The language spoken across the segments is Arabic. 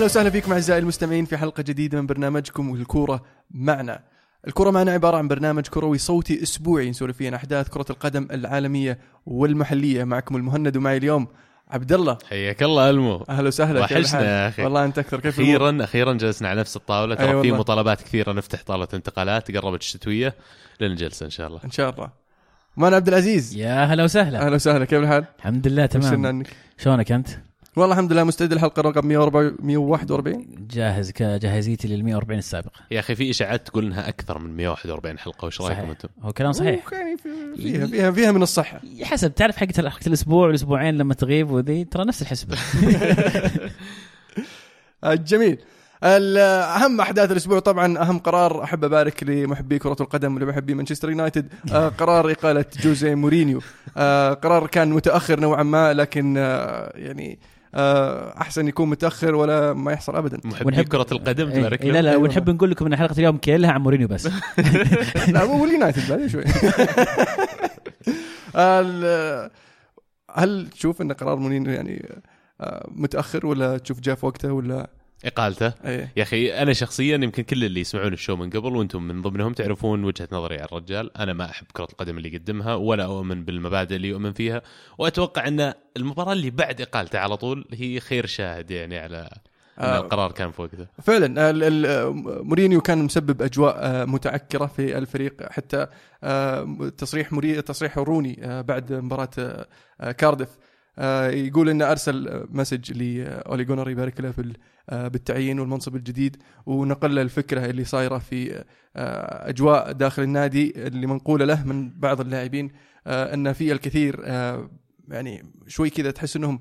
أهلا وسهلا فيكم أعزائي المستمعين في حلقة جديدة من برنامجكم الكورة معنا. الكورة معنا عبارة عن برنامج كروي صوتي أسبوعي نسولف فيه عن أحداث كرة القدم العالمية والمحلية. معكم المهند ومعي اليوم عبد الله. حياك الله ألمو. أهلا وسهلا. وحشنا يا أخي. والله أنت أكثر. كيف أخيرا جلسنا على نفس الطاولة. ترى في مطالبات كثيرة نفتح طاولة انتقالات، قربت الشتوية لنا جلسة إن شاء الله. إن شاء الله. معنا عبد العزيز. يا هلا وسهلا. أهلا وسهلا. كيف الحال؟ الحمد لله تمام. شلونك أنت؟ والله الحمد لله مستعد الحلقة رقم 141. جاهز كجاهزيتي لل 140 السابقة. يا أخي في إشاعات تقول إنها أكثر من 141 حلقة، وش رأيكم أنتم؟ هو كلام صحيح. يعني فيها من الصحة. حسب تعرف حقة الأسبوع والأسبوعين لما تغيب وذي ترى نفس الحسبة. جميل. أهم أحداث الأسبوع طبعا أهم قرار أحب أبارك لمحبي كرة القدم ولمحبي مانشستر يونايتد، قرار إقالة جوزيه مورينيو. قرار كان متأخر نوعا ما، لكن يعني أحسن يكون متأخر ولا ما يحصل أبدا. محبي كرة القدم تبارك له. لا ونحب نقول لكم إن حلقة اليوم كلها عن مورينيو بس. لا مو اليونايتد بعد شوي. هل تشوف إن قرار مورينيو يعني متأخر ولا تشوف جاء في وقته ولا إقالته؟ يا أخي أنا شخصيا يمكن كل اللي يسمعون الشو من قبل وأنتم من ضمنهم تعرفون وجهة نظري على الرجال. أنا ما أحب كرة القدم اللي يقدمها ولا أؤمن بالمبادئ اللي يؤمن فيها، وأتوقع أن المباراة اللي بعد إقالته على طول هي خير شاهد يعني على أن القرار كان في وقته. فعلا مورينيو كان مسبب أجواء متعكرة في الفريق، حتى تصريح روني بعد مباراة كارديف يقول إنه أرسل مسج لأولي جونر يبارك له في بالتعيين والمنصب الجديد، ونقل الفكرة اللي صايرة في أجواء داخل النادي اللي منقولة له من بعض اللاعبين أن في الكثير يعني شوي كذا تحس أنهم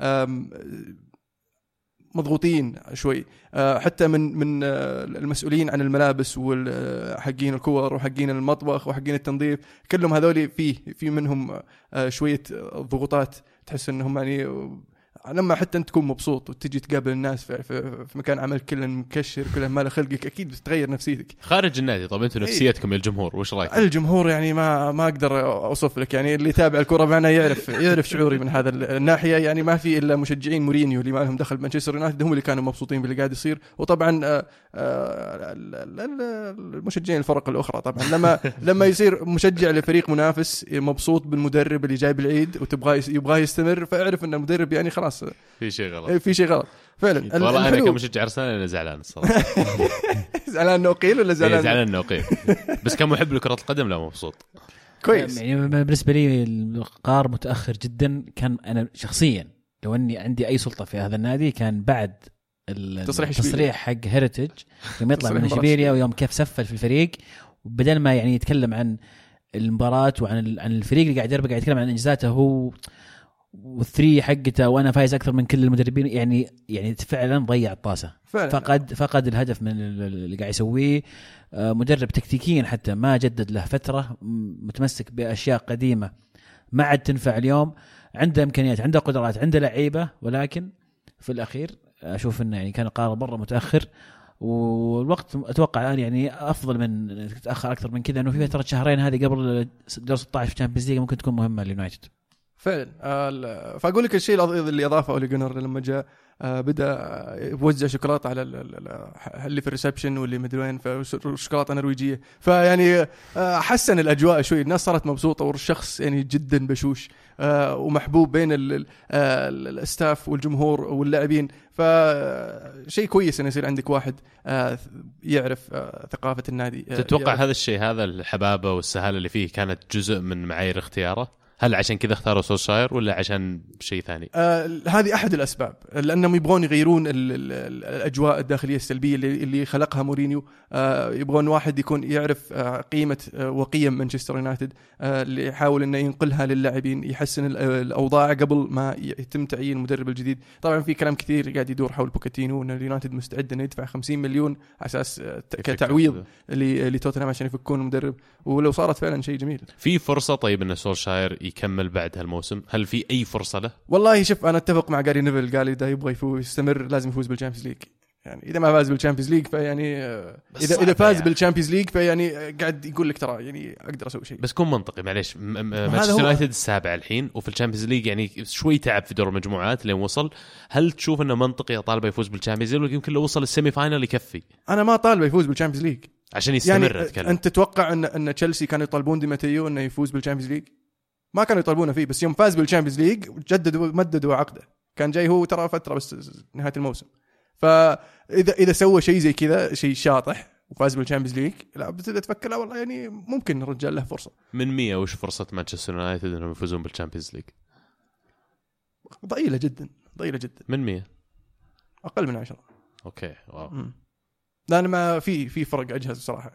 مضغوطين شوي، حتى من المسؤولين عن الملابس وحقين الكور وحقين المطبخ وحقين التنظيف، كلهم هذولي في منهم شوية ضغوطات. تحس انهم يعني لما حتى انت تكون مبسوط وتجي تقابل الناس في مكان عمل كله مكشر كله مال خلقك، اكيد بتتغير نفسيتك خارج النادي. طب انتوا نفسيتكم الجمهور وش رايك؟ الجمهور يعني ما اقدر اوصف لك، يعني اللي يتابع الكره معنا يعرف شعوري من هذا الناحيه. يعني ما في الا مشجعين مورينيو اللي ما لهم دخل بمانشستر يونايتد هم اللي كانوا مبسوطين باللي قاعد يصير، وطبعا المشجعين الفرق الاخرى طبعا لما يصير مشجع لفريق منافس مبسوط بالمدرب اللي جايب العيد ويبغاه يستمر، فاعرف ان المدرب يعني خلاص في شيء غلط فعلا. والله انا كمشجع ارسنال انا زعلان الصراحه. زعلان انه قيل ولا زعلان انه قيل؟ بس كمحب لكره القدم لا مبسوط كويس. يعني بالنسبه لي القرار متاخر جدا. كان انا شخصيا لو اني عندي اي سلطه في هذا النادي كان بعد التصريح حق هيريتج لما يطلع من إشبيلية ويوم كيف سفل في الفريق، وبدل ما يعني يتكلم عن المباراة وعن الفريق اللي قاعد يربح، قاعد يتكلم عن إنجازاته هو والثري حقته وانا فايز اكثر من كل المدربين. يعني فعلا ضيع الطاسه، فقد الهدف من اللي قاعد يسويه. مدرب تكتيكيا حتى ما جدد له فتره، متمسك باشياء قديمه ما عاد تنفع اليوم. عنده امكانيات، عنده قدرات، عنده لعيبه، ولكن في الاخير اشوف انه يعني كان قرار مره متاخر، والوقت اتوقع يعني افضل من تاخر اكثر من كذا، انه في فتره شهرين هذه قبل دور 16 في الشامبيونز ليج ممكن تكون مهمه لليونايتد فعلا. فأقول لك الشيء اللي أضافه أولي جونر لما جاء بدأ يوزع شوكولاتة على اللي في الريسبشن واللي مدري وين، شوكولاتة نرويجية، فيعني حسن الأجواء شوي. الناس صارت مبسوطة والشخص يعني جدا بشوش ومحبوب بين الستاف والجمهور واللاعبين. فشيء كويس أن يصير عندك واحد يعرف ثقافة النادي. تتوقع هذا الشيء، هذا الحبابة والسهالة اللي فيه كانت جزء من معايير اختياره؟ هل عشان كذا اختاروا سولشاير ولا عشان شيء ثاني؟ هذه أحد الأسباب، لأنهم يبغون يغيرون الأجواء الداخلية السلبية اللي خلقها مورينيو. يبغون واحد يكون يعرف قيمة وقيم مانشستر يونايتد، اللي يحاول أنه ينقلها للاعبين، يحسن الأوضاع قبل ما يتم تعيين المدرب الجديد. طبعا في كلام كثير قاعد يدور حول بوكيتينو، وأن اليونايتد مستعد أنه يدفع 50 مليون على أساس كتعويض لتوتنهام عشان يفكون المدرب، ولو صارت فعلا شيء جميل. في فرصة طيب أن سولشاير يكمل بعد هالموسم؟ هل في أي فرصة له؟ والله شوف، أنا أتفق مع جاري نيفل، قال إذا يبغى يستمر لازم يفوز بالجامبيونز ليج. يعني اذا ما فاز بالشامبيونز ليج فيعني اذا فاز يعني بالشامبيونز ليج فيعني قاعد يقول لك ترى يعني اقدر اسوي شيء. بس كون منطقي معليش، مانشستر يونايتد السابع الحين وفي الشامبيونز ليج يعني شوي تعب في دور المجموعات لين وصل. هل تشوف انه منطقي طالبه يفوز بالشامبيونز ليج؟ يمكن لو وصل السيمي فاينل يكفي. انا ما طالبه يفوز بالشامبيونز ليج عشان يستمر. يعني أتكلم. انت تتوقع ان تشيلسي كانوا يطالبون دي ماتيو انه يفوز بالشامبيونز ليج؟ ما كانوا يطالبونه فيه، بس يوم فاز بالشامبيونز ليج مددوا عقده. كان جاي هو ترى فتره بس نهايه الموسم. فاذا سوى شيء زي كذا شيء شاطح وفاز بالشامبيونز ليج، لا بتبدا تفكر لا والله يعني ممكن الرجال له فرصه. من 100 وش فرصه مانشستر يونايتد انهم يفوزون بالشامبيونز ليج؟ ضئيله جدا، ضئيله جدا. من 100 اقل من 10. اوكي واو. لا انا ما في فرق اجهز بصراحه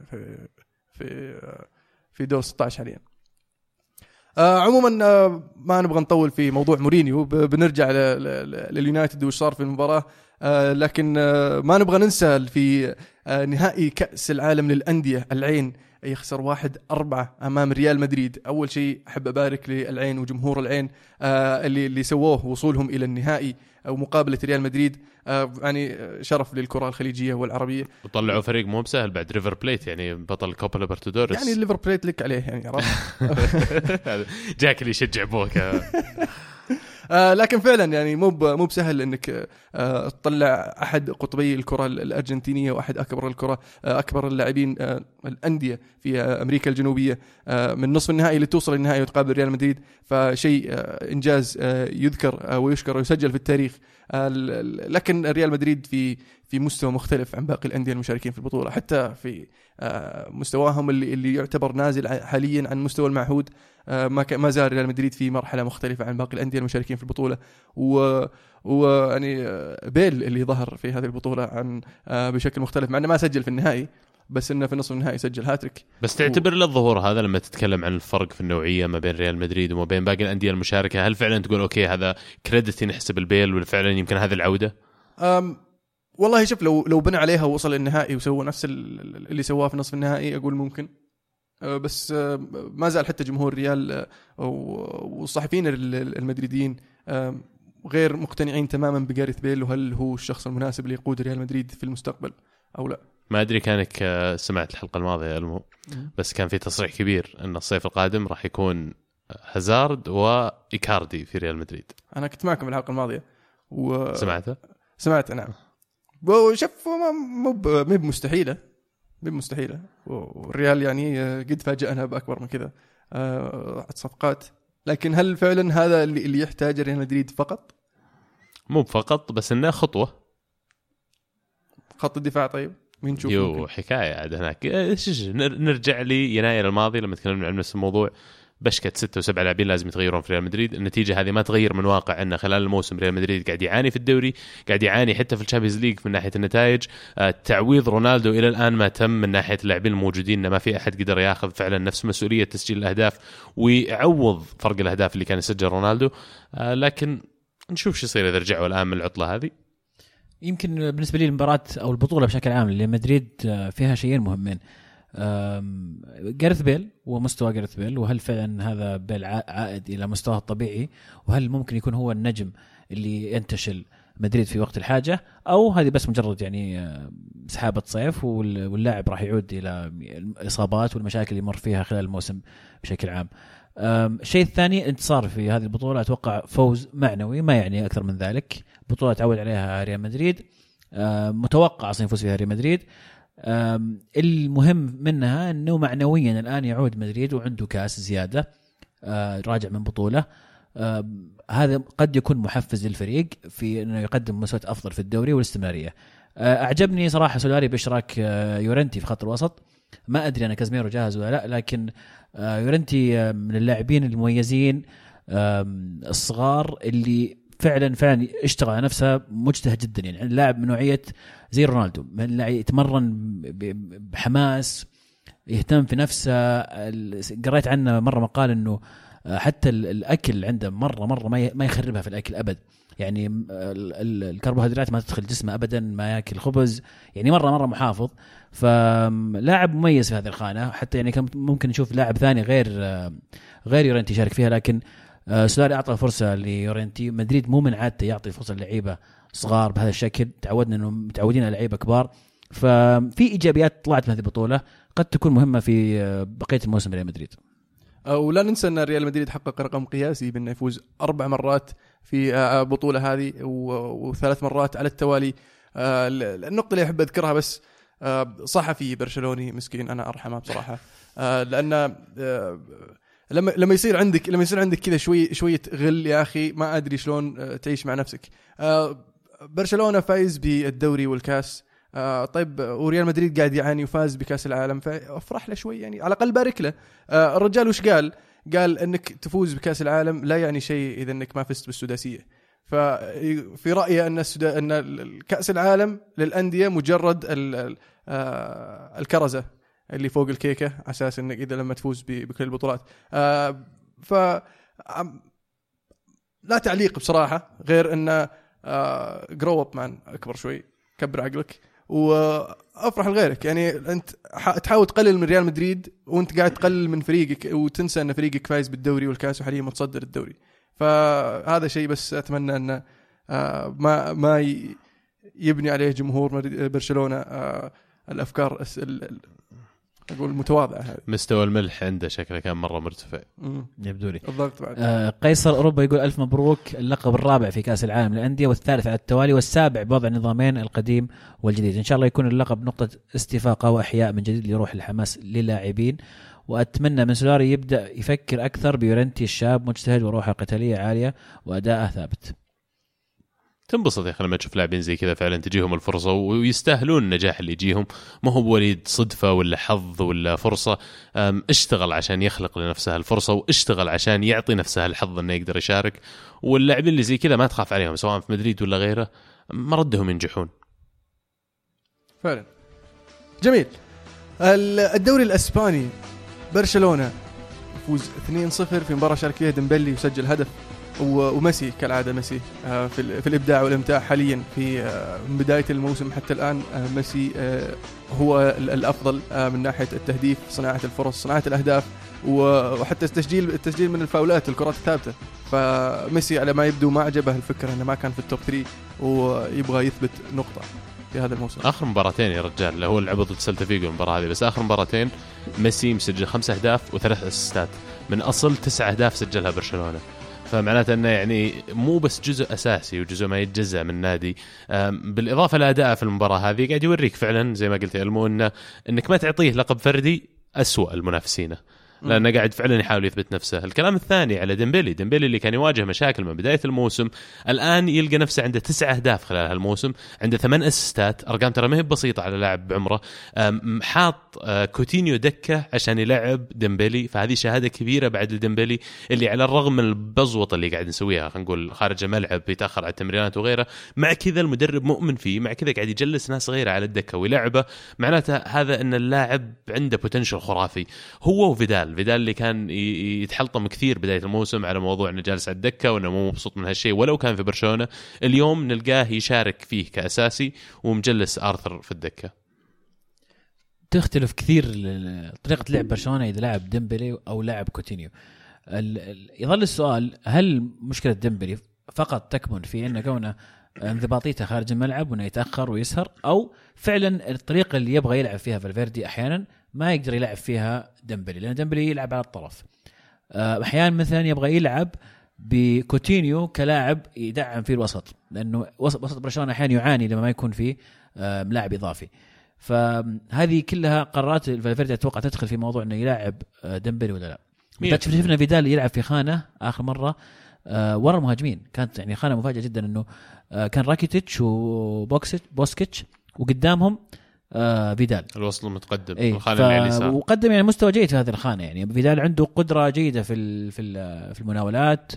في دور 16 حاليا. عموما ما نبغى نطول في موضوع مورينيو، بنرجع لليونايتد وش صار في المباراة. لكن ما نبغى ننسى في نهائي كأس العالم للأندية العين يخسر 1-4 أمام ريال مدريد. أول شيء أحب أبارك للعين وجمهور العين اللي سووه وصولهم إلى النهائي أو مقابلة ريال مدريد. يعني شرف للكرة الخليجية والعربية. وطلعوا فريق مو بسهل بعد ريفر بليت، يعني بطل كوبا ليبرتادوريس. يعني ليفر بليت لك عليه يعني جاك اللي يشجع بوكا. لكن فعلا يعني مو بسهل انك تطلع احد قطبي الكره الارجنتينيه واحد اكبر اللاعبين الانديه في امريكا الجنوبيه من نصف النهائي لتوصل للنهائي وتقابل ريال مدريد. فشيء انجاز يذكر ويشكر ويسجل في التاريخ. لكن ريال مدريد في مستوى مختلف عن باقي الانديه المشاركين في البطوله، حتى في مستواهم اللي يعتبر نازل حاليا عن مستوى المعهود. ما زال ريال مدريد في مرحله مختلفه عن باقي الانديه المشاركين في البطوله. ويعني بيل اللي ظهر في هذه البطوله عن بشكل مختلف، مع انه ما سجل في النهائي، بس انه في نصف النهائي سجل هاتريك. بس تعتبر الظهور هذا لما تتكلم عن الفرق في النوعيه ما بين ريال مدريد وما بين باقي الانديه المشاركه، هل فعلا تقول اوكي هذا كريدت نحسب البيل ولا فعلا يمكن هذه العوده؟ والله شوف، لو بنى عليها ووصل النهائي وسوى نفس اللي سواه في نصف النهائي اقول ممكن. بس ما زال حتى جمهور ريال والصحفيين المدريديين غير مقتنعين تماما بجاريث بيل، وهل هو الشخص المناسب اللي يقود ريال مدريد في المستقبل أو لا. ما أدري كانك سمعت الحلقة الماضية بس كان في تصريح كبير أن الصيف القادم راح يكون هازارد وإيكاردي في ريال مدريد. أنا كنت معكم في الحلقة الماضية سمعت نعم. وشوف مو بمستحيلة، والريال يعني قد فاجأنا بأكبر من كذا صفقات. لكن هل فعلا هذا اللي يحتاج ريال مدريد فقط؟ مو فقط، بس إنه خطوة خط الدفاع. طيب مين نشوف حكاية عاد هناك. نرجع لي يناير الماضي لما تكلمنا عن نفس الموضوع، بشكت 6 و7 لاعبين لازم يتغيرون في ريال مدريد. النتيجة هذه ما تغير من واقع أن خلال الموسم ريال مدريد قاعد يعاني في الدوري، قاعد يعاني حتى في الشامبيونز ليج من ناحية النتائج. تعويض رونالدو إلى الآن ما تم من ناحية اللاعبين الموجودين، ما في أحد قدر ياخذ فعلا نفس مسؤولية تسجيل الأهداف ويعوض فرق الأهداف اللي كان يسجل رونالدو. لكن نشوف شو يصير إذا رجعوا الآن من العطلة هذه. يمكن بالنسبة لي المباراة أو البطولة بشكل عام اللي مدريد فيها شيئين مهمين، جاريث بيل ومستوى جاريث بيل، وهل فعلا هذا بيل عائد إلى مستواه الطبيعي، وهل ممكن يكون هو النجم اللي ينتشل مدريد في وقت الحاجة، أو هذه بس مجرد يعني سحابة صيف واللاعب راح يعود إلى الإصابات والمشاكل اللي يمر فيها خلال الموسم بشكل عام. الشيء الثاني انتصار في هذه البطولة، أتوقع فوز معنوي ما يعني أكثر من ذلك. بطولة تعود عليها ريال مدريد، متوقع أصلا يفوز فيها ريال مدريد. المهم منها أنه معنويا الآن يعود مدريد وعنده كاس زيادة، راجع من بطولة. هذا قد يكون محفز للفريق في أنه يقدم مستوى أفضل في الدوري والاستمرارية. أعجبني صراحة سولاري بإشراك يورنتي في خط الوسط. ما أدري أنا كازميرو جاهز ولا لا، لكن يورنتي من اللاعبين المميزين الصغار اللي فعلا اشتغل على نفسه، مجتهد جدا. يعني اللاعب من نوعية زي رونالدو، من اللي يتمرن بحماس، يهتم في نفسه. قريت عنه مرة مقال انه حتى الاكل عنده مرة ما يخربها في الاكل ابد. يعني الكربوهيدرات ما تدخل جسمه ابدا، ما ياكل خبز، يعني مرة محافظ. فلاعب مميز في هذه الخانة. حتى يعني كان ممكن نشوف لاعب ثاني غير يورنتي يشارك فيها، لكن سولاري أعطى فرصة ليورنتي. مدريد مو من عادته يعطي فرصة للعيبة صغار بهذا الشكل، تعودنا انه متعودين على لعيبه كبار. ففي ايجابيات طلعت من هذه البطوله قد تكون مهمه في بقيه الموسم ريال مدريد. ولا ننسى ان ريال مدريد حقق رقم قياسي بانه يفوز 4 مرات في البطوله هذه و3 مرات على التوالي. النقطه اللي احب اذكرها بس، صحفي برشلوني مسكين انا ارحمه بصراحه، لان لما يصير عندك كذا شويه غل يا اخي، ما ادري شلون تعيش مع نفسك. برشلونه فايز بالدوري والكاس، طيب وريال مدريد قاعد يعاني وفاز بكاس العالم، فافرح له شوي يعني، على الاقل بارك له. الرجال وش قال انك تفوز بكاس العالم لا يعني شيء اذا انك ما فزت بالسداسيه. ففي رايي ان كاس العالم للانديه مجرد الكرزه اللي فوق الكيكه، على اساس انك اذا لما تفوز بكل البطولات. ف لا تعليق بصراحه غير ان جرو اب مان، اكبر شوي، كبر عقلك وافرح لغيرك. يعني انت تحاول تقلل من ريال مدريد وانت قاعد تقلل من فريقك، وتنسى ان فريقك فايز بالدوري والكاس وحاليا متصدر الدوري. فهذا شيء بس اتمنى ان ما يبني عليه جمهور برشلونة الافكار اقول متواضعه. هذه مستوى الملح عنده شكله كان مره مرتفع، يبدو لي. الضغط بعد. قيصر اوروبا يقول الف مبروك، اللقب الرابع في كاس العالم للانديه والثالث على التوالي والسابع بوضع نظامين القديم والجديد. ان شاء الله يكون اللقب نقطه استفاقه واحياء من جديد لروح الحماس للاعبين، واتمنى من سولاري يبدا يفكر اكثر بيورنتي الشاب مجتهد وروحه القتاليه عاليه واداءه ثابت. تنبسط يا اخي لما تشوف لاعبين زي كذا فعلا تجيهم الفرصه ويستاهلون النجاح اللي يجيهم، ما هو بوليد صدفه ولا حظ ولا فرصه. اشتغل عشان يخلق لنفسه الفرصه، واشتغل عشان يعطي نفسه الحظ انه يقدر يشارك. واللاعبين اللي زي كذا ما تخاف عليهم سواء في مدريد ولا غيره، مردهم ينجحون فعلا. جميل. الدوري الاسباني، برشلونه يفوز 2-0 في مباراه شارك فيها ديمبلي وسجل هدف، وميسي كالعاده ميسي في الابداع والامتاع حاليا في من بدايه الموسم حتى الان. ميسي هو الافضل من ناحيه التهديف، صناعه الفرص، صناعه الاهداف، وحتى التسجيل من الفاولات، الكرات الثابته. فميسي على ما يبدو ما عجبه الفكره انه ما كان في التوب 3 ويبغى يثبت نقطه في هذا الموسم. اخر مباراتين يا رجال هو اللي عبط سلتا فيجو المباراه هذه، بس اخر مباراتين ميسي مسجل 5 أهداف و3 اسيستات من اصل 9 أهداف سجلها برشلونه. فمعناته انه يعني مو بس جزء اساسي وجزء ما يتجزأ من النادي. بالاضافه لاداءه في المباراه هذه قاعد يوريك فعلا زي ما قلت يا المو انك ما تعطيه لقب فردي أسوأ المنافسين، لأنه قاعد فعلا يحاول يثبت نفسه. الكلام الثاني على ديمبلي اللي كان يواجه مشاكل من بداية الموسم، الآن يلقى نفسه عنده 9 أهداف خلال هالموسم، عنده 8 أسيستات، أرقام ترى ما هي بسيطة على لاعب بعمره. حاط كوتينيو دكة عشان يلعب ديمبلي، فهذه شهادة كبيرة بعد لديمبلي اللي على الرغم من البزوطة اللي قاعد نسويها خلينا نقول خارج الملعب بيتأخر على التمرينات وغيره، مع كذا المدرب مؤمن فيه، مع كذا قاعد يجلس ناس غيره على الدكة ويلعبه. معناته هذا أن اللاعب عنده بوتنشل خرافي. هو وفيدال اللي كان يتحلطم كثير بداية الموسم على موضوع انه جالس على الدكة وانه مو مبسوط من هالشيء ولو كان في برشلونة، اليوم نلقاه يشارك فيه كأساسي ومجلس آرثر في الدكة. تختلف كثير طريقة لعب برشلونة إذا لعب ديمبلي أو لعب كوتينيو. يظل السؤال، هل مشكلة ديمبلي فقط تكمن في أنه كونه انضباطيته خارج الملعب وانه يتأخر ويسهر، أو فعلا الطريقة اللي يبغى يلعب فيها فالفيردي أحيانا ما يقدر يلعب فيها ديمبلي، لأن ديمبلي يلعب على الطرف. أحيانا مثلا يبغى يلعب بكوتينيو كلاعب يدعم في الوسط، لأنه وسط برشلونة أحيانا يعاني لما ما يكون فيه لاعب إضافي. فهذه كلها قرارات فالفيردي أتوقع تدخل في موضوع أنه يلاعب ديمبلي ولا لا. شفنا فيدال يلعب في خانة آخر مرة ورا المهاجمين، كانت يعني خانة مفاجئة جدا، أنه كان راكيتيتش وبوسكيتش وقدامهم فيدال الوسط المتقدم وقدم يعني مستوى جيد في هذه الخانة. يعني فيدال عنده قدرة جيدة في المناولات،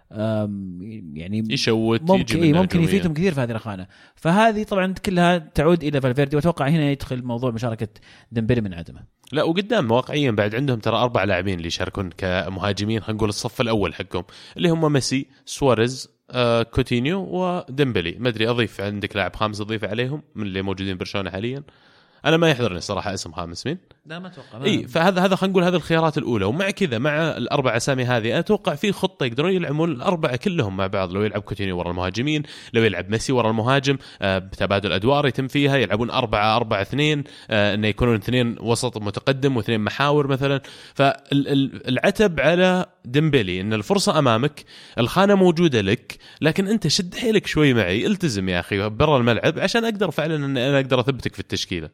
يعني يشوت ممكن يفيدهم كثير في هذه الخانة. فهذه طبعا كلها تعود إلى فالفيردي، وأتوقع هنا يدخل موضوع مشاركة ديمبلي من عدمه. لا وقدام واقعيا بعد عندهم ترى 4 لاعبين اللي يشاركون كمهاجمين، خلينا نقول الصف الأول حقهم اللي هم ميسي، سواريز، كوتينيو وديمبلي. ما أدري أضيف عندك لاعب خامس أضيف عليهم من اللي موجودين برشلونة حاليا. انا ما يحضرني صراحه اسم خامس مين. لا ما اتوقع. اي فهذا خلينا نقول هذه الخيارات الاولى. ومع كذا مع الاربع اسامي هذه اتوقع في خطه يقدرون يلعبون الاربعه كلهم مع بعض. لو يلعب كوتينيو ورا المهاجمين، لو يلعب ميسي ورا المهاجم، بتبادل ادوار يتم فيها، يلعبون 4-4-2 انه يكونون 2 وسط متقدم و2 محاور مثلا. فالعتب على ديمبلي ان الفرصه امامك، الخانه موجوده لك، لكن انت شد حيلك شوي معي، التزم يا اخي برا الملعب عشان اقدر فعلا ان انا اقدر اثبتك في التشكيله.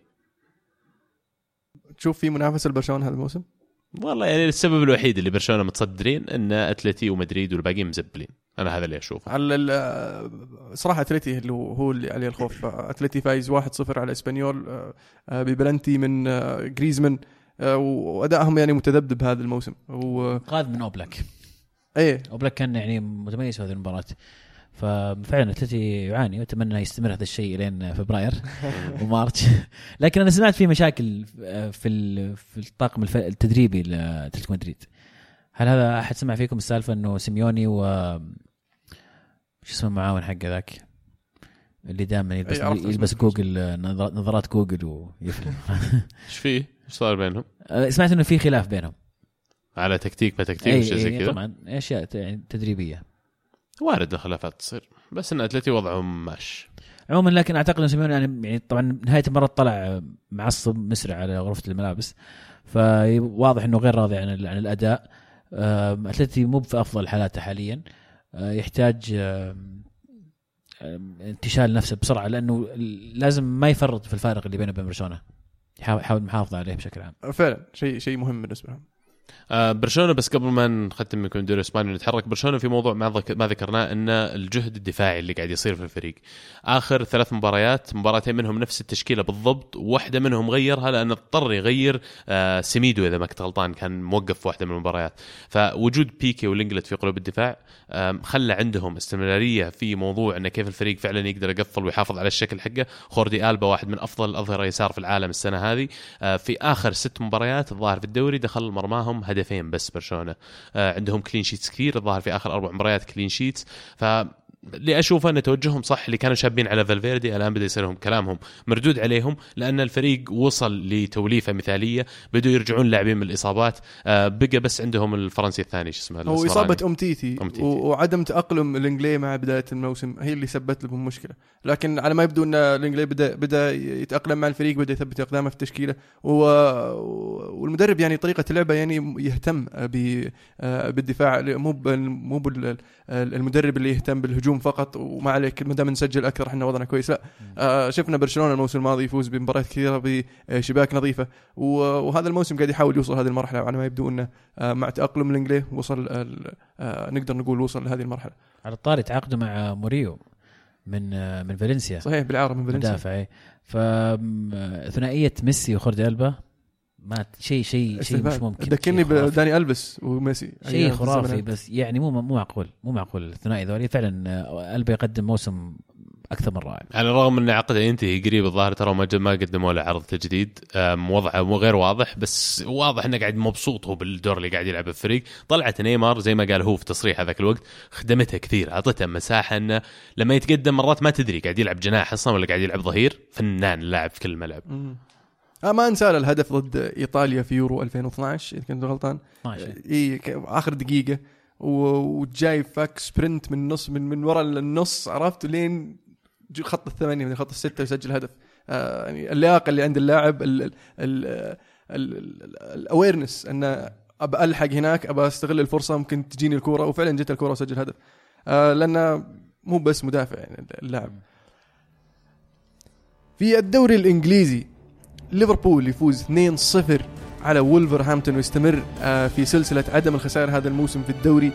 تشوف في منافسه لبرشلونه هذا الموسم؟ والله يعني السبب الوحيد اللي برشلونه متصدرين ان اتلتي ومدريد والباقيين مزبلين. انا هذا اللي اشوفه على صراحه. اتلتي اللي هو اللي عليه الخوف. اتلتي فايز 1-0 على اسبانيول ببلنتي من جريزمان، وادائهم يعني متذبذب هذا الموسم، وقاد من اوبلاك. ايه اوبلاك كان يعني متميز في هذه المباراه. ففعلا اتلتي يعاني، واتمنى يستمر هذا الشيء لين فبراير ومارس. لكن انا سمعت في مشاكل في الطاقم التدريبي لاتلتيكو مدريد. هل هذا احد سمع فيكم السالفه انه سيميوني و شو اسمه المعاون حق ذاك اللي دائما يلبس جوجل، نظارات جوجل ويفهم ايش فيه؟ ايش صار بينهم؟ سمعت انه في خلاف بينهم على تكتيك ما تكتيك شيء زي كذا. طبعا اشياء يعني تدريبيه وارد الخلافات تصير، بس ان اتلتي وضعهم ماشي عموما. لكن اعتقد ان سيميوني يعني طبعا نهايه المباراه طلع معصب مسرع على غرفه الملابس، فواضح انه غير راضي عن الاداء. اتلتي مو في افضل حالاته حاليا، يحتاج انتشال نفسه بسرعه، لانه لازم ما يفرط في الفارق اللي بينه وبين برشلونه، يحاول محافظه عليه بشكل عام. فعلا شيء مهم بالنسبه لهم. برشلونة. بس قبل ما نختم منكم دوري اسبانيا نتحرك برشلونة في موضوع ما ذكرناه، ان الجهد الدفاعي اللي قاعد يصير في الفريق. اخر 3 مباريات، مباراتين منهم نفس التشكيله بالضبط، وواحده منهم غيرها لان اضطر يغير سيميدو اذا ما كنت غلطان، كان موقف في واحده من المباريات. فوجود بيكي ولينجلت في قلوب الدفاع خلى عندهم استمراريه في موضوع ان كيف الفريق فعلا يقدر يقفل ويحافظ على الشكل حقه. خوردي ألبا واحد من افضل الاظهره يسار في العالم السنه هذه، في اخر 6 مباريات الظاهر في الدوري دخل مرماهم هدفين بس. برشلونة عندهم كلين شيتس كثير، الظاهر في آخر 4 مباريات كلين شيتس. اللي أشوفه أن توجههم صح، اللي كانوا شابين على فالفيردي الآن بدأ يصيرهم كلامهم مردود عليهم، لأن الفريق وصل لتوليفة مثالية، بدوا يرجعون لاعبين من الإصابات. بقى بس عندهم الفرنسي الثاني شو اسمه، هو إصابة أمتيتي وعدم تأقلم الإنجلي مع بداية الموسم هي اللي سبت لهم مشكلة. لكن على ما يبدو أن الإنجلي بدأ يتأقلم مع الفريق، بدأ يثبت أقدامه في التشكيلة، والمدرب يعني طريقة لعبه يعني يهتم بالدفاع، مو المدرب اللي يهتم بالهجوم فقط وما عليك ما دام نسجل اكثر احنا وضعنا كويس. لا شفنا برشلونه الموسم الماضي يفوز بمباريات كثيره بشباك نظيفه، وهذا الموسم قاعد يحاول يوصل هذه المرحله. على ما يبدو انه مع تاقلم الانجلي وصل نقدر نقول وصل لهذه المرحله. على الطاري تعاقدوا مع موريو من فالنسيا، صحيح بالعاره من فالنسيا مدافع. فثنائيه ميسي وخوردي ألبا ما شيء مش ممكن. ذكرني بداني ألبس وميسي، شيء خرافي. بس يعني مو معقول الثنائي ذولي فعلا. ألبا يقدم موسم اكثر من رائع، على الرغم ان عقده ينتهي قريب الظاهر، ترى ما قدموا له عرض تجديد. وضعه غير واضح، بس واضح انه قاعد مبسوط هو بالدور اللي قاعد يلعب الفريق. طلعت نيمار زي ما قال هو في تصريح هذاك الوقت، خدمته كثير، اعطته مساحه انه لما يتقدم مرات ما تدري قاعد يلعب جناح اصلا ولا قاعد يلعب ظهير. فنان اللاعب في كل الملعب. ما انسى الهدف ضد ايطاليا في يورو 2012 اذا كنت غلطان، اخر دقيقه وجاي فاك سبرنت من النص من ورا النص، عرفت لين خط 8 من خط 6 وسجل هدف. يعني اللياقه اللي عند اللاعب، الاويرنس ان ابى الحق هناك، ابى استغل الفرصه ممكن تجيني الكوره، وفعلا جت الكوره وسجل هدف. لانه مو بس مدافع يعني اللاعب. في الدوري الانجليزي ليفربول يفوز 2-0 على وولفرهامبتون ويستمر في سلسلة عدم الخسائر هذا الموسم في الدوري.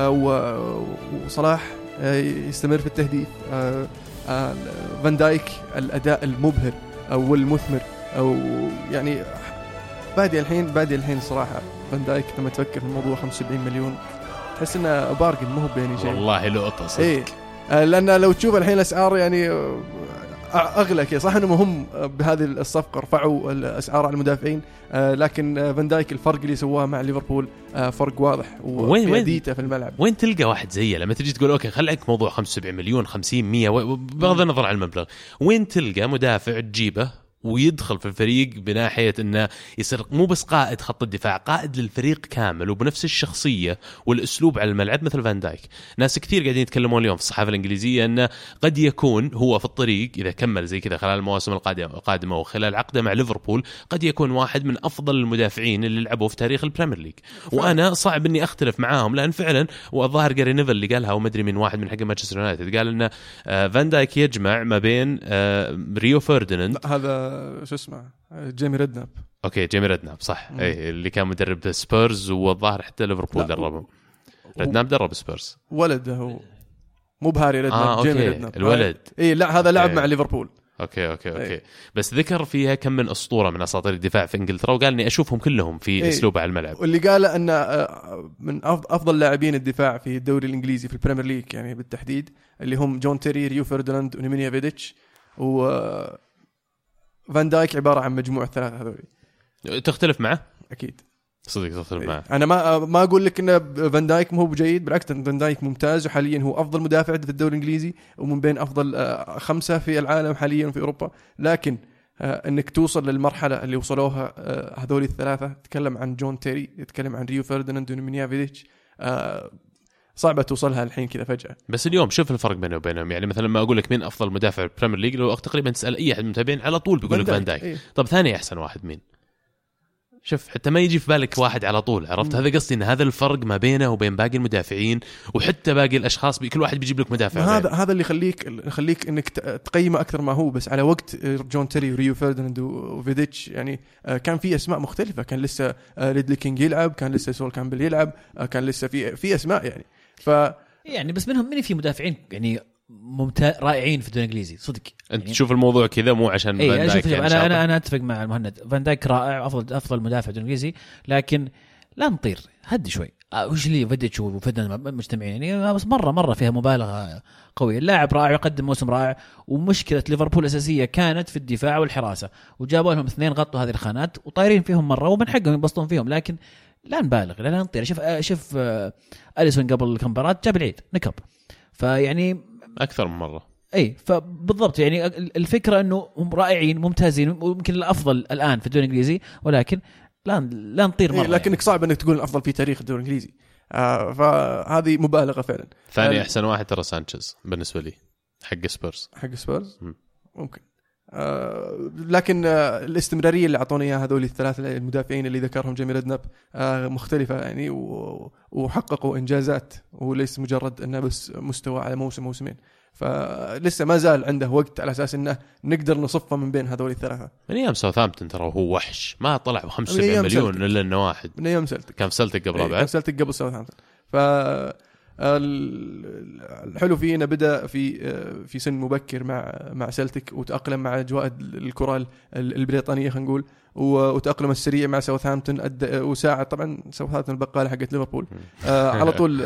وصلاح يستمر في التهديف. فان دايك الأداء المبهر أو المثمر، أو يعني بادي الحين صراحة. فان دايك لما تفكر في الموضوع 75 مليون تحس إنه بارقن مو بيني شيء والله لقطة صدق. إيه لأن لو تشوف الحين الأسعار يعني أغلى كي صح إنه مهم بهذه الصفقة رفعوا الأسعار على المدافعين، لكن فان دايك الفرق اللي سواه مع ليفربول فرق واضح وبيديته في الملعب. وين تلقى واحد زيه لما تجي تقول أوكي خليك موضوع 75 مليون 50 100 بغض النظر عن المبلغ، وين تلقى مدافع تجيبه ويدخل في الفريق بناحية أنه يصير مو بس قائد خط الدفاع، قائد للفريق كامل وبنفس الشخصية والأسلوب على الملعب مثل فان دايك. ناس كثير قاعدين يتكلمون اليوم في الصحافة الإنجليزية أنه قد يكون هو في الطريق إذا كمل زي كذا خلال المواسم القادمة وخلال عقده مع ليفربول قد يكون واحد من أفضل المدافعين اللي لعبوا في تاريخ البريمير ليج. وأنا صعب أني أختلف معاهم، لأن فعلا والظاهر جاري نيفل اللي قالها ومدري من واحد من حق مانشستر يونايتد قال أن فان دايك يجمع ما بين ريو فرديناند، هذا شو اسمه جيمي ريدناب. اوكي جيمي ريدناب صح، اي اللي كان مدرب سبيرز والظاهر حتى ليفربول دربهم. ريدناب درب سبيرز، ولده هو مو بهاري ريدناب. جيمي ريدناب الولد. اي لا هذا لعب مع ليفربول. اوكي بس ذكر فيها كم من اسطوره من اساطير الدفاع في انجلترا، وقال اني اشوفهم كلهم في اسلوبه على الملعب. واللي قال ان من افضل لاعبين الدفاع في الدوري الانجليزي في البريمير ليج يعني بالتحديد اللي هم جون تيري، ريو فرديناند، ونيمينيا فيديتش وفان دايك، عباره عن مجموعه الثلاثه هذول. تختلف معه؟ اكيد صدق تختلف معه. انا ما اقول لك ان فان دايك مو بجيد، بالعكس فان دايك ممتاز، وحاليا هو افضل مدافع في الدوري الانجليزي ومن بين افضل 5 في العالم حاليا في اوروبا. لكن انك توصل للمرحله اللي وصلوها هذول الثلاثه، تتكلم عن جون تيري، تتكلم عن ريو فرديناند ونيمينيا فيديتش، صعبة توصلها الحين كذا فجأة. بس اليوم شوف الفرق بينه وبينهم. يعني مثلا ما أقول لك مين أفضل مدافع في البريمير ليج، لو تقريبا تسأل أي أحد من المتابعين على طول بيقول لك فان دايك. طب ثاني أحسن واحد مين؟ شوف حتى ما يجي في بالك واحد على طول، عرفت؟ هذا قصدي ان هذا الفرق ما بينه وبين باقي المدافعين وحتى باقي الاشخاص، كل واحد بيجيب لك مدافع. هذا اللي يخليك انك تقيمه اكثر ما هو. بس على وقت جون تيري وريو فرديناند وفيديتش يعني كان في اسماء مختلفه، كان لسه ريدلي كينج يلعب، كان لسه سول كامبل يلعب، كان لسه في اسماء يعني يعني بس منهم في مدافعين يعني ممتاز رائعين في الدوري الانجليزي صدق. انت يعني تشوف الموضوع كذا مو عشان فان دايك يعني انا اتفق مع المهند، فان دايك رائع، افضل مدافع في الدوري الانجليزي، لكن لا نطير، هدي شوي. وش اللي فيديتش وفدنا مجتمعين يعني بس مره فيها مبالغه قويه. اللاعب رائع يقدم موسم رائع، ومشكله ليفربول الاساسيه كانت في الدفاع والحراسه، وجابوا لهم 2 غطوا هذه الخانات وطايرين فيهم مره ومن حقهم يبسطون فيهم. لكن لا نبالغ، لا نطير. شوف أليسون قبل كم مباراة جاب العيد نكب، فيعني أكثر من مرة. أي فبالضبط يعني الفكرة إنه هم رائعين ممتازين ويمكن الأفضل الآن في الدوري الإنجليزي، ولكن لا نطير مرة. لكنك يعني صعب إنك تقول الأفضل في تاريخ الدوري الإنجليزي، فهذه مبالغة فعلا. ثاني أحسن واحد ترى سانشيز بالنسبة لي، حق سبيرز ممكن. لكن الاستمرارية اللي أعطونا إياها هذول الثلاثة المدافعين اللي ذكرهم جيمي ريدناب مختلفة يعني، وحققوا إنجازات، وليس مجرد إنه بس مستوى على موسمين. فلسه ما زال عنده وقت على أساس إنه نقدر نصفه من بين هذول الثلاثة. من أيام ساوثهامبتون ترى هو وحش، ما طلع ب75 مليون إلا إنه واحد. من أيام سلتك، كان سلتك قبل بعد، كان سلتك قبل ساوثهامبتون. الحلو فيه انه بدا في سن مبكر مع سلتك، وتاقلم مع اجواء الكره البريطانيه خلينا نقول، وتاقلم السريع مع ساوثهامبتون، وساعد طبعا ساوثهامبتون البقاله حقت ليفربول على طول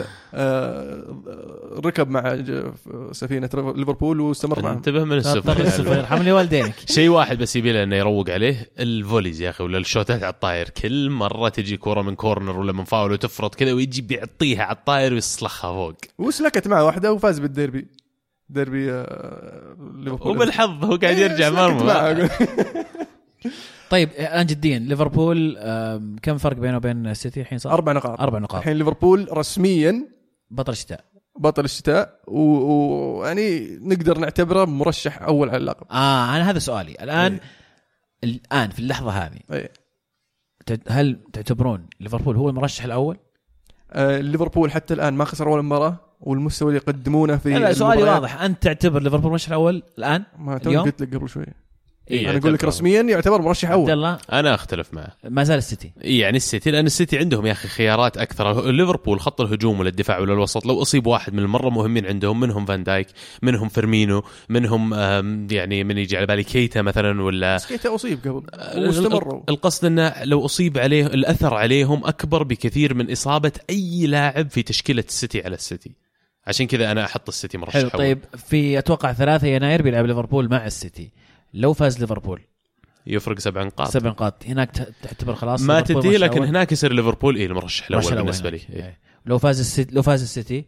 ركب مع سفينه ليفربول واستمر معهم. انتبه من السفر يرحمني والدينك. شيء واحد بس يبي له انه يروق عليه، الفوليز يا اخي ولا الشوتات على الطاير. كل مره تجي كره من كورنر ولا من فاول وتفرط كذا ويجي بيعطيها على الطاير ويصلخها فوق. وسلكت معه واحده وفاز بالديربي ليفربول، وبالحظ هو قاعد يرجع مرمى. طيب الان جديا ليفربول كم فرق بينه وبين السيتي الحين؟ صار 4 نقاط. الحين ليفربول رسميا بطل الشتاء ويعني نقدر نعتبره مرشح اول على اللقب. انا هذا سؤالي الان. الان في اللحظه هذه هل تعتبرون ليفربول هو المرشح الاول؟ ليفربول حتى الان ما خسر ولا مباراه، والمستوى اللي يقدمونه في لا سؤالي واضح، انت تعتبر ليفربول المرشح الاول الان؟ ما قلت لك قبل شوي. انا اقول لك رسميا يعتبر مرشح اول. انا اختلف معه، ما زال السيتي. يعني السيتي، لان السيتي عندهم يا اخي خيارات اكثر. ليفربول خط الهجوم ولا الدفاع ولا الوسط لو اصيب واحد من المره مهمين عندهم، منهم فان دايك، منهم فيرمينو، منهم يعني من يجي على بالي كيتا مثلا، ولا كيتا اصيب قبل واستمروا. القصد انه لو اصيب عليه الاثر عليهم اكبر بكثير من اصابه اي لاعب في تشكيله السيتي على السيتي. عشان كذا انا احط السيتي مرشح اول. طيب في اتوقع 3 يناير بيلعب ليفربول مع السيتي، لو فاز ليفربول يفرق 7 نقاط. 7 نقاط هناك تعتبر خلاص ما تدي، لكن هناك يصير ليفربول المرشح الاول بالنسبه لي. لو فاز السيتي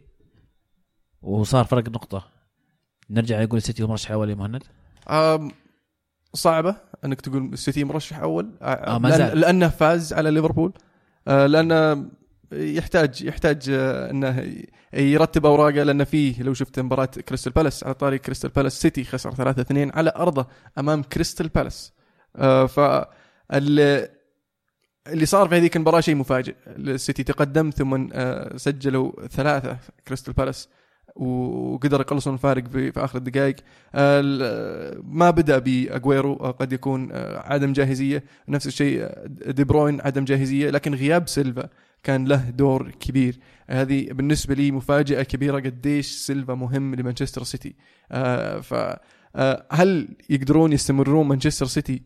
وصار فرق نقطه، نرجع نقول السيتي هو مرشح الاول يا مهند. صعبة انك تقول السيتي مرشح اول لانه فاز على ليفربول، لانه يحتاج انه يرتب اوراقه، لان فيه لو شفت مباراة كريستال بالاس على طاري كريستال بالاس سيتي خسر 3-2 على ارضه امام كريستال بالاس. اللي صار في هذيك المباراة شيء مفاجئ. السيتي تقدم ثم سجلوا 3 كريستال بالاس وقدر يقلصون الفارق في آخر الدقائق. ما بدأ بأغويرو، قد يكون عدم جاهزية، نفس الشيء دي بروين عدم جاهزية، لكن غياب سيلفا كان له دور كبير. هذه بالنسبة لي مفاجأة كبيرة قديش سيلفا مهم لمانشستر سيتي. هل يقدرون يستمرون مانشستر سيتي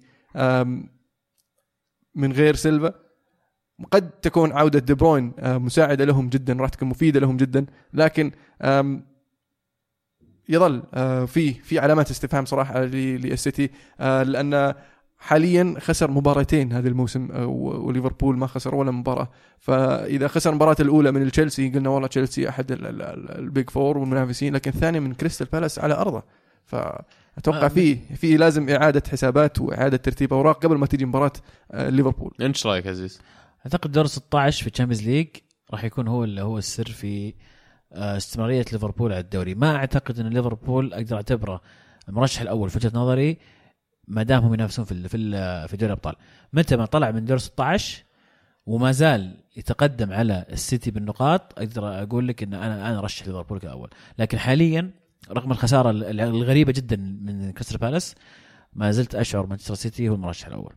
من غير سيلفا؟ قد تكون عودة دي بروين مساعدة لهم جدا، راح تكون مفيدة لهم جدا، لكن يظل في علامات استفهام صراحة للسيتي، لأن حاليا خسر مباراتين هذا الموسم، وليفربول ما خسر ولا مباراة. فإذا خسر المباراة الأولى من تشيلسي قلنا والله تشيلسي أحد البيج فور والمنافسين، لكن الثانية من كريستال بالاس على أرضه. فأتوقع في لازم إعادة حسابات وإعادة ترتيب أوراق قبل ما تيجي مباراة ليفربول. إيش رأيك عزيز؟ أعتقد دور 16 في الشامبيونز ليج راح يكون هو السر في استمرارية ليفربول على الدوري. ما أعتقد أن ليفربول أقدر أعتبره المرشح الأول في وجهة نظري ما دامهم ينافسون في دوري الأبطال. متى ما طلع من دور 16 وما زال يتقدم على السيتي بالنقاط أقدر أقول لك أن أنا رشح ليفربول كأول. لكن حاليا رغم الخسارة الغريبة جدا من كريستال بالاس ما زلت أشعر مانشستر سيتي هو المرشح الأول.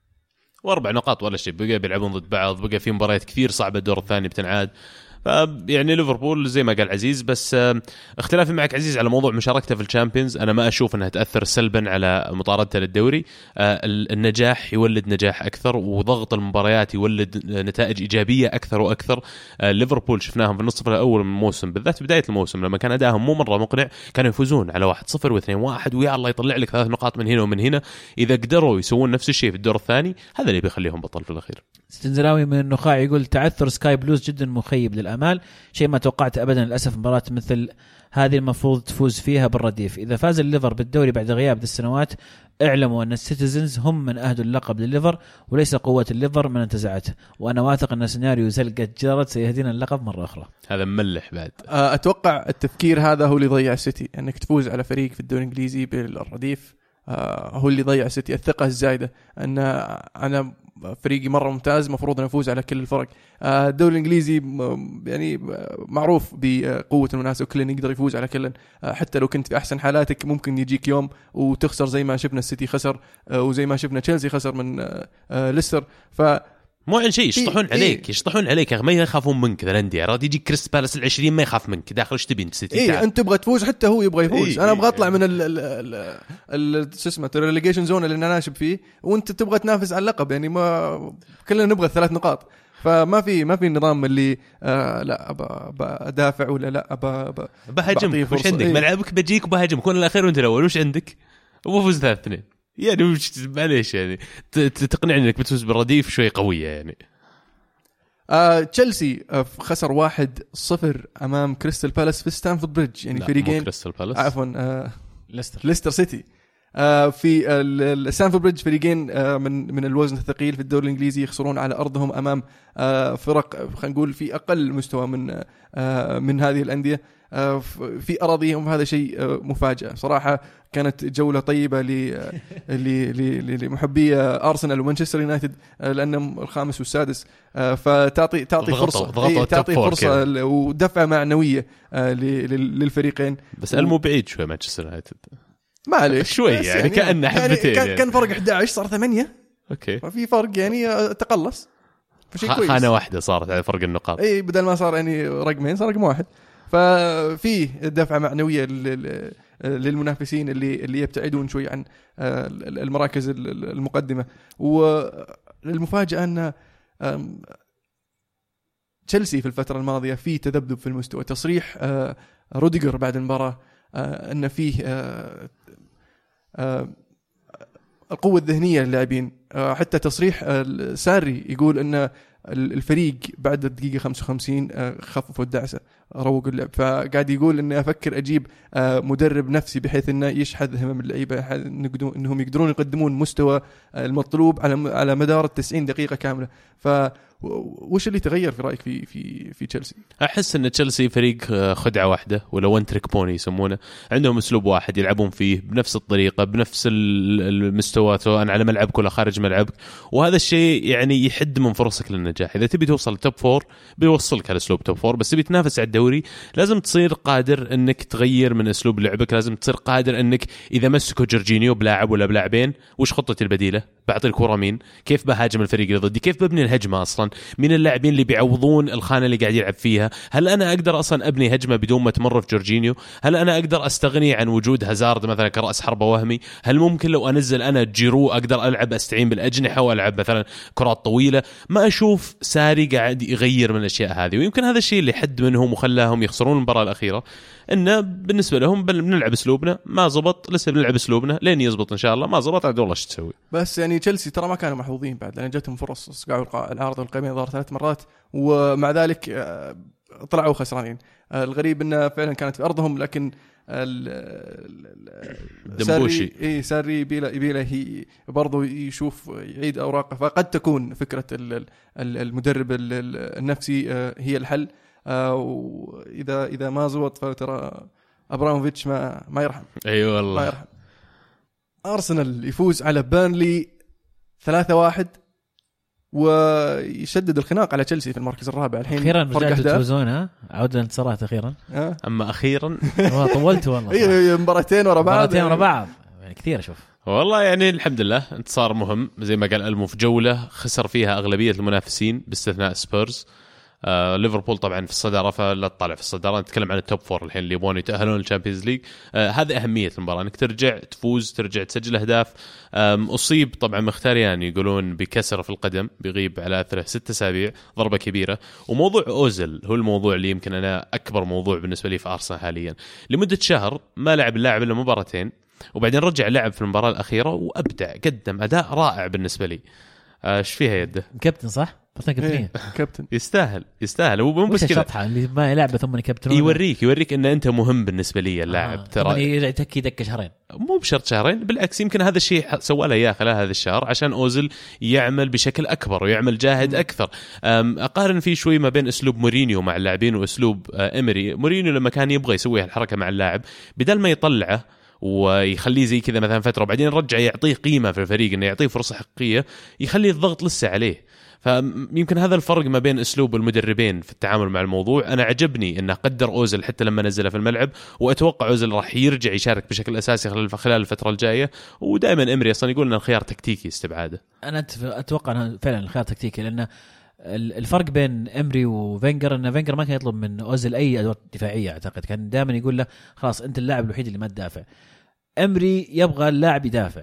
و4 نقاط ولا شيء، بقى بيلعبون ضد بعض، بقى في مباريات كثير صعبة الدور الثاني بتنعاد. يعني ليفربول زي ما قال عزيز، بس اختلافي معك عزيز على موضوع مشاركته في الشامبيونز، أنا ما أشوف أنها تأثر سلبا على مطاردته للدوري. النجاح يولد نجاح أكثر، وضغط المباريات يولد نتائج إيجابية أكثر وأكثر. ليفربول شفناهم في النصف الأول من الموسم، بالذات بداية الموسم لما كان أداهم مو مرة مقنع، كانوا يفوزون على 1-0 و2-1 ويا الله يطلع لك 3 نقاط من هنا ومن هنا. إذا قدروا يسوون نفس الشيء في الدور الثاني هذا اللي بيخليهم بطل في الأخير. استنزلاوي من النخاع يقول تعثر سكاي بلوز جدا مخيب للأمال، شيء ما توقعت أبدا للأسف. مباراة مثل هذه المفروض تفوز فيها بالرديف. إذا فاز الليفر بالدوري بعد غياب السنوات اعلموا أن السيتيزنز هم من أهدوا اللقب للليفر وليس قوة الليفر من انتزعته، وأنا واثق أن سيناريو زلقة جرد سيهدينا اللقب مرة أخرى. هذا مملح بعد. أتوقع التفكير هذا هو اللي ضيع السيتي، أنك تفوز على فريق في الدوري الإنجليزي بالرديف هو اللي ضيع السيتي. الثقة الزايدة أن أنا فريقي مرة ممتاز مفروض أن أفوز على كل الفرق. الدوري الإنجليزي يعني معروف بقوة المنافسة وكل يقدر يفوز على كل، حتى لو كنت في أحسن حالاتك ممكن يجيك يوم وتخسر، زي ما شفنا السيتي خسر وزي ما شفنا تشيلسي خسر من ليستر. مو عن شيء يشطحون عليك يشطحون عليك ما يخافون منك. ذا الأندية راد يجي كريستال بالاس 20 ما يخاف منك داخل. ايش تبي انت سيتي؟ انت تبغى تفوز حتى هو يبغى يفوز. انا ابغى اطلع من اسمه الريليجيشن زون اللي انا ناشب فيه، وانت تبغى تنافس على اللقب. يعني ما كلنا نبغى 3 نقاط. فما في نظام اللي لا ادافع ولا لا بهاجم. وش عندك؟ ملعبك بجيك وبهاجم كون الاخير وانت الاول. وش عندك؟ وفوز 3-2 يعني معليش يعني تقنعني انك بتفوز بالرديف شوي قويه يعني. تشيلسي خسر 1-0 امام كريستال بالاس في ستانفورد بريدج. يعني فريقين عفوا ليستر سيتي في الستانفورد بريدج، فريقين من الوزن الثقيل في الدوري الانجليزي يخسرون على ارضهم امام فرق خلينا نقول في اقل مستوى من هذه الانديه في أراضيهم. هذا شيء مفاجأة صراحة. كانت جولة طيبة لمحبي أرسنال ومانشستر يونايتد لأنهم الخامس والسادس، فتعطي فرصة ودفعة معنوية للفريقين. بس المو بعيد شوي مانشستر يونايتد ما عليك شوي يعني كأنه حبتين يعني. كان فرق 11 صار 8. أوكي ففي فرق يعني تقلص. خانة واحدة صارت على فرق النقاط. بدل ما صار يعني رقمين صار رقم 1. ففي دفعة معنوية للمنافسين اللي يبتعدون شوي عن المراكز المقدمة. والمفاجأة أن تشيلسي في الفترة الماضية في تذبذب في المستوى. تصريح روديجر بعد المباراة أن فيه القوة الذهنية للاعبين. حتى تصريح ساري يقول أن الفريق بعد الدقيقة 55 خففوا الدعسة روقوا اللعب. فقاعد يقول إني أفكر أجيب مدرب نفسي بحيث إنه يشحذ همم اللعيبة إنهم يقدرون يقدمون مستوى المطلوب على مدار 90 دقيقة كاملة. وش اللي تغير في رأيك في تشيلسي؟ أحس إن تشيلسي فريق خدعة واحدة ولا وان تريك بوني يسمونه. عندهم أسلوب واحد يلعبون فيه بنفس الطريقة بنفس المستوى سواء على ملعبك ولا خارج ملعبك، وهذا الشيء يعني يحد من فرصك للنجاح. إذا تبي توصل توب فور بيوصلك على أسلوب توب فور، بس تبي تنافس على الدوري لازم تصير قادر إنك تغير من أسلوب لعبك، لازم تصير قادر إنك إذا مسكوا جورجينيو بلاعب ولا بلاعبين وش خطتي البديلة؟ بعطي الكرة مين؟ كيف بهاجم الفريق اللي ضدي؟ كيف ببني الهجمة أصلا؟ مين اللاعبين اللي بيعوضون الخانة اللي قاعد يلعب فيها؟ هل أنا أقدر أصلا أبني هجمة بدون ما تمر في جورجينيو؟ هل أنا أقدر أستغني عن وجود هازارد مثلا كرأس حربة وهمي؟ هل ممكن لو أنزل أنا جيرو أقدر ألعب أستعين بالأجنحة وألعب مثلا كرات طويلة؟ ما أشوف ساري قاعد يغير من الأشياء هذه، ويمكن هذا الشيء اللي حد منهم وخلاهم يخسرون المباراة الأخيرة. إنه بالنسبة لهم بنلعب أسلوبنا، ما زبط لسه بنلعب أسلوبنا لين يزبط إن شاء الله، ما زبط عاد والله إيش تسوي. بس يعني تشيلسي ترى ما كانوا محظوظين بعد، لأن جاتهم فرص صقعوا العارضة والقيمة ظهر 3 مرات ومع ذلك طلعوا خسرانين. الغريب إنه فعلا كانت في أرضهم، لكن دمبوشي ساري يبيله هي برضو يشوف يعيد أوراقه. فقد تكون فكرة المدرب النفسي هي الحل، وإذا ما زبط فترى أبراموفيتش ما يرحم. أيوة والله ما يرحم. أرسنال يفوز على بيرنلي 3-1 ويشدد الخناق على تشيلسي في المركز الرابع. الحين أخيرا رجعتوا تفوزون، عودة الانتصارات أخيرا. أما أخيرا طولت والله. إيه مباراتين ورا بعض يعني كثير أشوف والله. يعني الحمد لله انتصار مهم زي ما قال ألمو، في جولة خسر فيها أغلبية المنافسين باستثناء سبيرز. ليفربول طبعا في الصدارة، فلا تطلع في الصدارة. نتكلم عن التوب فور الحين اللي يبغون يتأهلون للشامبيونز ليج. هذا أهمية المباراة، انك ترجع تفوز، ترجع تسجل أهداف. أصيب طبعا مختاريان يقولون بكسر في القدم، بيغيب على 6 أسابيع، ضربة كبيرة. وموضوع أوزل هو الموضوع اللي يمكن أنا أكبر موضوع بالنسبة لي في أرسنال حاليا. لمدة شهر ما لعب اللاعب إلا مباراتين، وبعدين رجع لعب في المباراة الأخيرة وأبدع، قدم أداء رائع بالنسبة لي. ايش فيها يده؟ كابتن صح؟ كابتن يستاهل هو مو بس كذا شطحه اللي ما يلعب ثم كابتن يوريك ان انت مهم بالنسبه لي اللاعب. ترى يتكي دكه شهرين، مو بشرط شهرين، بالعكس يمكن هذا الشيء سوى له اياه خلال هذا الشهر عشان اوزل يعمل بشكل اكبر ويعمل جاهد اكثر. اقارن فيه شوي ما بين اسلوب مورينيو مع اللاعبين واسلوب امري. مورينيو لما كان يبغى يسوي هالحركه مع اللاعب بدل ما يطلعه ويخليه زي كذا مثلا فتره وبعدين يرجع يعطيه قيمه في الفريق، انه يعطيه فرصه حقيقيه، يخلي الضغط لسه عليه. فيمكن هذا الفرق ما بين اسلوب المدربين في التعامل مع الموضوع. انا عجبني انه قدر اوزل حتى لما نزله في الملعب، واتوقع اوزل راح يرجع يشارك بشكل اساسي خلال الفتره الجايه. ودائما امري اصلا يقول ان الخيار تكتيكي استبعاده. انا اتوقع انه فعلا الخيار تكتيكي، لان الفرق بين امري وفينجر ان فينجر ما كان يطلب من اوزل اي ادوار دفاعيه. اعتقد كان دائما يقول له خلاص انت اللاعب الوحيد اللي ما تدافع. امري يبغى اللاعب يدافع،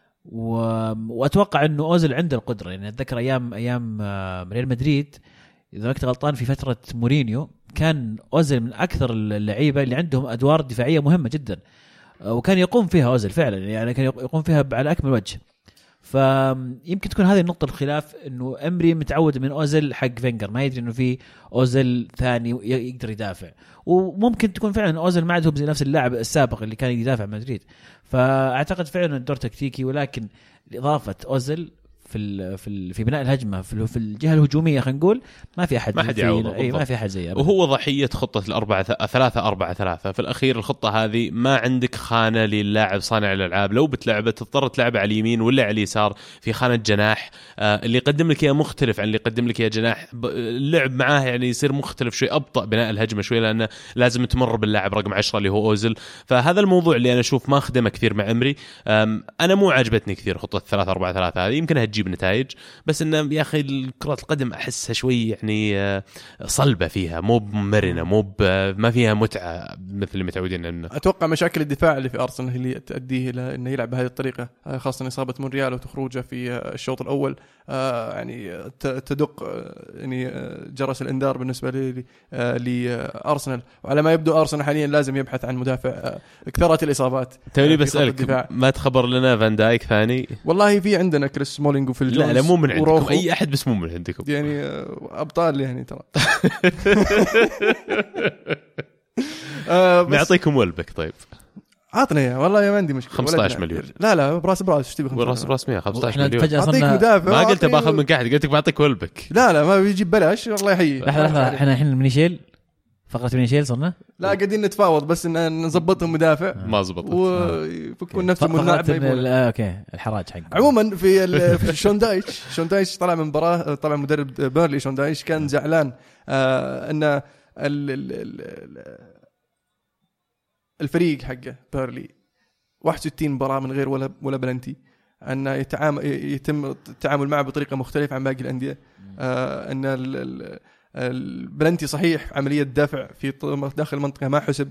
واتوقع انه اوزل عنده القدره. يعني اتذكر ايام ريال مدريد اذا ما كنت غلطان في فتره مورينيو، كان اوزل من اكثر اللعيبه اللي عندهم ادوار دفاعيه مهمه جدا، وكان يقوم فيها اوزل فعلا، يعني كان يقوم فيها على اكمل وجه. فيمكن تكون هذه النقطه الخلاف، انه امري متعود من اوزل حق فينجر، ما يدري انه في اوزل ثاني يقدر يدافع. وممكن تكون فعلا اوزل ما عندهم زي نفس اللاعب السابق اللي كان يدافع مدريد. فاعتقد فعلا الدور تكتيكي، ولكن اضافه اوزل في بناء الهجمه في الجهه الهجوميه خلينا نقول ما في احد ما في احد زيه. وهو ضحيه خطه 3-4-3 في الاخير. الخطه هذه ما عندك خانه للاعب صانع الالعاب، لو بتلعبه تضطر تلعب على اليمين ولا على اليسار في خانه جناح. اللي يقدم لك اياه مختلف عن اللي يقدم لك اياه جناح. اللعب معاه يعني يصير مختلف شوي، ابطا بناء الهجمه شوي، لانه لازم تمر باللاعب رقم 10 اللي هو اوزل. فهذا الموضوع اللي انا اشوف ما خدمه كثير مع امري. انا مو عجبتني كثير خطه 3-4-3 هذه، يمكن هتجيب نتائج، بس انه يا اخي كرة القدم احسها شوي يعني صلبه فيها، مو مرنه، ما فيها متعه مثل اللي متعودين منه. اتوقع مشاكل الدفاع اللي في ارسنال هي اللي تؤديه الى انه يلعب بهذه الطريقه، خاصه اصابه مونريال وتخروجه في الشوط الاول. يعني تدق يعني جرس الانذار بالنسبه لارسنال. وعلى ما يبدو ارسنال حاليا لازم يبحث عن مدافع. كثرت الاصابات. توني بسالك ما تخبر لنا فان دايك ثاني؟ والله في عندنا كريس سمولينج وفي الجونز. لا مو من عندكم اي احد، بس مو من عندكم يعني ابطال يعني ترى. نعطيكم ولبك. طيب عطنا يا والله ما عندي مشكله. 15 مليون. لا براس ايش تبي؟ براس 115 مليون. اعطيك مدافع. ما قلت باخذ من قاعد، قلت لك بعطيك ولبك. لا ما بيجيب بلاش الله يحيي. لحظه احنا الحين منيشيل فقره منيشيل صرنا لا قاعدين نتفاوض بس ان نظبطهم مدافع ما زبطت ويفكون نفسهم اللاعب. اوكي الحراج حق. عموما في شون دايش طلع من مباراه. طبعا مدرب بيرلي شون دايش كان زعلان ان الفريق حقه بيرلي 61 مباراة من غير ولا بلنتي، أن يتم التعامل معه بطريقة مختلفة عن باقي الأندية. أن البلنتي صحيح عملية دفع في داخل المنطقة ما حسب.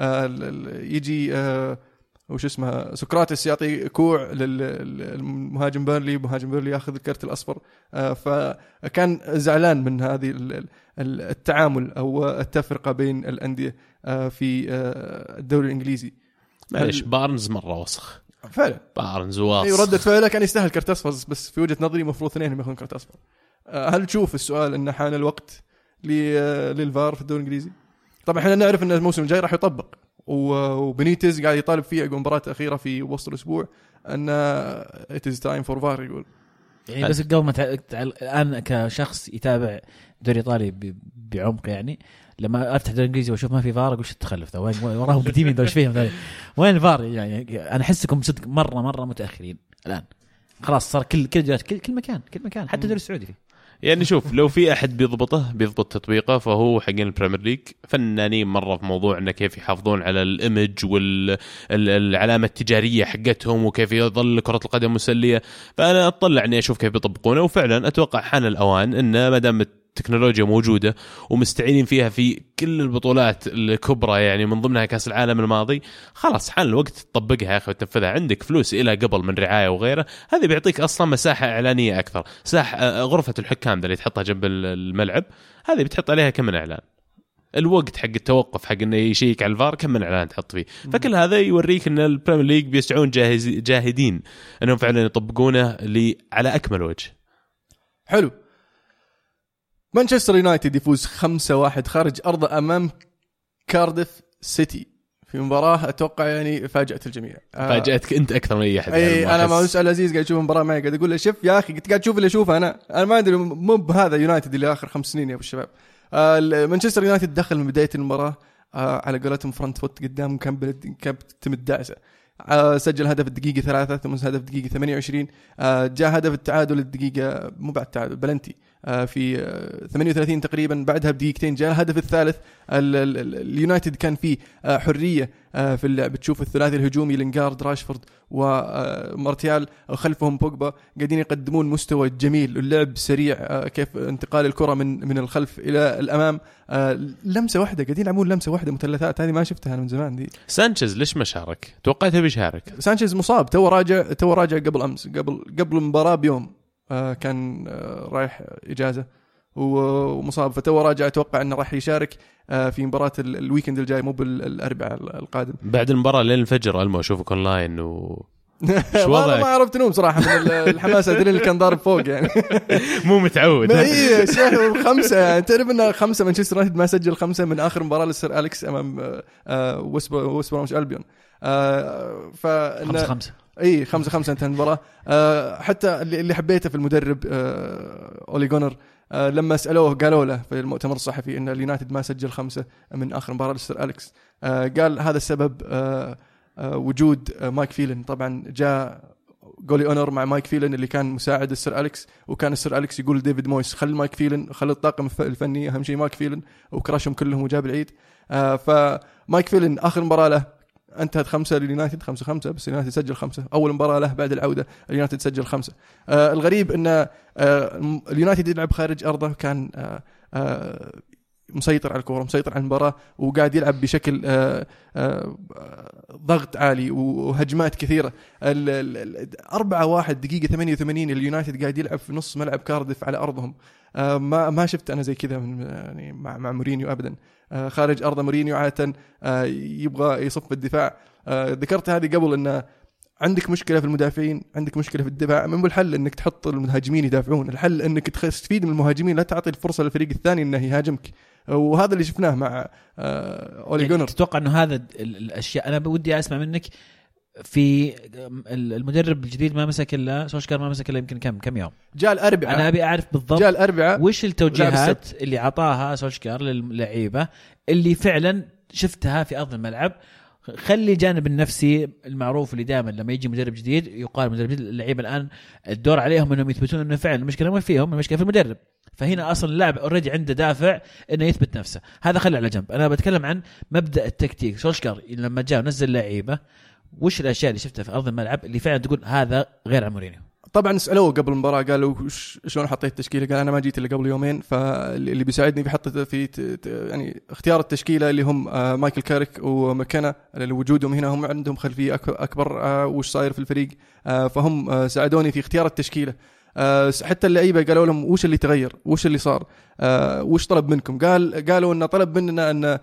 يجي وش اسمه سقراطس يعطي كوع للمهاجم بيرلي، مهاجم بيرلي ياخذ الكرت الأصفر. فكان زعلان من هذه التعامل أو التفرقة بين الأندية في الدوري الإنجليزي. معلش بارنز مرة وسخ فعلا، بارنز واصخ. ردة فعله كان يستاهل كرت أصفر، بس في وجهة نظري مفروض اثنين ياخذون كرت أصفر. هل تشوف السؤال إن حان الوقت للفار في الدوري الإنجليزي؟ طبعا احنا نعرف ان الموسم الجاي راح يطبق، وبنيتز قاعد يطالب فيه عقب مباراة أخيرة في وسط الأسبوع أن it is time for VAR يقول. يعني بس قبل ما أنا كشخص يتابع دوري إيطالي بعمق، يعني لما أفتح دوري إنجليزي وأشوف ما في فار أقول شو التخلف ده، وين وراهم قديمين ده، وش فيهم ذا، وين الفار؟ يعني أنا أحسكم صدق مرة متأخرين الآن. خلاص صار كل مكان حتى الدوري السعودي فيه. يعني شوف لو في أحد بيضبط تطبيقه فهو حقين البريمير ليج. فنانين مرة في موضوع إنه كيف يحافظون على الإيمج والعلامة التجارية حقتهم وكيف يظل كرة القدم مسلية. فأنا أطلع إني أشوف كيف بيطبقونه، وفعلا أتوقع حان الأوان إن ما دام التكنولوجيا موجودة ومستعينين فيها في كل البطولات الكبرى، يعني من ضمنها كأس العالم الماضي، خلاص حان الوقت تطبقها يا أخي وتنفذها. عندك فلوس إلى قبل من رعاية وغيره، هذه بيعطيك أصلا مساحة إعلانية أكثر. غرفة الحكام اللي تحطها جنب الملعب هذه بتحط عليها كم من إعلان. الوقت حق التوقف حق إنه يشيك على الفار كم من إعلان تحط فيه. فكل هذا يوريك إن البريمير ليج بيسعون جاهدين إنهم فعلا يطبقونه على أكمل وجه. حلو. مانشستر يونايتد يفوز 5-1 خارج أرضه أمام كارديف سيتي في مباراة أتوقع يعني فاجأت الجميع. فاجأتك أنت أكثر من أي أحد. يعني أنا ما أسأل عزيز قاعد يشوف المباراة معي قاعد أقول له شوف يا أخي قاعد تشوف اللي أشوفه أنا ما أدري مو بهذا يونايتد اللي آخر 5 سنين يا أبو الشباب. مانشستر يونايتد دخل من بداية المباراة على قولتهم فرونت فوت قدام، كان تمد دعسة. سجل هدف الدقيقة 3 ثم هدف الدقيقة 28. جاء هدف التعادل الدقيقة مو بعد التعادل بلنتي في 38 تقريبا. بعدها بدقيقتين جاء الهدف الثالث. اليونايتد كان فيه حرية في اللعب. تشوف الثلاثي الهجومي لينغارد راشفورد ومارتيال وخلفهم بوجبا قاعدين يقدمون مستوى جميل. اللعب سريع، كيف انتقال الكرة من الخلف إلى الأمام. لمسة واحدة قاعدين يلعبون لمسة واحدة مثلثات، هذه ما شفتها أنا من زمان دي. سانشيز ليش ما شارك؟ توقعته بيشارك. سانشيز مصاب، تو راجع قبل أمس، قبل المباراة بيوم. كان رايح إجازة ومصاب، فتو راجع. أتوقع أنه راح يشارك في مباراة الويكند الجاي مو بالأربعاء القادم بعد المباراة ليل الفجر. ألمو أشوفك أونلاين ما عرفت نوم صراحة من الحماس اللي كان ضارب فوق يعني. مو متعود. إيه شيخ 5 يعني تعرف إنه 5 مانشستر يونايتد ما سجل 5 من آخر مباراة للسير أليكس أمام ويست ألبيون. فإن 5 اي 5-5 انتهت المباراة. حتى اللي حبيته في المدرب أولي جونر لما سألوه قالوا له في المؤتمر الصحفي ان اليونايتد ما سجل 5 من آخر مباراة للسير أليكس. قال هذا السبب وجود مايك فيلن. طبعا جاء جولي أونر مع مايك فيلن اللي كان مساعد السير أليكس، وكان السير أليكس يقول ديفيد مويس خلي مايك فيلن، خلي الطاقم الفني أهم شيء مايك فيلن، وكراشهم كلهم وجاب العيد. فمايك فيلن آخر مباراة له انتهت 5 لليونايتد 5-5، بس اليونايتد سجل 5. اول مباراه له بعد العوده اليونايتد سجل 5. الغريب ان اليونايتد يلعب خارج ارضه، كان مسيطر على الكوره، مسيطر على المباراه، وقاعد يلعب بشكل ضغط عالي وهجمات كثيره. 4-1 دقيقه 88 اليونايتد قاعد يلعب في نص ملعب كارديف على ارضهم. ما شفت انا زي كذا يعني مع مورينيو ابدا. خارج ارض مورينيو عاده يبغى يصف الدفاع. ذكرت هذه قبل ان عندك مشكله في المدافعين، عندك مشكله في الدفاع، من الحل انك تحط المهاجمين يدافعون، الحل انك تستفيد من المهاجمين، لا تعطي الفرصه للفريق الثاني انه يهاجمك. وهذا اللي شفناه مع اولي جونر. تتوقع انه هذا الاشياء انا بدي اسمع منك في المدرب الجديد ما مسك الا سولشكار، ما مسك الا يمكن كم يوم، جاء الاربعاء. انا ابي اعرف بالضبط جاء الاربعاء وش التوجيهات اللي عطاها سولشكار للعيبه اللي فعلا شفتها في ارض الملعب. خلي الجانب النفسي المعروف اللي دائما لما يجي مدرب جديد يقال مدرب جديد، اللعيبه الان الدور عليهم انهم يثبتون انه فعلا المشكله ما فيهم، المشكله في المدرب. فهنا اصلا اللاعب اوريدي عنده دافع انه يثبت نفسه، هذا خلي على جنب. انا بتكلم عن مبدا التكتيك. سولشكار لما جاء ونزل لعيبه، وش الاشياء اللي شفتها في ارض الملعب اللي فعلا تقول هذا غير عن مورينيو؟ طبعا سألوه قبل المباراة قالوا شلون حطيت التشكيلة، قال أنا ما جيت إلا قبل يومين، فاللي بيساعدني في حطة في يعني اختيار التشكيلة اللي هم مايكل كاريك ومكنا اللي وجودهم هنا هم عندهم خلفية أكبر وش صاير في الفريق، فهم ساعدوني في اختيار التشكيلة. حتى اللعيبة قالوا لهم وش اللي تغير، وش اللي صار، وش طلب منكم. قالوا إن طلب مننا أن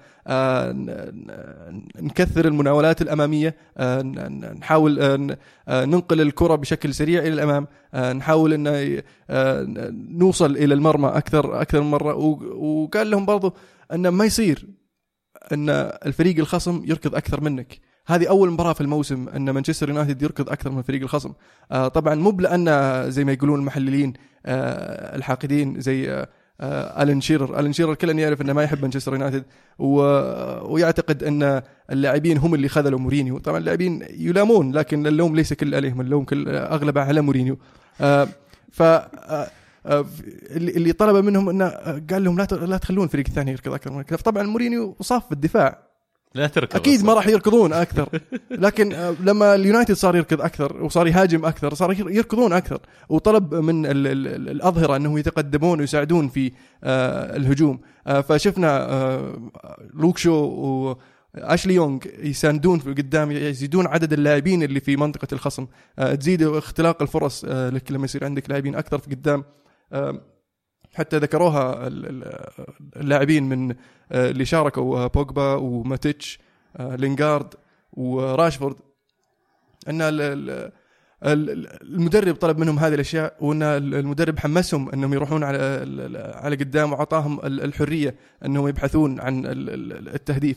نكثر المناولات الأمامية، نحاول ننقل الكرة بشكل سريع إلى الأمام، نحاول أن نوصل إلى المرمى أكثر من مرة. وقال لهم برضو أن ما يصير أن الفريق الخصم يركض أكثر منك. هذه أول مباراة في الموسم أن مانشستر يونايتد يركض أكثر من فريق الخصم. طبعا مو لأن زي ما يقولون المحللين الحاقدين زي ألين شيرر كلنا يعرف أنه ما يحب مانشستر يونايتد ويعتقد أن اللاعبين هم اللي خذلوا مورينيو. طبعا اللاعبين يلامون، لكن اللوم ليس كل عليهم، اللوم أغلبه على مورينيو. اللي طلب منهم أنه قال لهم لا تخلون الفريق الثاني يركض أكثر من كذا. طبعا مورينيو صاف في الدفاع، لا تركض أكيد ما راح يركضون أكثر، لكن لما اليونايتد صار يركض أكثر وصار يهاجم أكثر صار يركضون أكثر. وطلب من الأظهرة أنهم يتقدمون ويساعدون في الهجوم. فشفنا لوك شو وأشلي يونغ يساندون في قدام، يزيدون عدد اللاعبين اللي في منطقة الخصم، تزيد اختلاق الفرص لك لما يصير عندك لاعبين أكثر في قدام. حتى ذكروها اللاعبين من اللي شاركوا بوجبا وماتيتش لينغارد وراشفورد، أن المدرب طلب منهم هذه الأشياء، وأن المدرب حمسهم أنهم يروحون على قدام وعطاهم الحرية أنهم يبحثون عن التهديف.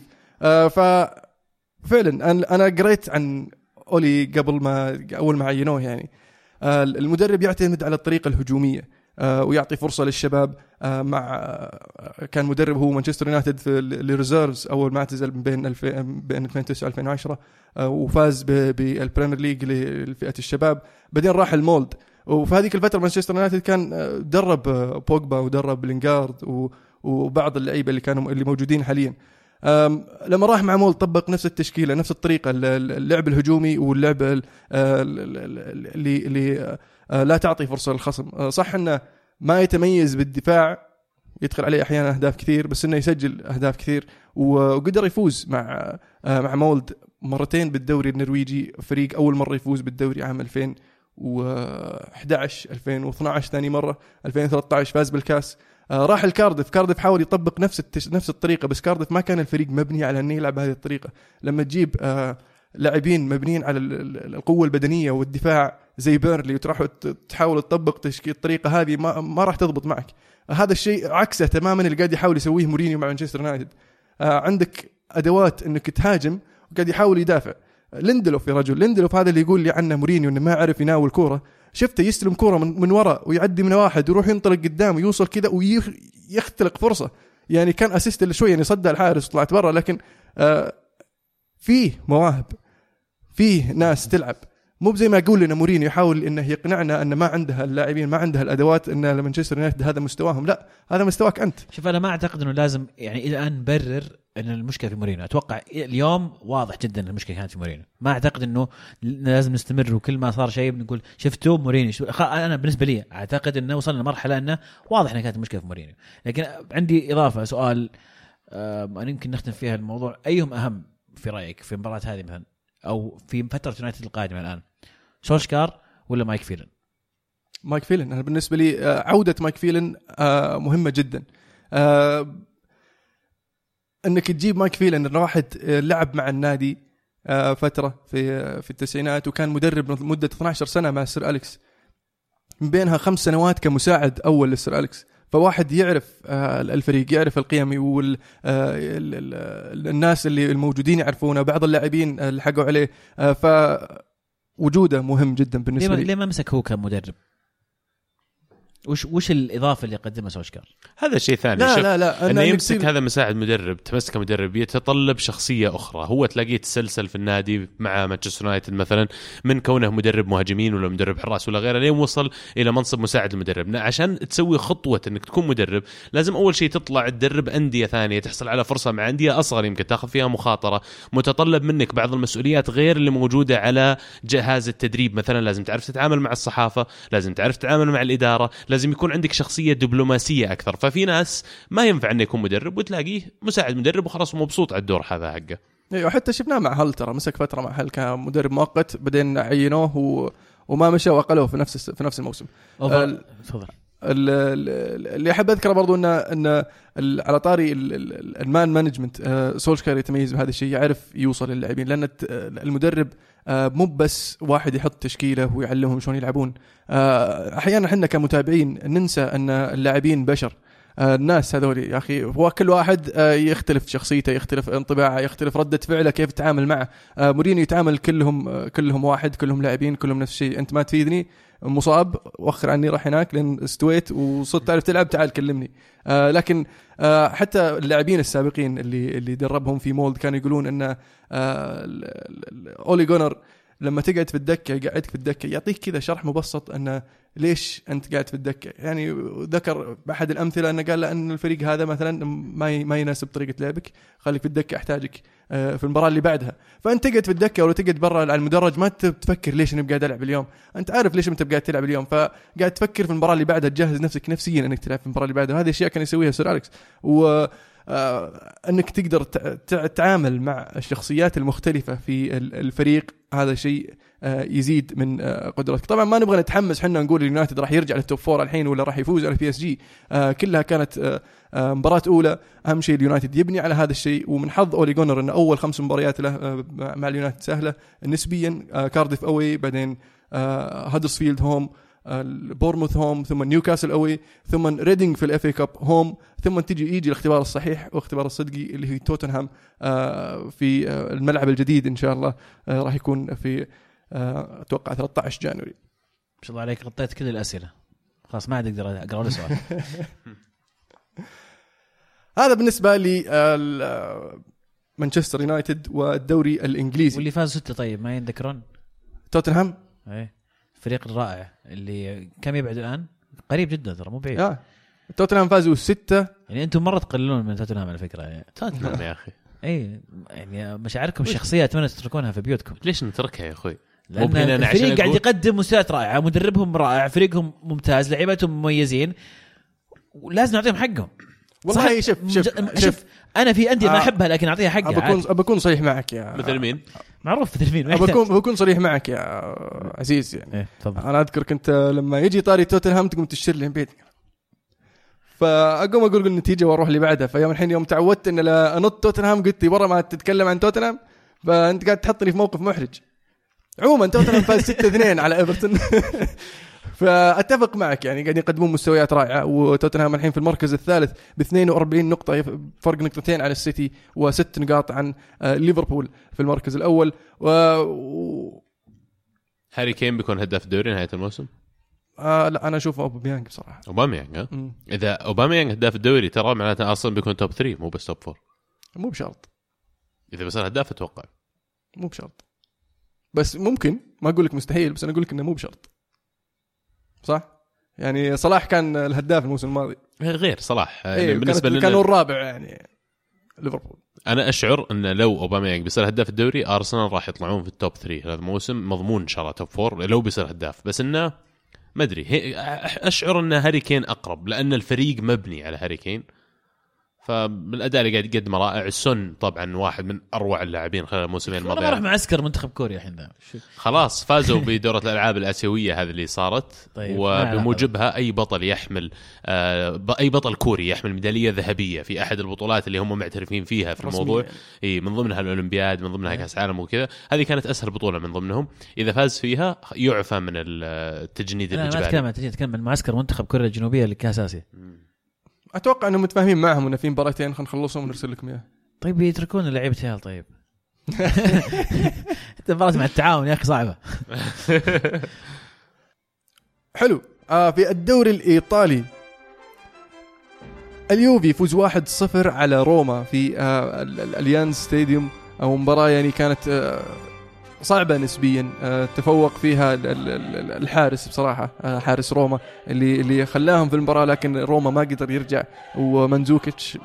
ففعلا أنا قريت عن أولي أول ما عينوه، يعني المدرب يعتمد على الطريقة الهجومية ويعطي فرصة للشباب. كان مدرب هو مانشستر يونايتد في الريزيرفز أول ما اعتزل بين 2009 2010 وفاز بالبريمير ليج لفئة الشباب، بعدين راح المولد. وفي هذيك الفترة مانشستر يونايتد كان درب بوجبا ودرب لينغارد وبعض اللعيبة اللي موجودين حاليا. لما راح مع مول طبق نفس التشكيلة، نفس الطريقة، اللعب الهجومي واللعب اللي لا تعطي فرصة للخصم. صح انه ما يتميز بالدفاع، يدخل عليه احيانا اهداف كثير، بس انه يسجل اهداف كثير وقدر يفوز مع مولد مرتين بالدوري النرويجي، فريق اول مرة يفوز بالدوري عام 2011 2012 ثاني مرة 2013 فاز بالكاس. راح الكارديف حاول يطبق نفس الطريقة، بس كارديف ما كان الفريق مبني على انه يلعب بهذه الطريقة. لما تجيب لاعبين مبنيين على القوة البدنية والدفاع زي بيرلي وتروح تحاول تطبق الطريقة هذه، ما راح تضبط معك. هذا الشيء عكسه تماما اللي قاعد يحاول يسويه مورينيو مع مانشستر يونايتد. عندك أدوات انك تهاجم وقاعد يحاول يدافع. ليندلوف يا رجل، ليندلوف هذا اللي يقول لي عنه مورينيو انه ما عرف يناول كورة، شفته يستلم كورة من وراء ويعدي من واحد ويروح ينطلق قدام ويوصل كذا ويختلق فرصة. يعني كان اسيست شوي، يعني صدى الحارس وطلعت برا، لكن فيه مواهب، فيه ناس تلعب. مو زي ما يقول لنا مورينيو يحاول انه يقنعنا ان ما عندها اللاعبين، ما عندها الادوات، ان مانشستر يونايتد هذا مستواهم. لا، هذا مستواك انت. شوف انا ما اعتقد انه لازم يعني الى الان نبرر ان المشكله في مورينيو. اتوقع اليوم واضح جدا ان المشكله كانت في مورينيو. ما اعتقد انه لازم نستمر وكل ما صار شيء بنقول شفتوا مورينيو. انا بالنسبه لي اعتقد انه وصلنا لمرحله انه واضح انها كانت المشكله في مورينيو. لكن عندي اضافه، سؤال انا يمكن نختم فيها الموضوع. ايهم اهم في رايك في المباراه هذه مثلا او في فتره يونايتد القادمه الان، سولشكار ولا مايك فيلن؟ مايك فيلن. أنا بالنسبة لي عودة مايك فيلن مهمة جدا. أنك تجيب مايك فيلن، واحد لعب مع النادي فترة في التسعينات، وكان مدرب مدة 12 سنة مع سير أليكس، من بينها 5 سنوات كمساعد أول للسير أليكس. فواحد يعرف الفريق، يعرف القيم، والناس اللي الموجودين يعرفونه، بعض اللاعبين اللي حقوا عليه، فوجوده مهم جدا بالنسبة لي. ليه ما مسك هو كمدرب؟ وش الإضافة اللي قدمها سولشكار؟ هذا شيء ثاني. لا أنه يمسك هذا مساعد مدرب، تمسك مدرب يتطلب شخصية أخرى. هو تلاقيه تسلسل في النادي مع مانشستر يونايتد مثلا، من كونه مدرب مهاجمين ولا مدرب حراس ولا غيره، لين وصل إلى منصب مساعد المدرب. عشان تسوي خطوة أنك تكون مدرب لازم أول شيء تطلع تدرب أندية ثانية، تحصل على فرصة مع أندية أصغر، يمكن تأخذ فيها مخاطرة، متطلب منك بعض المسؤوليات غير اللي موجودة على جهاز التدريب. مثلا لازم تعرف تتعامل مع الصحافة، لازم تعرف تتعامل مع الإدارة، لازم يكون عندك شخصية دبلوماسية أكثر. ففي ناس ما ينفع أن يكون مدرب وتلاقيه مساعد مدرب وخلاص مبسوط على الدور هذا حقه. ايوه، حتى شفناه مع هل، ترى مسك فترة مع هل كمدرب مؤقت، بعدين عينوه وما مشى وأقلوه في نفس الموسم. تفضل. اللي أحب أذكره برضو إن على طاري المان مانجمنت، سولشكار يتميز بهذا الشيء، يعرف يوصل للاعبين، لأن المدرب مو بس واحد يحط تشكيله ويعلمهم شلون يلعبون. أحيانا إحنا كمتابعين ننسى أن اللاعبين بشر. الناس هذول يا أخي، هو كل واحد يختلف شخصيته، يختلف انطباعه، يختلف ردة فعله، كيف تتعامل معه. مورينيو يتعامل كلهم واحد، كلهم لاعبين، كلهم نفس الشيء. أنت ما تفيدني، مصاب، وأخر عني، راح هناك لين استويت وصرت تعرف تلعب، تعال كلمني. لكن حتى اللاعبين السابقين اللي دربهم في مولد كانوا يقولون أن أولي جونر لما تقعد في الدكة، يقعدك في الدكة، يعطيك كذا شرح مبسط أنه ليش أنت قاعد في الدكة. يعني ذكر بأحد الأمثلة أنه قال أن الفريق هذا مثلا ما يناسب طريقة لعبك، خليك في الدكة، أحتاجك في المباراة اللي بعدها. فأنت تقعد في الدكة ولا تقعد برا على المدرج، ما تفكر ليش أنا قاعد ألعب اليوم، أنت عارف ليش أنت قاعد تلعب اليوم، فقاعد تفكر في المباراة اللي بعدها، تجهز نفسك نفسيا أنك تلعب في المباراة اللي بعدها. هذه الأشياء كان يسويها سير أليكس، أنك تقدر تتعامل مع الشخصيات المختلفة في الفريق. هذا شيء يزيد من قدرتك. طبعا ما نبغى نتحمس حنا نقول اليونايتد راح يرجع للتوب 4 الحين ولا راح يفوز على PSG. كلها كانت مباراة أولى. أهم شيء اليونايتد يبني على هذا الشيء، ومن حظ أولي جونر أن أول 5 مباريات له مع اليونايتد سهلة نسبيا. كارديف أوي، بعدين هادرسفيلد هوم، بورموث هوم، ثم نيوكاسل أوي، ثم ريدينج في الFA كاب هوم، ثم يجي الاختبار الصحيح واختبار الصدقي اللي هي توتنهام في الملعب الجديد إن شاء الله. راح يكون في أتوقع 13 جانوري. ما شاء الله عليك، غطيت كل الأسئلة، خلاص ما عاد أقدر أقرأ له سؤال. هذا بالنسبة لي مانشستر يونايتد والدوري الإنجليزي. واللي فاز 6 طيب ما ينذكرون؟ توتنهام، فريق الرائع اللي كم يبعد الآن؟ قريب جدا ترى، مو بعيد. توتنهام فازوا 6. يعني أنتم مرة تقللون من توتنهام على فكرة. يعني توتنهام يا أخي، يعني مشاعركم الشخصية أتمنى تتركونها في بيوتكم. ليش نتركها يا أخوي؟ لأن الفريق قاعد يقدم مستويات رائعة، مدربهم رائع، فريقهم ممتاز، لعيبتهم مميزين، ولازم نعطيهم حقهم. والله شوف أنا في أندية ما أحبها لكن أعطيها حقها. أبكون صريح معك يا مثل مين؟ معروف مثل مين. بكون صريح معك يا عزيز. يعني أنا أذكر كنت لما يجي طاري توتنهام تقوم تشتري لي بيت، فأقوم أقول النتيجة وأروح اللي بعدها. فيوم الحين يوم تعودت إن لا أنط توتنهام قلت لي برا ما تتكلم عن توتنهام، فأنت قاعد تحطني في موقف محرج. عموما توتنهام فاز 6-2 على إيفرتون. فأتفق معك، يعني قاعد يقدمون مستويات رائعة، وتوتنهام الحين في المركز الثالث ب42 نقطة، فرق 2 نقطة عن السيتي و6 نقاط عن ليفربول في المركز الأول. هاري كين بيكون هداف الدوري نهاية الموسم؟ لا أنا أشوف أوباميانغ بصراحة. أوباميانغ إذا أوباميانغ هداف الدوري ترى معناته أصلا بيكون توب 3 مو بس توب 4. مو بشرط، إذا بصير هداف أتوقع مو بشرط، بس ممكن. ما أقول لك مستحيل، بس أنا أقول لك إنه مو بشرط. صح؟ يعني صلاح كان الهداف الموسم الماضي، غير صلاح. يعني بالنسبة لنا كانوا الرابع يعني ليفربول. أنا أشعر أن لو أوباميانغ بيصير هداف الدوري أرسنال راح يطلعون في التوب 3 هذا الموسم مضمون إن شاء الله توب 4 لو بيصير هداف. بس إنه ما أدري، أشعر أن هاري كين أقرب لأن الفريق مبني على هاري كين، فالاداء اللي قاعد يقدمه رائع. السن طبعا واحد من اروع اللاعبين خلال الموسمين الماضيين. راح معسكر منتخب كوريا الحين خلاص فازوا بدورة الالعاب الاسيويه هذه اللي صارت. طيب. وبموجبها اي بطل يحمل اي بطل كوري يحمل ميداليه ذهبيه في احد البطولات اللي هم معترفين فيها في الموضوع من ضمنها الاولمبياد من ضمنها كاس عالم وكذا. هذه كانت اسهل بطوله من ضمنهم. اذا فاز فيها يعفى من التجنيد الاجباري. ما تتكلم عن معسكر منتخب كوريا الجنوبيه لكاس اسيا. اتوقع انهم متفاهمين معهم انه في مباراتين خلينا نخلصهم ونرسل لكم اياه. طيب يتركون اللعيبه تيال. طيب مباراه مع التعاون يا اخي صعبه. حلو. في الدوري الايطالي اليوفي يفوز 1-0 على روما في الاليانز ستاديوم. او مباراه يعني كانت صعبة نسبيا. تفوق فيها الحارس بصراحة، حارس روما اللي خلاهم في المباراة، لكن روما ما قدر يرجع. ومنزوكيتش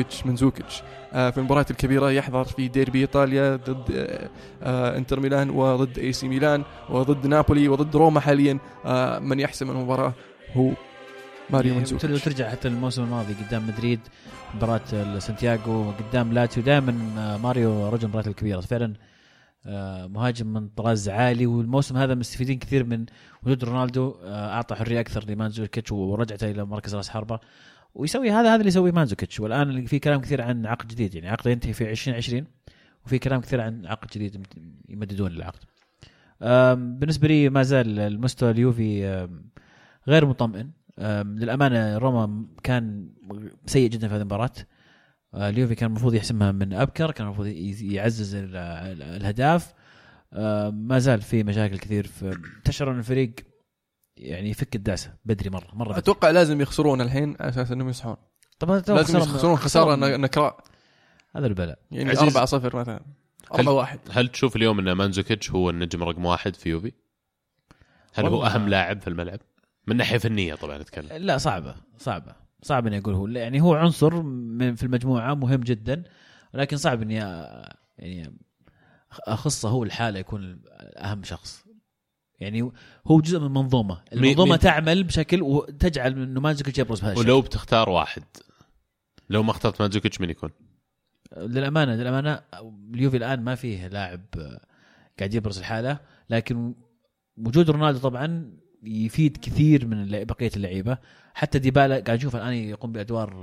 في المباراة الكبيرة يحضر في ديربي إيطاليا ضد انتر ميلان وضد اي سي ميلان وضد نابولي وضد روما حاليا. من يحسم المباراة هو ماريو منزوكيتش. ترجع حتى الموسم الماضي قدام مدريد مباراة سانتياغو قدام لاتسيو دائما ماريو رجل المباريات الكبيرة فعلا. مهاجم من طراز عالي. والموسم هذا مستفيدين كثير من وجود رونالدو. أعطى حرية أكثر لمانزوكيتش ورجعته إلى مركز رأس حربة ويسوي هذا اللي يسويه مانزوكيتش. والآن في كلام كثير عن عقد جديد، يعني عقده ينتهي في 2020 وفي كلام كثير عن عقد جديد يمددون العقد. بالنسبة لي ما زال المستوى اليوفي غير مطمئن للأمانة. روما كان سيء جدا في هذه المباراة. اليوفي كان المفروض يحسمها من أبكر، كان المفروض يعزز الهداف. ما زال في مشاكل كثير. تشعر أن الفريق يعني يفك الداسة بدري مرة. أتوقع لازم يخسرون الحين على أساس أنهم يصحون. طبعا لازم يخسرون خسارة نكراء. هذا البلاء يعني 4-0 مثلا 4-1. هل تشوف اليوم أن مانزوكيتش هو النجم رقم 1 في يوفي؟ هل هو أهم لاعب في الملعب من ناحية فنية؟ طبعا نتكلم. لا صعب اني اقول هو، يعني هو عنصر في المجموعه مهم جدا، ولكن صعب اني يعني اخصه هو الحاله يكون اهم شخص. يعني هو جزء من المنظومه تعمل بشكل وتجعل انه مانزوكيتش يبرز بهذا الشكل. ولو بتختار واحد، لو ما اخترت مانزوكيتش من يكون؟ للامانه اليوفي الان ما فيه لاعب قاعد يبرز الحاله، لكن وجود رونالدو طبعا يفيد كثير من بقية اللعيبة. حتى ديبالا قاعد نشوف الآن يقوم بأدوار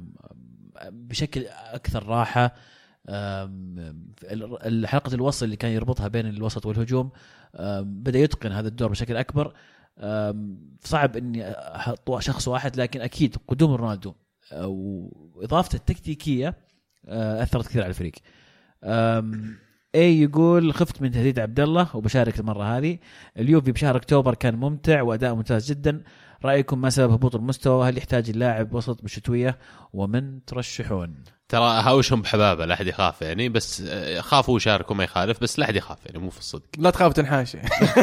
بشكل أكثر راحة. الحلقة الوصل اللي كان يربطها بين الوسط والهجوم بدأ يتقن هذا الدور بشكل أكبر. صعب إني أحط شخص واحد، لكن أكيد قدوم رونالدو وإضافته التكتيكية أثرت كثير على الفريق. يقول خفت من تهديد عبد الله وبشارك المرة هذه. اليوفي بشهر أكتوبر كان ممتع وأداء ممتاز جدا. رأيكم ما سبب هبوط المستوى؟ هل يحتاج اللاعب وسط بالشتوية؟ ومن ترشحون؟ ترى هاوشهم بحبابة، لا أحد يخاف يعني، بس خافوا وشاركوا ما يخالف، بس لا أحد يخاف يعني، مو في الصدق. لا تخاف تنحاش.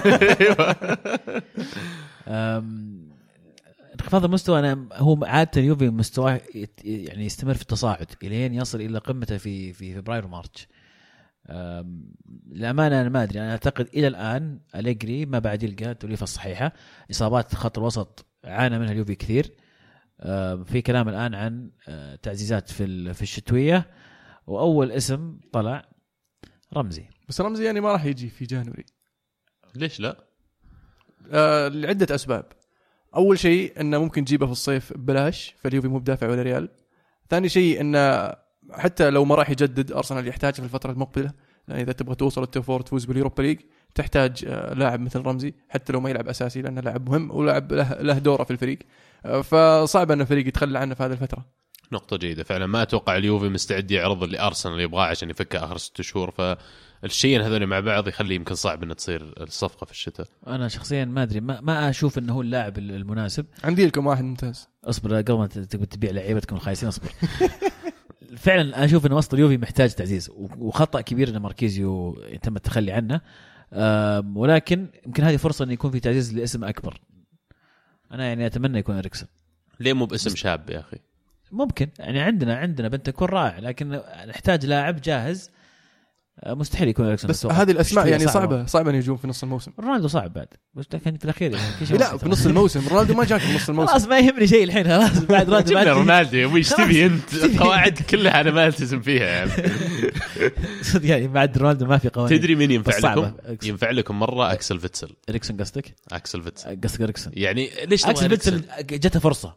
انخفاض المستوى أنا هو عادة اليوفي مستواه يعني يستمر في التصاعد إلى أن يصل إلى قمته في فبراير ومارس. الأمانة أنا ما أدري، أنا أعتقد إلى الآن أليجري ما بعد يلقى التوليفة الصحيحة. إصابات خط الوسط عانى منها اليوفي كثير. في كلام الآن عن تعزيزات في الشتوية، وأول اسم طلع رمزي. بس رمزي يعني ما راح يجي في جانوري. ليش لا؟ لعدة أسباب. أول شيء أنه ممكن تجيبه في الصيف ببلاش، فاليوفي مو بدافع ولا ريال. ثاني شيء أنه حتى لو ما راح يجدد أرسنال يحتاج في الفترة المقبلة، يعني إذا تبغى توصل التوب فور تفوز باليوروبا ليج تحتاج لاعب مثل رمزي، حتى لو ما يلعب أساسي لأنه لاعب مهم ولاعب له دوره في الفريق. فصعب أن الفريق يتخلى عنه في هذه الفترة. نقطة جيدة فعلا. ما أتوقع اليوفي مستعد يعرض اللي أرسنال يبغاه عشان يفك آخر 6 شهور، فالشيئين هذول مع بعض يخلي يمكن صعب أن تصير الصفقة في الشتاء. أنا شخصيا ما أدري، ما أشوف أنه هو اللاعب المناسب. عندي لكم واحد ممتاز. أصبر قبل ما تبيع لعيبتكم الخايسين أصبر. فعلا أشوف أن وسط اليوفي محتاج تعزيز، وخطأ كبير أن ماركيزيو تم التخلي عنه. ولكن يمكن هذه فرصة أن يكون في تعزيز لاسم أكبر. أنا يعني أتمنى يكون إريكسون. ليه مو باسم شاب يا أخي؟ ممكن يعني عندنا بنتكون رائع، لكن نحتاج لاعب جاهز مستحيل يكون إريكسون. بس هذه الأسماء يعني صعبة أن يجون في نص الموسم. رونالدو صعب بعد بس كان في الأخير يعني لا في نص الموسم رونالدو ما جاك في نص الموسم. خلاص ما يهمني شيء الحين خلاص بعد رونالدو وش تبي أنت قواعد كلها أنا ما ألتزم فيها يعني. يعني بعد رونالدو ما في قوانين. تدري مين ينفع لكم مرة؟ أكسل فيتسل. إريكسون قصدك إريكسون يعني ليش أكسل فيتسل جته فرصة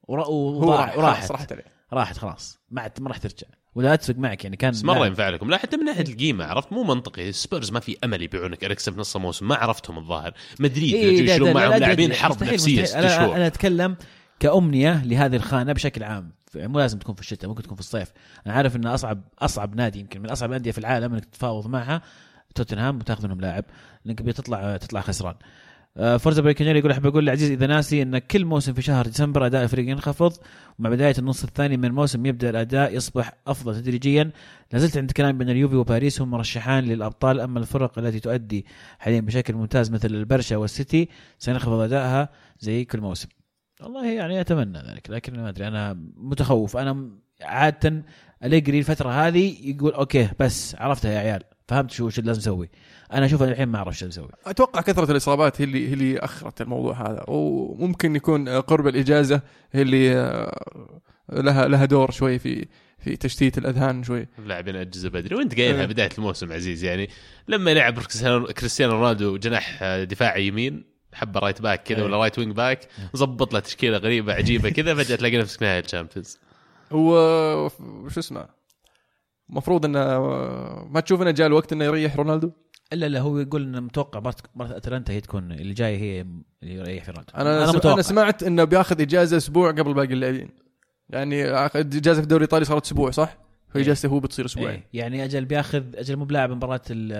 راحت خلاص ما راح ترجع ولا أتفق معك يعني كان مرة ينفع لكم. لا حتى من ناحية القيمة عرفت مو منطقي. سبيرز ما في أمل يبيعونك إريكسون في نص الموسم ما عرفتهم الظاهر. مدريد يشيلون معهم لاعبين حرب نفسية. أنا أتكلم كأمنية لهذه الخانة بشكل عام مو لازم تكون في الشتاء ممكن تكون في الصيف. أنا عارف إن أصعب نادي يمكن من أصعب الأندية في العالم إنك تتفاوض معها توتنهام وتأخذ منهم لاعب إنك بتطلع خسران. فورزا بريكانيري يقول أحب أقول لعزيز إذا ناسي أن كل موسم في شهر ديسمبر أداء الفريق ينخفض ومع بداية النص الثاني من الموسم يبدأ الأداء يصبح أفضل تدريجيا. لازلت عند كلام بأن اليوفي وباريس هم مرشحان للأبطال. أما الفرق التي تؤدي حاليا بشكل ممتاز مثل البرشا والسيتي سينخفض أدائها زي كل موسم. والله يعني أتمنى ذلك لكن ما أدري أنا متخوف. أنا عادة أليجري الفترة هذه يقول أوكي بس عرفتها يا عيال فهمت شو لازم أسوي. أنا أشوف الحين ما أعرف شو أسوي. أتوقع كثرة الإصابات هي اللي أخرت الموضوع هذا وممكن يكون قرب الإجازة هي اللي لها دور شوي في تشتيت الأذهان شوي. لاعبين أجهزة بدري وأنت قايلها بداية الموسم عزيز يعني لما لعب كريستيانو رونالدو جناح دفاعي يمين حب رايت باك كذا ولا رايت وينج باك زبط له تشكيلة غريبة عجيبة كذا فجأة تلاقي نفسك نهاية الشامبيونز. هو شو اسمه مفروض انه ما تشوف انه جاء الوقت انه يريح رونالدو. لا هو يقول انه متوقع مباراة اتلانتا هي تكون اللي جاي هي اللي يريح في رونالدو. انا سمعت انه بياخذ اجازه اسبوع قبل باقي اللاعبين يعني اجازه في الدوري الايطالي صارت اسبوع صح فاجازته هو بتصير اسبوعين يعني اجل مو بلاعب مباراه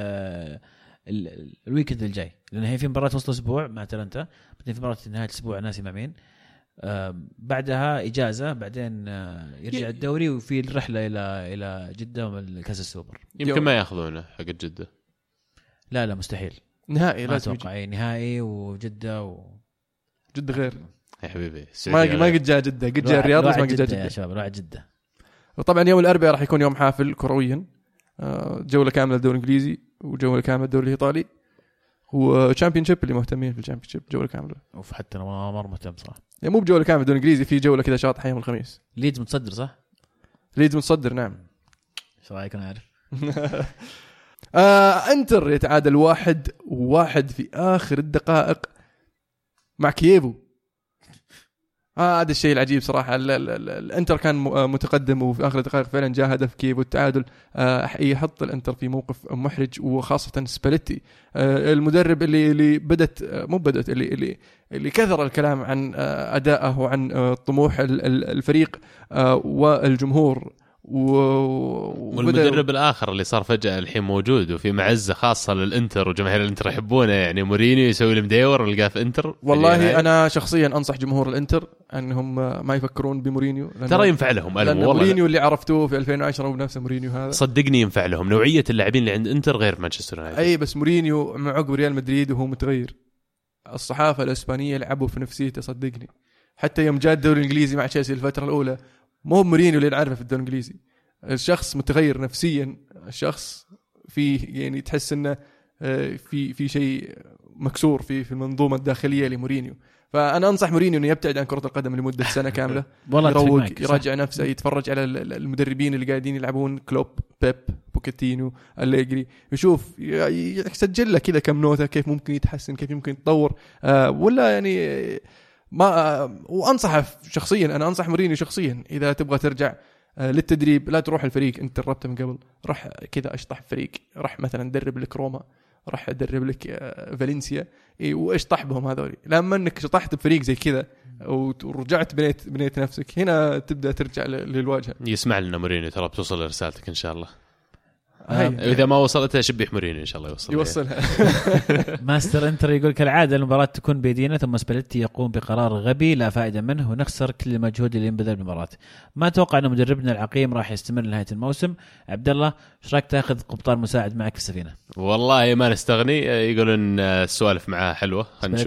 الويكند الجاي لان هي في مباراه وسط الاسبوع مع اتلانتا بعدين في مباراه نهايه الاسبوع ناسي مع مين بعدها إجازة بعدين يرجع الدوري وفي الرحلة إلى جدة والكاس السوبر. يمكن ما يأخذونه حق جدة. لا مستحيل نهائي لا أتوقع نهائي وجدة جدة غير يا حبيبي ما قد جاء جدة قد جاء الرياض بس ما قد جاء جدة يا شباب روح جدة. وطبعا يوم الأربعاء راح يكون يوم حافل كرويا جولة كاملة الدوري الإنجليزي وجولة كاملة الدوري الإيطالي وشامبيونشيب اللي مهتمين في الشامبيونشيب جولة كاملة. حتى أنا مرة مهتم صراحة يعني مو بجولة كاملة الدوري الإنجليزي في جولة كذا شاطحة يوم الخميس. ليدز متصدر صح؟ ليدز متصدر نعم. شو رأيك أنا عارف. انتر يتعادل 1-1 في آخر الدقائق مع كييفو. هذا الشيء العجيب صراحة. الانتر كان متقدم وفي آخر الدقائق فعلا جاء هدف كييفو التعادل. يحط الانتر في موقف محرج وخاصة سباليتي المدرب اللي اللي كثر الكلام عن أدائه وعن طموح الفريق والجمهور والمدرب الآخر اللي صار فجأة الحين موجود وفي معزة خاصة للإنتر وجماهير الإنتر يحبونه يعني مورينيو يسوي المديور ونلقاه في إنتر. والله أنا شخصيا أنصح جمهور الإنتر أنهم ما يفكرون بمورينيو ترى ينفع لهم والله مورينيو اللي عرفتوه في 2010 ونفس مورينيو هذا صدقني ينفع لهم. نوعية اللاعبين اللي عند إنتر غير مانشستر يونايتد. أي بس مورينيو مع عقب ريال مدريد وهو متغير. الصحافة الإسبانية لعبوا في نفسيته صدقني. حتى يوم جاء الدوري الإنجليزي مع تشيلسي الفترة الأولى مو مورينيو اللي نعرفه في الدوري الإنجليزي. الشخص متغير نفسيا. الشخص فيه يعني تحس انه في شيء مكسور في المنظومه الداخليه لمورينيو. فانا انصح مورينيو انه يبتعد عن كره القدم لمده سنه كامله. يروق يراجع نفسه يتفرج على المدربين اللي قاعدين يلعبون كلوب بيب بوكيتينو أليجري يشوف يسجل له كذا كم نوتة كيف ممكن يتحسن كيف ممكن يتطور ولا يعني ما. وانصحه شخصيا أنا أنصح مورينيو شخصيا إذا تبغى ترجع للتدريب لا تروح الفريق انت دربته من قبل. راح كذا اشطح فريق راح مثلا درب لك روما راح ادرب لك فالنسيا واشطح بهم هذول. لما انك شطحت بفريق زي كذا ورجعت بنيت نفسك هنا تبدا ترجع للواجهه. يسمع لنا مورينيو ترى بتوصل رسالتك ان شاء الله. إذا ما وصلتها شبيح مورينيو إن شاء الله يوصلها. ماستر انتر يقول كالعادة المباراة تكون بيدينا ثم سباليتي يقوم بقرار غبي لا فائدة منه ونخسر كل المجهود اللي ينبذل بالمباراة. ما أتوقع أن مدربنا العقيم راح يستمر لنهاية الموسم. عبد الله إيش رأيك تأخذ قبطان مساعد معك في السفينة؟ والله ما نستغني. يقولون السوالف معاه حلوة. هنشوف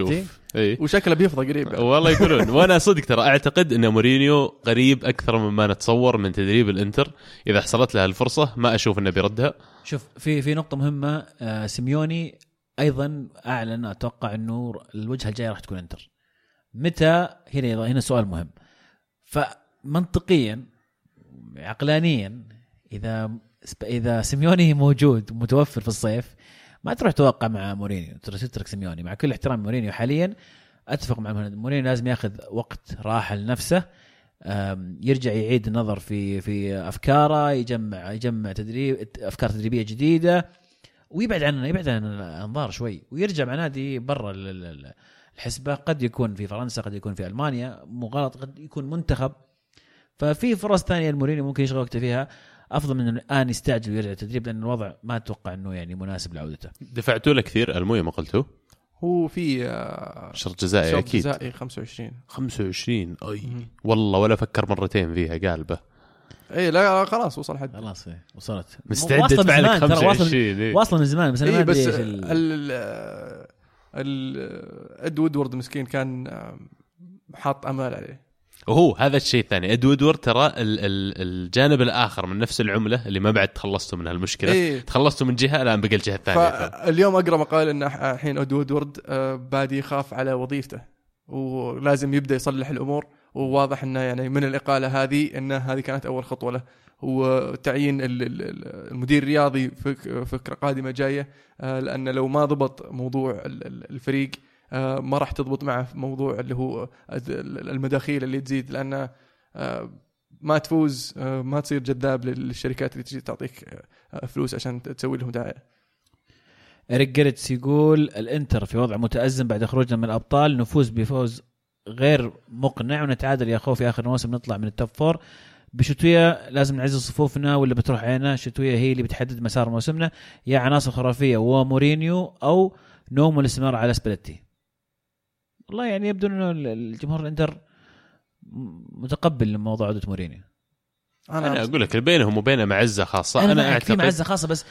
وشكله بيفضى قريب والله يقولون. وانا صدق ترى اعتقد ان مورينيو قريب اكثر مما نتصور من تدريب الانتر. اذا حصلت له الفرصه ما اشوف انه بيردها. شوف في نقطه مهمه، سيميوني ايضا اعلن اتوقع انه الوجهه الجايه راح تكون انتر. متى؟ هنا سؤال مهم. فمنطقيا عقلانيا اذا سيميوني موجود ومتوفر في الصيف ما تروح توقع مع مورينيو، تترك سيميوني. مع كل احترام مورينيو حاليا اتفق مع مورينيو لازم ياخذ وقت راحه لنفسه، يرجع يعيد النظر في افكاره، يجمع افكار تدريبيه جديده، ويبعد عن الانظار شوي، ويرجع مع نادي برا الحسبه. قد يكون في فرنسا، قد يكون في المانيا، مو غلط، قد يكون منتخب. ففي فرص ثانيه المورينيو ممكن يشغل وقته فيها، افضل من انه الان يستعجل ويرجع التدريب، لان الوضع ما اتوقع انه يعني مناسب لعودته. دفعتوا له كثير المويه ما قلتوا؟ هو في شرط جزائي اكيد. جزائي 25 اي والله ولا فكر مرتين فيها قالبه. اي لا خلاص وصل حد، خلاص وصلت مستعد تدفع لك 25. واصل من زمان، بس انا بس ادوارد مسكين كان حاط امال عليه. وهو هذا الشيء الثاني، ادوارد ترى الجانب الاخر من نفس العمله اللي ما بعد تخلصتوا من هالمشكله. تخلصتوا من جهه الان بقى الجهه الثانيه. اليوم اقرا مقال ان الحين ادوارد بادي يخاف على وظيفته ولازم يبدا يصلح الامور، وواضح انه يعني من الاقاله هذه كانت اول خطوه له، وتعيين المدير الرياضي فكره قادمه جايه، لان لو ما ضبط موضوع الفريق ما راح تضبط معه في موضوع اللي هو المداخيل اللي تزيد، لأن ما تفوز ما تصير جذاب للشركات اللي تجي تعطيك فلوس عشان تسوي لهم دعاية. إريك جيرتس يقول الانتر في وضع متأزم بعد خروجنا من الأبطال، نفوز بفوز غير مقنع ونتعادل يا أخوة في آخر موسم نطلع من التوب فور. بشتوية لازم نعزز صفوفنا ولا بتروح عينا. شتوية هي اللي بتحدد مسار موسمنا، يا عناصر خرافية ومورينيو أو نوم والاستمرار على سباليتي. والله يعني يبدو انه الجمهور الانتر متقبل لموضوع عودة مورينيو. انا اقول لك بينهم وبينه معزه خاصه. انا اعتقد في معزه خاصه، بس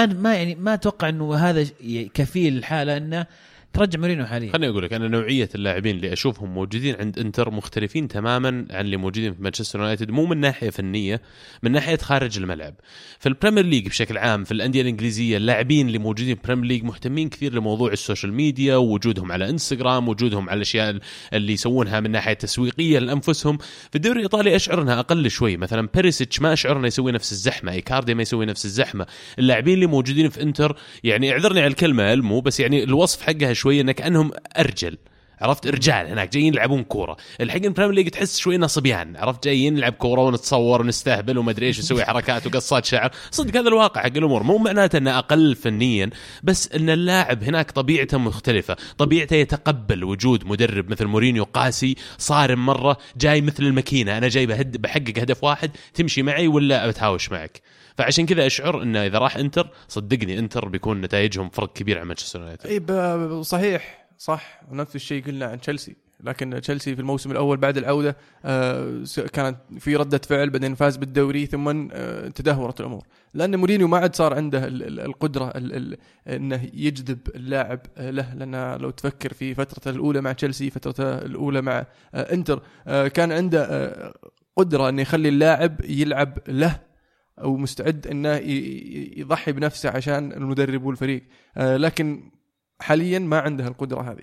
ما اتوقع انه هذا كفيل الحاله انه ترجع مورينيو حاليا. خليني اقول لك انا نوعيه اللاعبين اللي اشوفهم موجودين عند انتر مختلفين تماما عن اللي موجودين في مانشستر يونايتد، مو من ناحيه فنيه، من ناحيه خارج الملعب. في البريمير ليج بشكل عام، في الانديه الانجليزيه، اللاعبين اللي موجودين في البريمير ليج مهتمين كثير لموضوع السوشيال ميديا، ووجودهم على انستغرام، وجودهم على الاشياء اللي يسوونها من ناحيه تسويقيه لانفسهم. في الدوري الايطالي اشعر انها اقل شوي، مثلا بيريسيتش ما اشعر انه يسوي نفس الزحمه، ايكاردي ما يسوي نفس الزحمه. اللاعبين اللي موجودين في انتر يعني اعذرني على الكلمه المو، بس يعني الوصف حقها شويه انك انهم ارجل، عرفت؟ رجال هناك جايين يلعبون كوره. الحين البريمير ليج تحس شوي نصبيان، عرفت؟ جايين نلعب كوره ونتصور ونستهبل وما ادري ايش، يسوي حركات وقصات شعر. صدق هذا الواقع حق الامور، مو معناته انه اقل فنيا، بس ان اللاعب هناك طبيعته مختلفه، طبيعته يتقبل وجود مدرب مثل مورينيو قاسي صارم مره، جاي مثل الماكينه، انا جاي بحقق هدف واحد، تمشي معي ولا بتهاوش معك. فعشان كذا اشعر انه اذا راح انتر، صدقني انتر بيكون نتائجهم فرق كبير عن مانشستر يونايتد. اي صحيح صح، ونفس الشيء قلنا عن تشيلسي. لكن تشيلسي في الموسم الأول بعد العودة كانت في ردة فعل، بعدين فاز بالدوري، ثم تدهورت الأمور، لأن مورينيو ما عاد صار عنده القدرة أنه يجذب اللاعب له. لأن لو تفكر في فترته الأولى مع تشيلسي، فترته الأولى مع انتر، كان عنده قدرة أنه يخلي اللاعب يلعب له، أو مستعد أنه يضحي بنفسه عشان المدرب والفريق. لكن حاليا ما عنده القدرة هذه،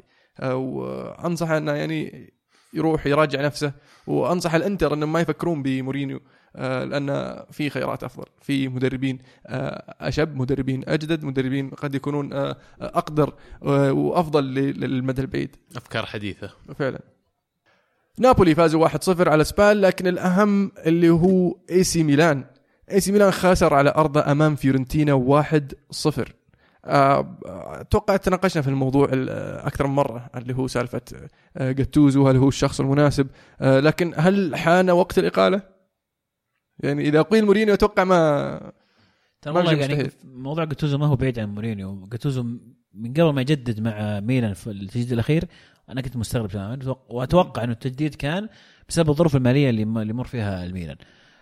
وأنصح أنه يعني يروح يراجع نفسه، وأنصح الانتر أنهم ما يفكرون بمورينيو، لأن في خيارات أفضل، في مدربين أشب، مدربين أجدد، مدربين قد يكونون أقدر وأفضل للمدى البعيد. أفكار حديثة فعلا. نابولي فازوا 1-0 على سبال، لكن الأهم اللي هو AC ميلان خسر على أرضه أمام فيورنتينا 1-0. أتوقع تناقشنا في الموضوع أكثر من مرة، اللي هو سالفة جاتوزو، هل هو الشخص المناسب؟ لكن هل حان وقت الإقالة؟ يعني إذا قيل مورينيو أتوقع ما والله يعني موضوع جاتوزو ما هو بعيد عن مورينيو. جاتوزو من قبل ما يجدد مع ميلان في التجديد الأخير أنا كنت مستغرب تماما، وأتوقع أنه التجديد كان بسبب الظروف المالية اللي مر فيها الميلان.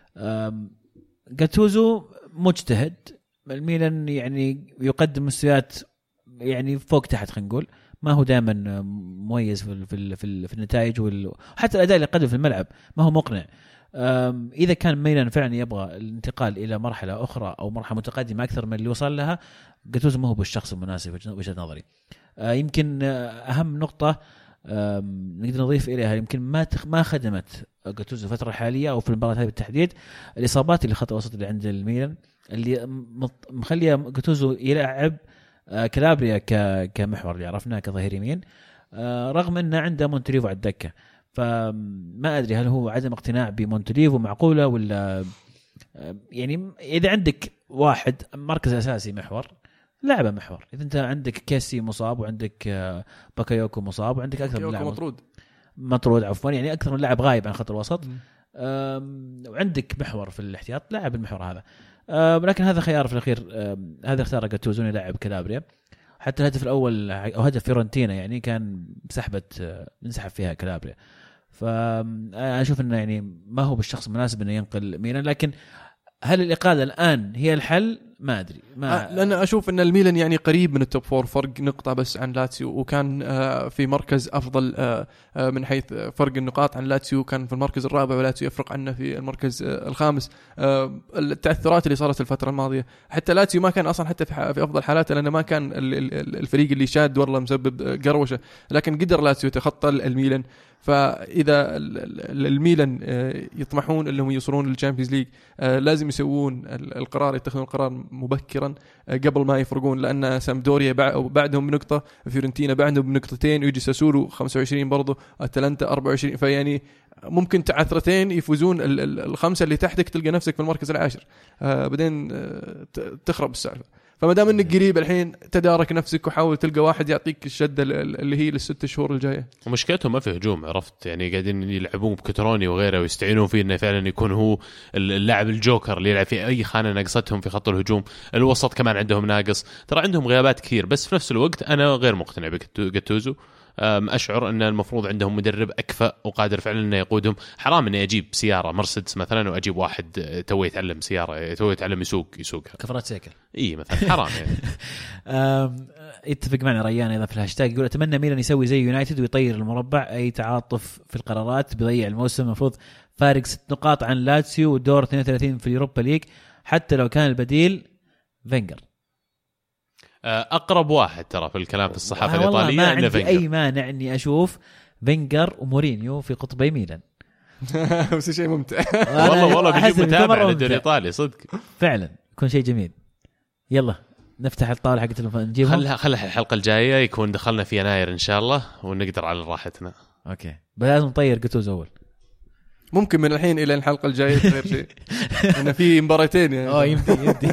جاتوزو مجتهد، الميلان يعني يقدم مستويات يعني فوق تحت، خلينا نقول ما هو دائما مميز في النتائج وحتى الاداء اللي قدم في الملعب ما هو مقنع. اذا كان ميلان فعلا يبغى الانتقال الى مرحله اخرى او مرحله متقدمه اكثر من اللي وصل لها، جاتوزو ما هو بالشخص المناسب وجهة نظري. يمكن اهم نقطه نقدر نضيف اليها يمكن ما خدمت جاتوزو الفتره الحاليه او في المباراه هذه بالتحديد الاصابات اللي خط الوسط اللي عند الميلان اللي مخليه جاتوزو يلعب كالابريا كمحور اللي عرفناه كظهير يمين، رغم انه عنده مونتريفو على الدكه. فما ادري هل هو عدم اقتناع بمونتريفو معقوله ولا يعني اذا عندك واحد مركز اساسي محور لعبه محور، اذا انت عندك كيسي مصاب وعندك باكايوكو مصاب وعندك اكثر من لاعب مطرود عفوا يعني اكثر من لاعب غايب عن خط الوسط، وعندك محور في الاحتياط لاعب المحور هذا. ولكن هذا خيار في الاخير، هذا اختار جاتوزو يلعب كالابريا. حتى الهدف الاول او هدف فيورنتينا يعني كان انسحب فيها كالابريا. فانا اشوف انه يعني ما هو بالشخص المناسب انه ينقل ميلان، لكن هل الإقالة الآن هي الحل؟ ما أدري. لأن أشوف أن الميلان يعني قريب من التوب فور، فرق نقطة بس عن لاتسيو، وكان في مركز أفضل من حيث فرق النقاط عن لاتسيو، كان في المركز الرابع ولاتسيو يفرق عنه في المركز الخامس. التعثرات اللي صارت الفترة الماضية، حتى لاتسيو ما كان أصلا حتى في أفضل حالاته، لأنه ما كان الفريق اللي شاد والله مسبب قروشة، لكن قدر لاتسيو يتخطى الميلان. فإذا الميلان يطمحون أنهم يوصلون للشامبيونز ليج لازم يسوون القرار، يتخذون القرار مبكرا قبل ما يفرقون، لأن سامدوريا بعدهم بنقطة، فيورنتينا بعدهم بنقطتين، ويجي ساسولو 25 برضو، أتلانتا 24. فيعني ممكن تعثرتين يفوزون الخمسة اللي تحتك، تلقى نفسك في المركز العاشر، بعدين تخرب السالفة. فما دام انك قريب الحين تدارك نفسك وحاول تلقى واحد يعطيك الشده اللي هي للست شهور الجايه. ومشكلتهم ما في هجوم، عرفت يعني قاعدين يلعبون بكتروني وغيره ويستعينون فيه انه فعلا يكون هو اللاعب الجوكر اللي يلعب في اي خانه ناقصتهم في خط الهجوم. الوسط كمان عندهم ناقص، ترى عندهم غيابات كثير، بس في نفس الوقت انا غير مقتنع بجاتوزو. أشعر أن المفروض عندهم مدرب أكفأ وقادر فعلا أنه يقودهم. حرام أني أجيب سيارة مرسيدس مثلا وأجيب واحد توي يتعلم سيارة، توي يتعلم يسوقها كفرات سيكل مثلا، حرام يعني. يتفق معنا ريان أيضا في الهاشتاج، يقول أتمنى ميلان يسوي زي يونايتد ويطير المربع، أي تعاطف في القرارات بيضيع الموسم. المفروض فارق 6 نقاط عن لاتسيو ودور 32 في اليوروبا ليج، حتى لو كان البديل فينجر. أقرب واحد ترى في الكلام في الصحافة الإيطالية. ما عندي أي مانع إني أشوف فينجر ومورينيو في قطبي ميلان. بس شيء ممتع. والله بيجيب متابع للدوري الإيطالي صدق، فعلا يكون شيء جميل. يلا نفتح الطاولة حقت نجيبهم. خلها الحلقة الجاية يكون دخلنا في يناير إن شاء الله ونقدر على راحتنا. أوكي، بس لازم نطير جاتوزو أول. ممكن من الحين إلى الحلقة الجاية غير شيء. أنا في مباراتين يعني. يمدي.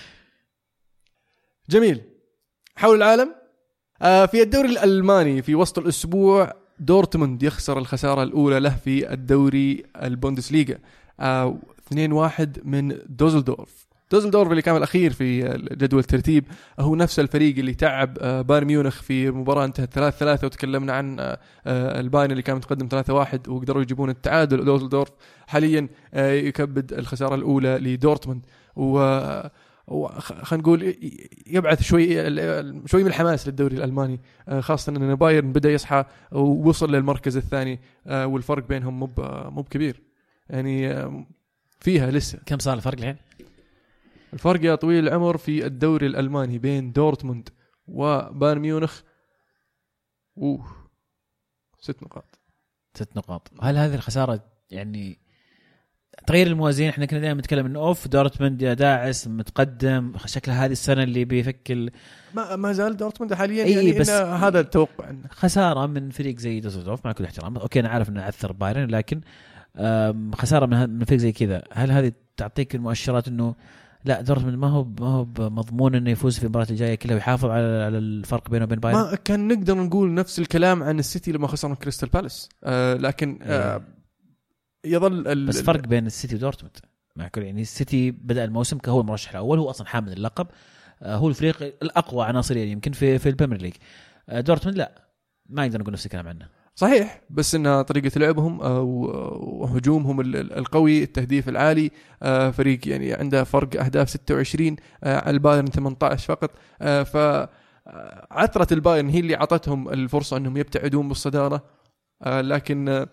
جميل. حول العالم في الدوري الألماني في وسط الأسبوع دورتموند يخسر الخسارة الأولى له في الدوري البوندسليغا 2-1 من دوزلدورف اللي كان الأخير في جدول الترتيب. هو نفس الفريق اللي تعب بايرن ميونخ في مباراة انتهت 3-3، وتكلمنا عن البايرن اللي كان متقدم 3-1 وقدروا يجيبون التعادل. دوزلدورف حاليا يكبد الخسارة الأولى لدورتموند، وخلينا نقول يبعث شوي من الحماس للدوري الألماني، خاصة أن بايرن بدأ يصحى ووصل للمركز الثاني، والفرق بينهم مو كبير يعني، فيها لسه. كم صار الفرق الحين؟ الفرق يا طويل العمر في الدوري الألماني بين دورتموند وبايرن ميونخ 6 نقاط. هل هذه الخسارة يعني تغيير الموازين؟ احنا كنا دائما نتكلم انه دورتموند يا داعس متقدم، شكلها هذه السنه اللي بيفكل. ما زال دورتموند حاليا يعني بس هذا التوقع. خساره من فريق زي دوزلدورف مع كل احترام، اوكي انا عارف انه عثر بايرن، لكن خساره من فريق زي كذا، هل هذه تعطيك المؤشرات انه لا دورتموند ما هو مضمون انه يفوز في المباراه الجايه كلها ويحافظ على الفرق بينه وبين بايرن؟ ما كان نقدر نقول نفس الكلام عن السيتي لما خسر من كريستال بالاس، لكن يظل بس فرق بين السيتي ودورتموند مع كل يعني السيتي بدأ الموسم كهو المرشح الأول، هو أصلا حامل اللقب، هو الفريق الأقوى عناصريا يمكن في البريمير ليج. دورتموند لا، ما يقدر نقول نفس الكلام عنه. صحيح، بس إن طريقة لعبهم وهجومهم القوي، التهديف العالي، فريق يعني عنده فرق أهداف 26 على البايرن 18 فقط، عثرة البايرن هي اللي عطتهم الفرصة أنهم يبتعدون بالصدارة، لكن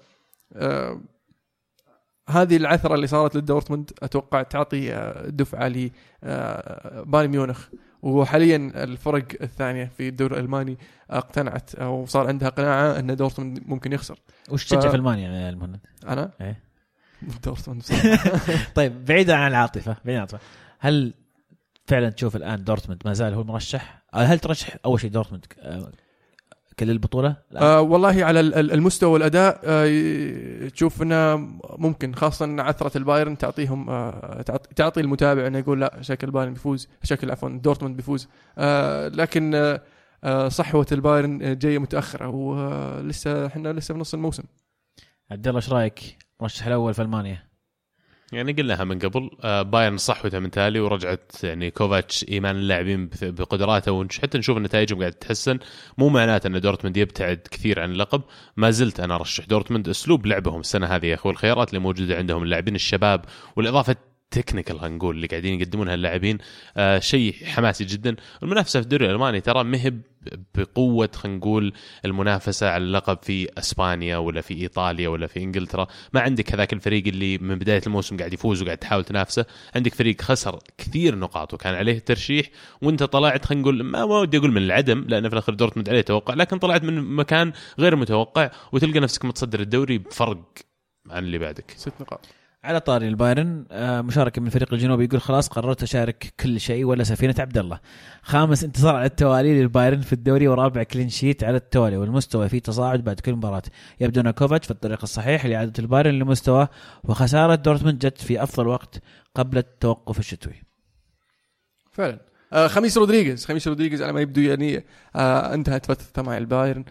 هذه العثرة اللي صارت للدورتموند أتوقع تعطي دفعة لبايرن ميونخ. وحاليا الفرق الثانية في الدوري الألماني اقتنعت أو صار عندها قناعة أن دورتموند ممكن يخسر. وش تشجع في ألمانيا يا المهند؟ أنا إيه؟ دورتموند. طيب بعيدا عن العاطفة، هل فعلا تشوف الآن دورتموند ما زال هو المرشح؟ هل ترشح أول شيء دورتموند كل البطولة؟ والله على المستوى والأداء تشوف أنه ممكن، خاصة عثرة البايرن تعطيهم تعطي المتابع أنه يقول لا شكل البايرن بيفوز، شكل عفوا دورتموند بيفوز. لكن صحوة البايرن جاية متأخرة ولسه احنا لسه في نص الموسم. عبد الله ايش رايك مرشح الأول في ألمانيا؟ يعني قلناها من قبل، بايرن صحوته من تالي ورجعت يعني كوفاتش إيمان اللاعبين بقدراته، وحتى نشوف النتائجهم قاعد تتحسن. مو معناته أن دورتموند يبتعد كثير عن اللقب، ما زلت أنا أرشح دورتموند. أسلوب لعبهم السنة هذه يا أخوي، الخيارات اللي موجودة عندهم، اللاعبين الشباب والإضافة تكنيكال هنقول اللي قاعدين يقدمونها اللاعبين، شيء حماسي جدا. المنافسة في الدوري الألماني ترى مهب بقوة، خلينا نقول المنافسة على اللقب في أسبانيا ولا في إيطاليا ولا في إنجلترا. ما عندك هذاك الفريق اللي من بداية الموسم قاعد يفوز وقاعد تحاول تنافسه. عندك فريق خسر كثير نقاط وكان عليه ترشيح، وانت طلعت خلينا نقول ما ودي أقول من العدم، لأن في الآخر دورتموند عليه توقع، لكن طلعت من مكان غير متوقع وتلقى نفسك متصدر الدوري بفرق عن اللي بعدك 6 نقاط. على طاري البايرن، مشاركة من الفريق الجنوبي، يقول خلاص قررت أشارك كل شيء ولا سفينة عبد الله. 5 انتصار على التوالي للبايرن في الدوري، ورابع كلين شيت على التوالي، والمستوى فيه تصاعد بعد كل مباراة. يبدو أن كوفاتش في الطريق الصحيح لإعادة البايرن لمستوى، وخسارة دورتموند جت في أفضل وقت قبل التوقف الشتوي. فعلا. خميس رودريغيز على ما يبدو يعني انتهت فترته مع البايرن.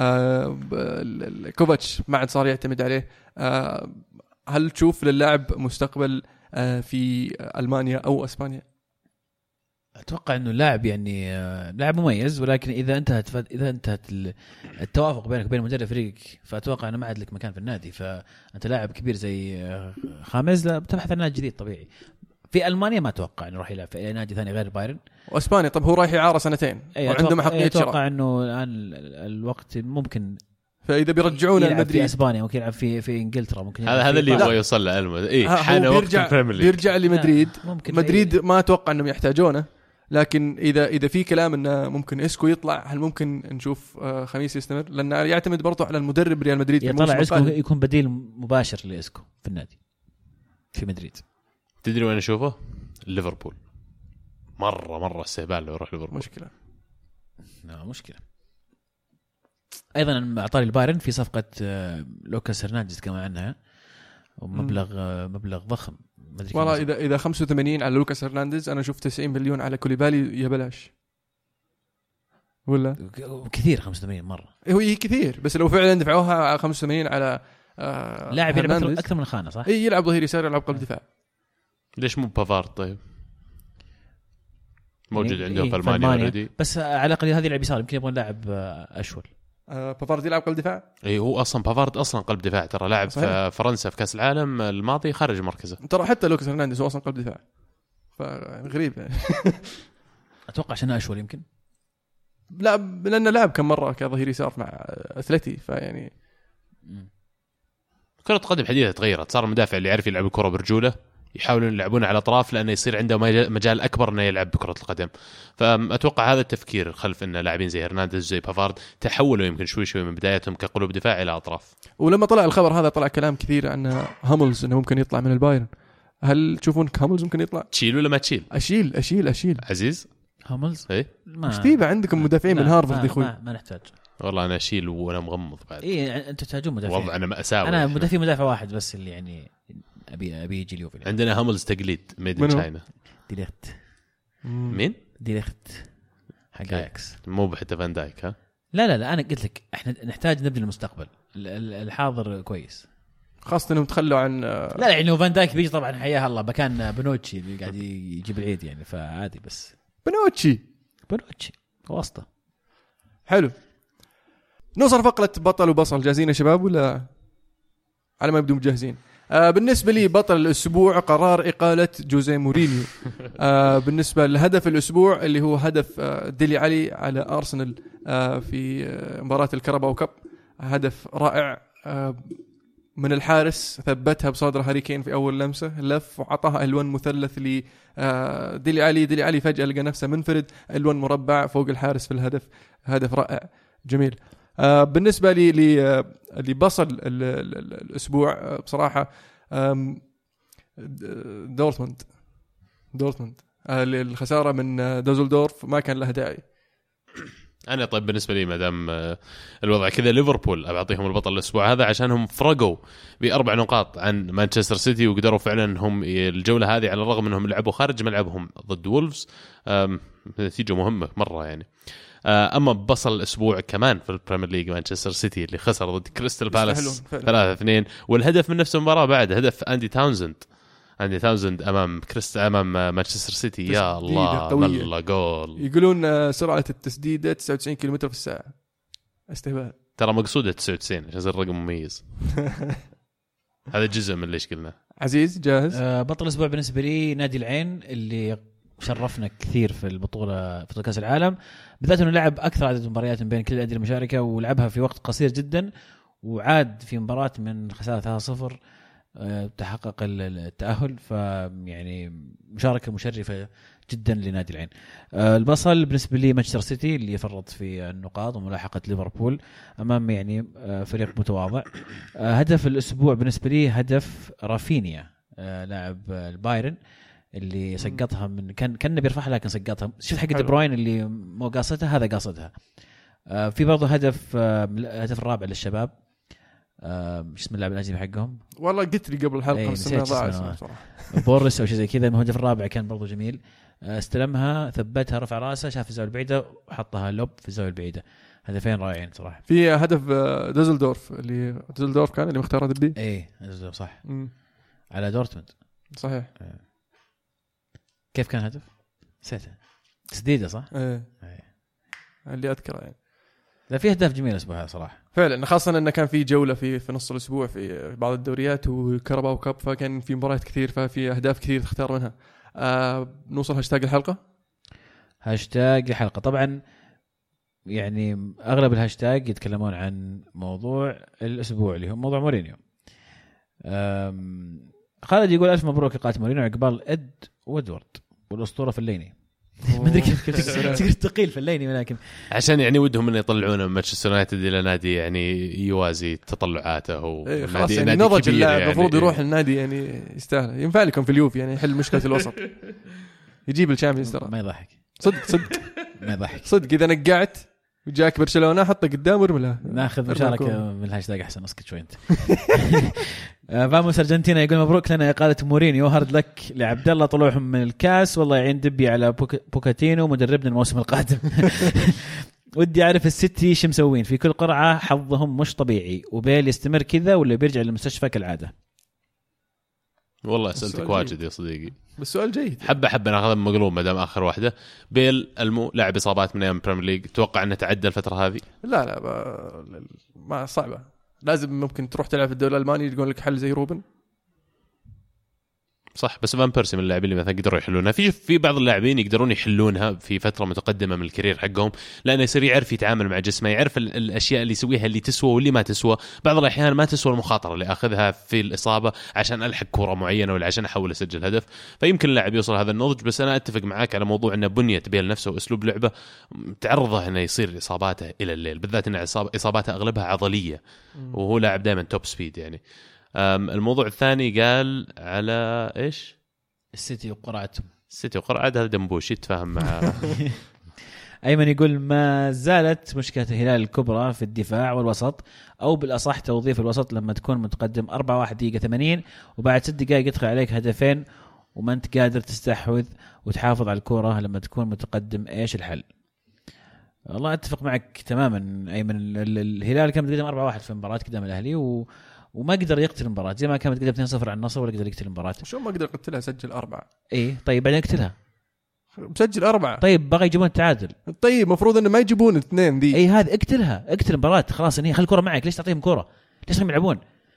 كوفاتش ما عاد صار يعتمد عليه. هل تشوف للاعب مستقبل في ألمانيا أو أسبانيا؟ أتوقع إنه لاعب يعني لاعب مميز، ولكن إذا انتهت التوافق بينك وبين مدرب فريقك، فأتوقع أنه ما عاد لك مكان في النادي. فأنت لاعب كبير زي خامس، لا بتبحث عن نادي جديد طبيعي. في ألمانيا ما أتوقع إنه راح يلعب في أي نادي ثاني غير بايرن. وأسبانيا طب هو رايح إعارة 2 وعنده محقية شراء. أتوقع إنه الآن الوقت ممكن، فإذا بيرجعونه لمدريد في اسبانيا، ممكن يلعب في انجلترا، ممكن هذا اللي يبغى يوصل له المد. حان وقت بيرجع لمدريد. مدريد ما اتوقع انهم يحتاجونه، لكن اذا في كلام انه ممكن اسكو يطلع، هل ممكن نشوف خميس يستمر؟ لانه يعتمد برضه على المدرب ريال مدريد. يطلع اسكو يكون بديل مباشر لاسكو في النادي في مدريد. تدري وين اشوفه؟ ليفربول. مره استهبال لو يروح ليفربول. مشكله. ايضا اعطاني البايرن في صفقه لوكاس هرنانديز كما عنها، ومبلغ ضخم. والله اذا 85 على لوكاس هرنانديز، انا اشوف 90 مليون على كوليبالي يا بلاش. ولا كثير 85 مره، هو كثير، بس لو فعلا دفعوها 85 على لاعب يلعب اكثر من خانه، صح؟ يلعب ظهير يسار، يلعب قلب دفاع. ليش مو بافارد؟ طيب موجود عندهم في المانيا بس على الاقل هذه لعب يسار، يمكن يبغون لاعب اشول. بافارد يلعب قلب دفاع. هو اصلا بافارد اصلا قلب دفاع، ترى لاعب في فرنسا في كاس العالم الماضي خارج مركزه. ترى حتى لوكاس هرنانديز هو اصلا قلب دفاع، فغريب يعني. اتوقع عشان اشول يمكن، لا لانه لعب كم مره كظهير يسار مع اثلتي، فيعني كرة قدم حديثة تغيرت، صار المدافع اللي يعرف يلعب الكرة برجوله يحاولون يلعبون على اطراف، لانه يصير عنده مجال اكبر انه يلعب بكرة القدم. فاتوقع هذا التفكير خلف ان لاعبين زي هرنانديز زي بافارد تحولوا يمكن شوي من بدايتهم كقلوب دفاع الى اطراف. ولما طلع الخبر هذا طلع كلام كثير عن هاملز انه ممكن يطلع من البايرن. هل تشوفون هاملز ممكن يطلع؟ تشيل ولا ما تشيل؟ اشيل عزيز هاملز. ايه مش تيبه عندكم مدافعين من هارفارد يا اخوي. ما نحتاج والله. انا اشيل وانا مغمض بعد. انتوا تحتاجون مدافعين. وضع انا مأساوي. انا مدافع واحد بس اللي يعني ابي يجي اليوفي. عندنا هاملز تقليد ميد ان تشاينا. ديليخت. مين؟ ديليخت حق اياكس، مو بحتى فان دايك. ها لا انا قلت لك احنا نحتاج نبني المستقبل. الحاضر كويس، خاصه انهم تخلوا عن لا يعني فان دايك بيجي طبعا حياه الله مكان بنوتشي اللي قاعد يجيب العيد يعني، فعادي. بس بنوتشي واسطه. حلو. نوصل فقرة بطل وبصل. جاهزين يا شباب ولا على ما يبدو مجهزين؟ بالنسبة لي بطل الأسبوع قرار إقالة جوزيه مورينيو. بالنسبة لهدف الأسبوع اللي هو هدف ديلي علي على أرسنال في مباراة الكاراباو كاب، هدف رائع من الحارس، ثبتها بصدر هاري كين في أول لمسة، لف وعطاها ألوان مثلث لديلي علي. ديلي علي فجأة لقى نفسه منفرد، ألوان مربع فوق الحارس في الهدف، هدف رائع جميل. بالنسبة لي اللي بصل الأسبوع بصراحة دورتموند الخسارة من دوزلدورف ما كان لها داعي. أنا طيب بالنسبة لي مادام الوضع كذا ليفربول أعطيهم البطل الأسبوع هذا عشانهم فرقوا ب4 نقاط عن مانشستر سيتي وقدروا فعلا هم الجولة هذه على الرغم أنهم لعبوا خارج ملعبهم ضد وولفز، نتيجة مهمة مرة يعني. أما بصل الأسبوع كمان في البريمير ليج مانشستر سيتي اللي خسر ضد كريستال بالاس 3-2، والهدف من نفس المباراة بعد هدف أندي تاونزند أمام مانشستر سيتي. يا الله والله جول. يقولون سرعة التسديدة 99 كيلومتر في الساعة، استهبال. ترى مقصودة 99 عشان يصير رقم مميز. هذا جزء من ليش قلنا. عزيز جاهز؟ بطل الأسبوع بالنسبة لي نادي العين اللي شرفنا كثير في البطولة في كأس العالم، بالذات انه لعب اكثر عدد مباريات بين كل الانديه المشاركه ولعبها في وقت قصير جدا، وعاد في مباراة من خسارة 3-0 تحقق التأهل، فيعني مشاركة مشرفة جدا لنادي العين. البصل بالنسبة لي مانشستر سيتي اللي فرط في النقاط وملاحقة ليفربول أمام يعني فريق متواضع. هدف الأسبوع بالنسبة لي هدف رافينيا لاعب البايرن اللي سقطها من كان بيرفعها لكن سقطها. شفت حق دي بروين اللي مو قاصتها، هذا قاصدها. في برضه هدف الرابع للشباب، مش اسم اللاعب الاجنبي حقهم والله قلت لي قبل الحلقه بس انا ضاع صراحه بورس او شيء زي كذا. الهدف الرابع كان برضه جميل، استلمها ثبتها رفع راسه شاف الزاويه البعيده وحطها لوب في الزاويه البعيده. هدفين رائعين صراحه. في هدف دوزلدورف كان اللي مختار هذا الدي دوزلدورف صح على دورتموند صحيح. كيف كان هدف؟ نسيته. تسديده صح؟ اللي اذكره يعني. لا في اهداف جميله الاسبوع صراحه فعلا، خاصه انه كان في جوله في نص الاسبوع في بعض الدوريات وكاراباو كاب، فكان في مباريات كثير، ففي اهداف كثير تختار منها. نوصل هاشتاج الحلقه طبعا. يعني اغلب الهاشتاج يتكلمون عن موضوع الاسبوع اللي هو موضوع مورينيو. خالد يقول الف مبروك لقاء مورينيو عقبال اد وادوارد والاسطوره فليني. ما ادري كيف تقدر تقيل فليني، ولكن عشان يعني ودهم ان يطلعونه من مانشستر يونايتد الى نادي يعني يوازي تطلعاته ونادي يعني نضج اللاعب المفروض يروح النادي يعني يستاهل. ينفع لكم في اليوفي يعني يحل مشكله الوسط يجيب الشامبيونز. ترى ما يضحك صدق ما يضحك صدق. اذا نقعت وجاك برشلونه حطه قدام ورمي له. ناخذ مشاركه من الهاشتاج احسن. اسكت شوي انت. فاموس ارجنتينا يقول مبروك لنا اقاله مورينيو، هارد لك لعبد الله طلوعهم من الكاس، والله يعين دبي على بوكاتينو مدربنا الموسم القادم. ودي اعرف السيتي شو مسوين في كل قرعه، حظهم مش طبيعي، وبيل يستمر كذا ولا بيرجع للمستشفى كالعاده؟ والله اسئلتك واجد يا صديقي، بس سؤال جيد. حبه ناخذ مقلوب ما دام اخر واحده. بيل لاعب اصابات من ايام البريمير ليج، توقع انه تعدى الفتره هذه؟ لا ما صعبه. لازم ممكن تروح تلعب في الدوري الالماني يقول لك حل زي روبن صح. بس فان بيرسي من اللاعبين اللي مثلا قدروا يحلونها. في بعض اللاعبين يقدرون يحلونها في فتره متقدمه من الكارير حقهم، لانه يصير يعرف يتعامل مع جسمه، يعرف الاشياء اللي يسويها اللي تسوى واللي ما تسوى. بعض الاحيان ما تسوى المخاطره اللي اخذها في الاصابه عشان الحق كره معينه ولا عشان احاول اسجل هدف. فيمكن اللاعب يوصل هذا النضج. بس انا اتفق معاك على موضوع ان بنيه بيل نفسه واسلوب لعبه تعرضه انه يصير اصاباته الى الليل، بالذات ان اصاباته اغلبها عضليه وهو لاعب دائما توب سبيد يعني. الموضوع الثاني قال على ايش؟ السيتي وقرعتهم. السيتي وقرعت هذا دمبوشي تفاهم مع أيمن يقول ما زالت مشكلة الهلال الكبرى في الدفاع والوسط، أو بالأصح توظيف الوسط لما تكون متقدم 4-1 دقيقة 80 وبعد 6 دقائق يدخل عليك هدفين وما أنت قادر تستحوذ وتحافظ على الكرة لما تكون متقدم. إيش الحل؟ والله أتفق معك تماما أيمن. الهلال كان متقدم 4-1 في مباراة قدام الأهلي وما قدر يقتل المباراة زي ما كان متقدم 2-0 على النصر، ولا قدر يقتل المباراة. شو ما قدر يقتلها؟ سجل 4. إيه طيب بعدين يقتلها. مسجل 4. طيب بغى يجيبون التعادل. طيب مفروض انه ما يجيبون 2 ذي. اي هذا اقتل المباراة خلاص. اني خلي الكرة معك، ليش تعطيهم كرة؟ ليش هم يلعبون؟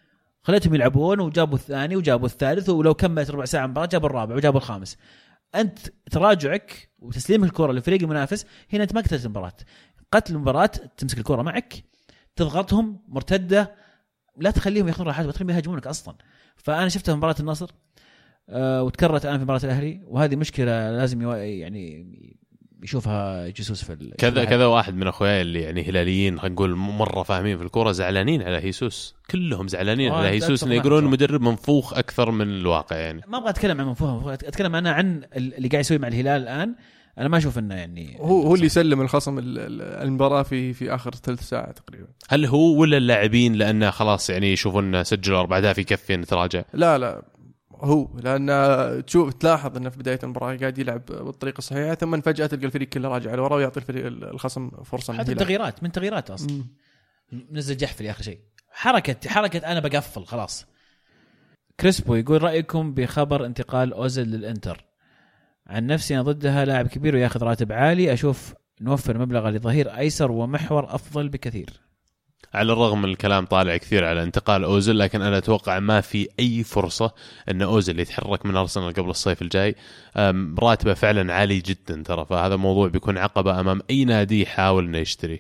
خليتهم يلعبون وجابوا الثاني وجابوا الثالث، ولو كملت ربع ساعة مباراة جابوا الرابع وجابوا الخامس. أنت تراجعك وتسليم الكرة للفريق المنافس، هنا أنت ما قتلت المباراة. قتل المباراة تمسك الكرة معك، تضغطهم مرتدة، لا تخليهم ياخذون راحات، وتخليهم يهاجمونك أصلا. فأنا شفتها في مباراة النصر وتكررت الآن في مباراة الأهلي، وهذه مشكلة لازم يعني يشوفها جيسوس في كذا واحد من اخوياي اللي يعني هلاليين خلينا نقول مره فاهمين في الكوره زعلانين على هيسوس، كلهم زعلانين على هيسوس، انه يقولون المدرب منفوخ اكثر من الواقع. يعني ما ابغى اتكلم عن منفوخ، اتكلم انا عن اللي قاعد يسوي مع الهلال الان. انا ما اشوف انه يعني هو اللي يسلم الخصم المباراه في اخر ثلث ساعه تقريبا. هل هو ولا اللاعبين لانه خلاص يعني يشوفون سجلوا 4 أهداف يكفي ان تراجع؟ لا هو لأن تلاحظ أنه في بداية المباراة قاعد يلعب بالطريقة الصحيحة، ثم فجأة تلقى الفريق كله راجع لورا ويعطي الفريق الخصم فرصة. حتى التغييرات من تغييرات أصلا نزل جحفل يا أخي شيء حركة أنا بقفل خلاص. كريسبو يقول رأيكم بخبر انتقال أوزيل للإنتر؟ عن نفسي أنا ضدها، لاعب كبير ويأخذ راتب عالي، أشوف نوفر مبلغ لظهير أيسر ومحور أفضل بكثير. على الرغم من الكلام طالع كثير على انتقال أوزيل، لكن أنا أتوقع ما في أي فرصة أن أوزيل يتحرك من أرسنال قبل الصيف الجاي. راتبه فعلا عالي جدا ترى، فهذا موضوع بيكون عقبة أمام أي نادي يحاول أنه يشتري.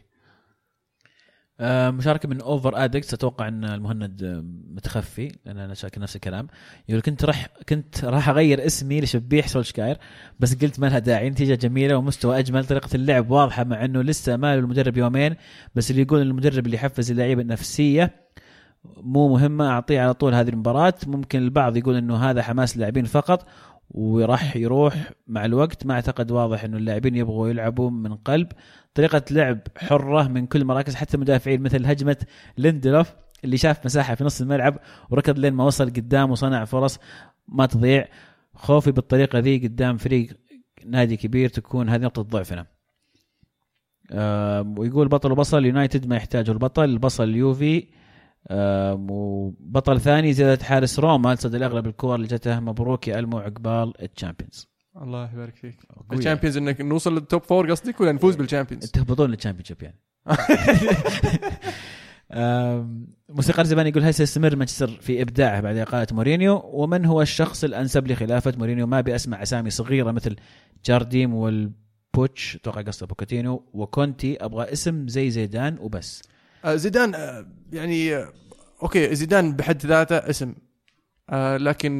مشاركة من أوفر أدكس، أتوقع أن المهند متخفي لأن أنا شاكر نفس الكلام. يقول كنت راح أغير اسمي لشبيح سولشكاير، بس قلت ما لها داعي، نتيجة جميلة ومستوى أجمل، طريقة اللعب واضحة مع أنه لسه ماله المدرب يومين، بس اللي يقول المدرب اللي يحفز اللعيبة النفسية مو مهمة أعطيه على طول هذه المباراة. ممكن البعض يقول أنه هذا حماس اللاعبين فقط وراح يروح مع الوقت. ما أعتقد، واضح أنه اللاعبين يبغوا يلعبوا من قلب، طريقة لعب حرة من كل مراكز، حتى مدافعين مثل هجمة ليندلوف اللي شاف مساحة في نص الملعب وركض لين ما وصل قدام وصنع فرص ما تضيع. خوفي بالطريقة ذي قدام فريق نادي كبير تكون هذه نقطة ضعفنا. ويقول بطل وبصل يونايتد ما يحتاجه البصل اليوفي، وبطل ثاني زيادة حارس روما لصد الأغلب الكور اللي جته. مبروك يا ألمو عقبال الشامبيونز. الله يبارك فيك. الشامبيونز انك نوصل للتوب 4 قصدك ولا نفوز بالشامبيونز؟ تهبطون للشامبيونشيب يعني. موسيقار زباني يقول هل سيستمر مانشستر في إبداعه بعد إقالة مورينيو؟ ومن هو الشخص الأنسب لخلافة مورينيو؟ ما بأسمع أسامي صغيرة مثل جارديم والبوتش، توقع قصة بوكاتينو وكونتي، أبغى اسم زي زيدان وبس. زيدان يعني أوكي، زيدان بحد ذاته اسم، لكن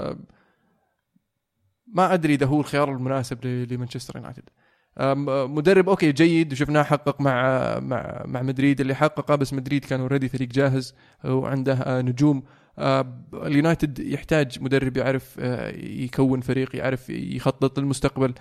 ما أدري إذا هو الخيار المناسب لمانشستر يونايتد. مدرب أوكي جيد وشفناه حقق مع مدريد اللي حققه، بس مدريد كان اوريدي فريق جاهز وعنده نجوم. اليونايتد يحتاج مدرب يعرف يكون فريق، يعرف يخطط للمستقبل.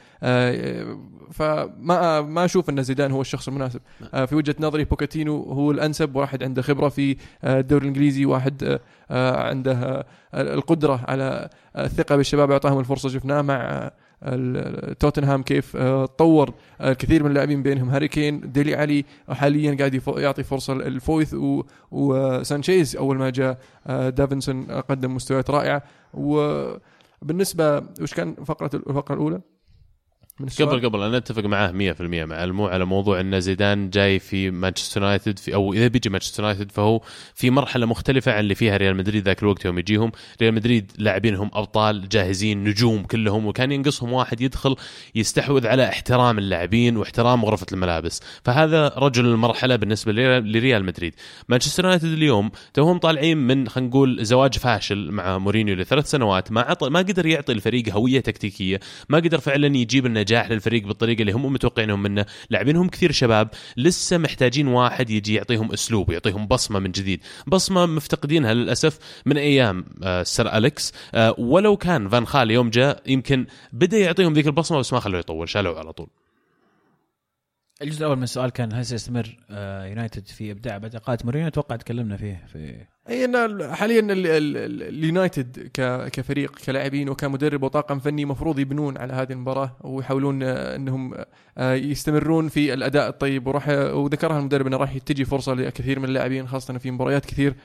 فما أشوف أن زيدان هو الشخص المناسب. في وجهة نظري بوكاتينو هو الأنسب، واحد عنده خبرة في الدوري الإنجليزي، واحد عنده القدرة على الثقة بالشباب، أعطاهم الفرصة. شفناه مع توتنهام كيف طور الكثير من اللاعبين بينهم هاري كين، ديلي علي، حاليا قاعد يعطي فرصة الفويث وسانشيز. أول ما جاء دافنسون قدم مستويات رائعة. وبالنسبة وش كان الفقرة الأولى قبل أنا أتفق معاه 100% مع المو على موضوع أن زيدان جاي في مانشستر يونايتد أو إذا بيجي مانشستر يونايتد فهو في مرحلة مختلفة عن اللي فيها ريال مدريد ذاك الوقت يوم يجيهم. ريال مدريد لاعبينهم أبطال جاهزين نجوم كلهم، وكان ينقصهم واحد يدخل يستحوذ على احترام اللاعبين واحترام غرفة الملابس. فهذا رجل المرحلة بالنسبة لريال مدريد. مانشستر يونايتد اليوم توهم طالعين من خلينا نقول زواج فاشل مع مورينيو ل3 سنوات، ما قدر يعطي الفريق هوية تكتيكية، ما قدر فعلا يجيب النجاح للفريق بالطريقة اللي هم متوقعينهم منه. لاعبينهم كثير شباب لسه محتاجين واحد يجي يعطيهم أسلوب ويعطيهم بصمة من جديد، بصمة مفتقدينها للأسف من أيام سير أليكس. ولو كان فان خال يوم جاء يمكن بدأ يعطيهم ذيك البصمة، بس ما خلوه يطول، شالوه على طول. الجزء الأول من السؤال كان هل سيستمر يونايتد في إبداع بعد إقالة مورينيو؟ أتوقع تكلمنا فيه أن حاليا اليونايتد كفريق كلاعبين وكمدرب وطاقم فني مفروض يبنون على هذه المباراة ويحاولون أنهم يستمرون في الأداء الطيب. وذكرها المدرب أنه راح تجي فرصة لكثير من اللاعبين خاصة في مباريات كثير.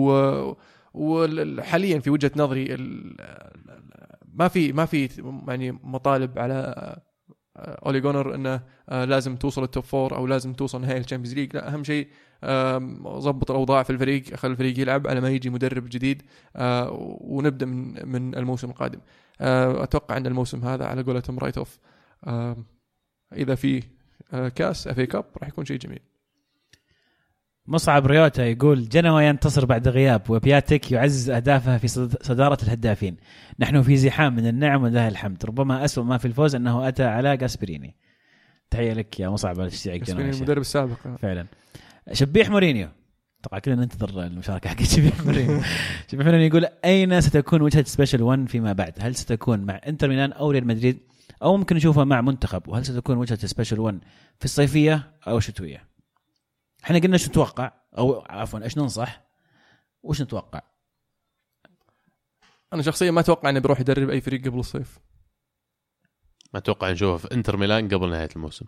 وحاليا في وجهة نظري ما في يعني مطالب على اولي جونر انه لازم توصل التوب 4 او لازم توصل نهائي الشامبيونز ليج. لا، اهم شيء ضبط الاوضاع في الفريق، خلي الفريق يلعب على ما يجي مدرب جديد ونبدا من الموسم القادم. اتوقع ان الموسم هذا على قولتهم رايت اوف، اذا في كاس اف اي كاب راح يكون شيء جميل. مصعب ريوتا يقول جنوا ينتصر بعد غياب وبياتيك يعزز أهدافها في صدارة الهدافين. نحن في زحام من النعم ولله الحمد. ربما أسوأ ما في الفوز أنه أتى على غاسبريني. تحية لك يا مصعب على تشجيعك جنوا. المدرب السابق فعلا. شبيح مورينيو، طبعا كلنا ننتظر المشاركة حق شبيح مورينيو. شبيح مورينيو يقول أين ستكون وجهة سبيشال 1 فيما بعد؟ هل ستكون مع انتر ميلان أو ريال مدريد أو ممكن نشوفها مع منتخب؟ وهل ستكون وجهة سبيشال 1 في الصيفية أو الشتوية؟ احنا قلنا شو نتوقع، او عفوا ايش ننصح وش نتوقع. انا شخصيا ما اتوقع انه بيروح يدرب اي فريق قبل الصيف. ما اتوقع نشوفه في انتر ميلان قبل نهايه الموسم.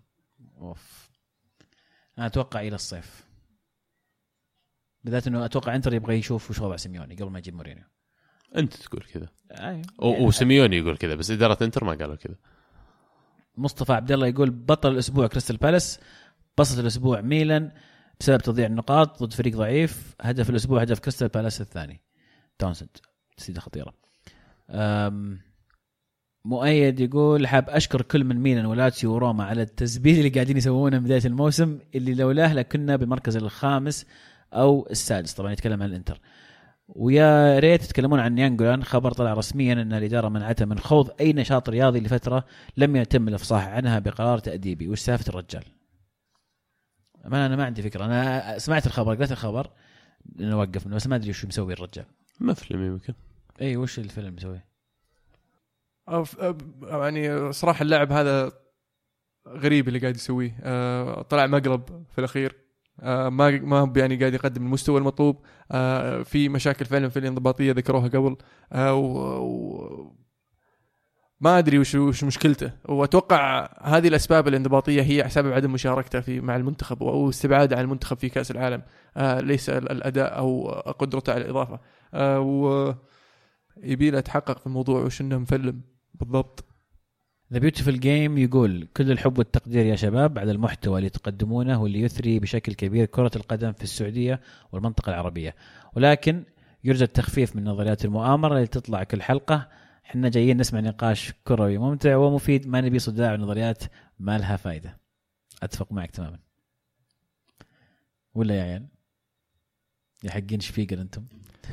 انا اتوقع الى الصيف، بالذات انه اتوقع انتر يبغى يشوف وش وضع سيميوني قبل ما يجيب مورينيو. انت تقول كذا وسيميوني يقول كذا، بس اداره انتر ما قالوا كذا. مصطفى عبد الله يقول بطل الاسبوع كريستال بالاس، بسط الأسبوع ميلان بسبب تضييع النقاط ضد فريق ضعيف، هدف الأسبوع هدف كريستال بالاس الثاني تاونسند، تسديدة خطيرة. مؤيد يقول حاب أشكر كل من ميلان ولاتسيو وروما على التزبيط اللي قاعدين يسوونه من بداية الموسم، اللي لولاه لكنا بالمركز الخامس أو السادس. طبعا يتكلم عن الانتر. ويا ريت تتكلمون عن يانجولان. خبر طلع رسميا أن الإدارة منعته من خوض أي نشاط رياضي لفترة لم يتم الإفصاح عنها بقرار تأديبي. وش سالفة الرجال؟ أنا ما عندي فكرة. أنا سمعت الخبر، قلت الخبر إنه وقف، بس ما أدري وش مسوي الرجال. ما فيلم يمكن. أي وش الفيلم مسوي؟ يعني صراحة اللاعب هذا غريب اللي قاعد يسويه. طلع مقلب في الأخير. ما يعني قاعد يقدم المستوى المطلوب. في مشاكل فعلا في الانضباطية ذكروها قبل. ما أدري وش مشكلته. وأتوقع هذه الأسباب الانضباطية هي سبب عدم مشاركته مع المنتخب أو استبعاده عن المنتخب في كأس العالم. ليس الأداء أو قدرته على الإضافة. ويبي له يتحقق في الموضوع وش إنه مفلم بالضبط. The Beautiful Game يقول كل الحب والتقدير يا شباب على المحتوى اللي تقدمونه واللي يثري بشكل كبير كرة القدم في السعودية والمنطقة العربية، ولكن يرجى التخفيف من نظريات المؤامرة اللي تطلع كل حلقة. احنا جايين نسمع نقاش كروي ممتع ومفيد، ما نبي صداع ونظريات ما لها فايدة. أتفق معك تماما. ولا يا عيال يا حقين شفيقر أنتم؟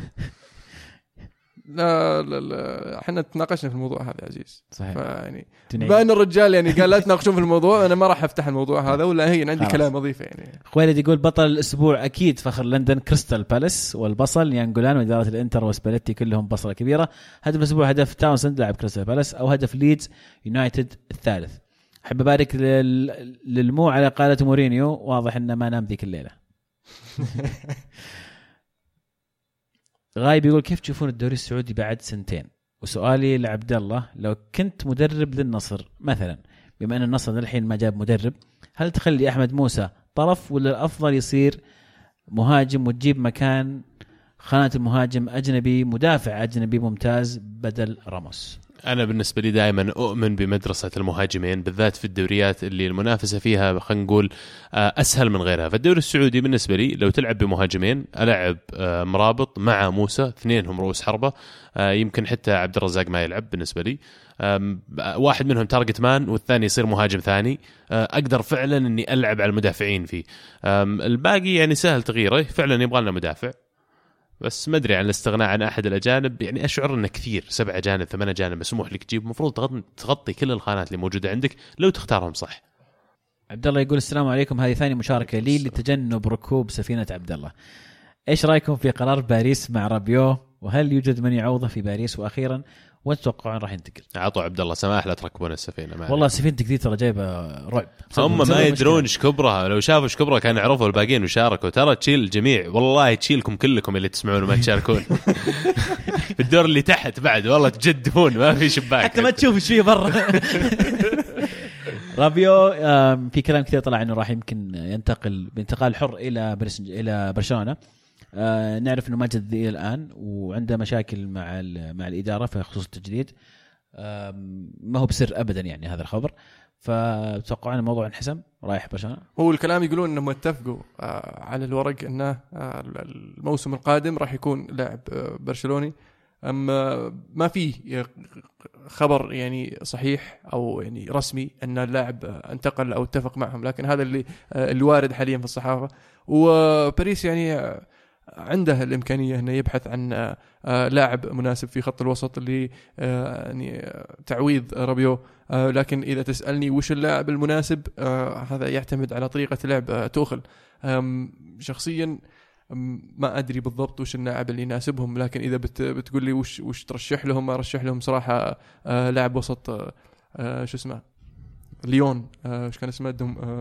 لا احنا تناقشنا في الموضوع هذا عزيز. صحيح. يعني بما ان الرجال يعني قال لا تناقشون في الموضوع، انا ما راح افتح الموضوع هذا، ولا هي عندي كلام اضيفه. يعني خوالد يقول بطل الاسبوع اكيد فخر لندن كريستال بالاس، والبصل يانجولان واداره الانتر وسباليتي كلهم بصله كبيره. هدف الاسبوع هدف تاونسند لاعب كريستال بالاس، او هدف ليدز يونايتد الثالث. احب ابارك للمو على قاله مورينيو، واضح انه ما نام ذيك الليله. غايب يقول كيف تشوفون الدوري السعودي بعد سنتين؟ وسؤالي لعبد الله، لو كنت مدرب للنصر مثلا، بما ان النصر الحين ما جاب مدرب، هل تخلي احمد موسى طرف ولا الافضل يصير مهاجم وتجيب مكان خانة المهاجم اجنبي مدافع اجنبي ممتاز بدل راموس؟ أنا بالنسبة لي دائما أؤمن بمدرسة المهاجمين، بالذات في الدوريات اللي المنافسة فيها خلينا نقول أسهل من غيرها. فالدوري السعودي بالنسبة لي لو تلعب بمهاجمين، ألعب مرابط مع موسى، اثنينهم رؤوس حربة، يمكن حتى عبد الرزاق ما يلعب بالنسبة لي، واحد منهم تارجت مان والثاني يصير مهاجم ثاني، أقدر فعلا أني ألعب على المدافعين فيه. الباقي يعني سهل تغييره، فعلا يبغى لنا مدافع، بس ما ادري عن الاستغناء عن احد الاجانب. يعني اشعر انه كثير 7 أجانب 8 أجانب مسموح لك تجيب، المفروض تغطي كل الخانات اللي موجوده عندك لو تختارهم صح. عبد الله يقول السلام عليكم، هذه ثاني مشاركه لي لتجنب ركوب سفينه عبد الله. ايش رايكم في قرار باريس مع رابيو، وهل يوجد من يعوضه في باريس؟ واخيرا وتتوقعون راح ينتقل؟ عطوا عبد الله سماح لا تركبون السفينه. والله سفينتك دي ترى جايبه رعب، هم ما يدرون ايش كبرها، لو شافوا ايش كبرها كانوا يعرفوا الباقيين وشاركوا. ترى تشيل الجميع، والله تشيلكم كلكم اللي تسمعون وما تشاركون. في الدور اللي تحت بعد والله تجدفون، ما في شباك حتى ما تشوف ايش فيه برا. رابيو في كلام كثير طلع انه راح يمكن ينتقل بانتقال حر الى برشلونه. نعرف انه ما جد الى الان وعنده مشاكل مع الاداره في خصوص التجديد. ما هو بسر ابدا يعني هذا الخبر. فتوقعون الموضوع انحسم رايح برشلونة. هو الكلام يقولون انهم اتفقوا على الورق انه الموسم القادم راح يكون لاعب برشلوني، اما ما فيه خبر يعني صحيح او يعني رسمي ان اللاعب انتقل او اتفق معهم، لكن هذا اللي وارد حاليا في الصحافة. وباريس يعني عنده الإمكانية أنه يبحث عن لاعب مناسب في خط الوسط اللي يعني تعويض رابيو، لكن إذا تسألني وش اللاعب المناسب هذا يعتمد على طريقة لعب توخل. شخصيا ما أدري بالضبط وش اللاعب اللي يناسبهم، لكن إذا بتقول لي وش ترشح لهم، ما أرشح لهم صراحة لاعب وسط شو اسمه ليون، وش كان اسمه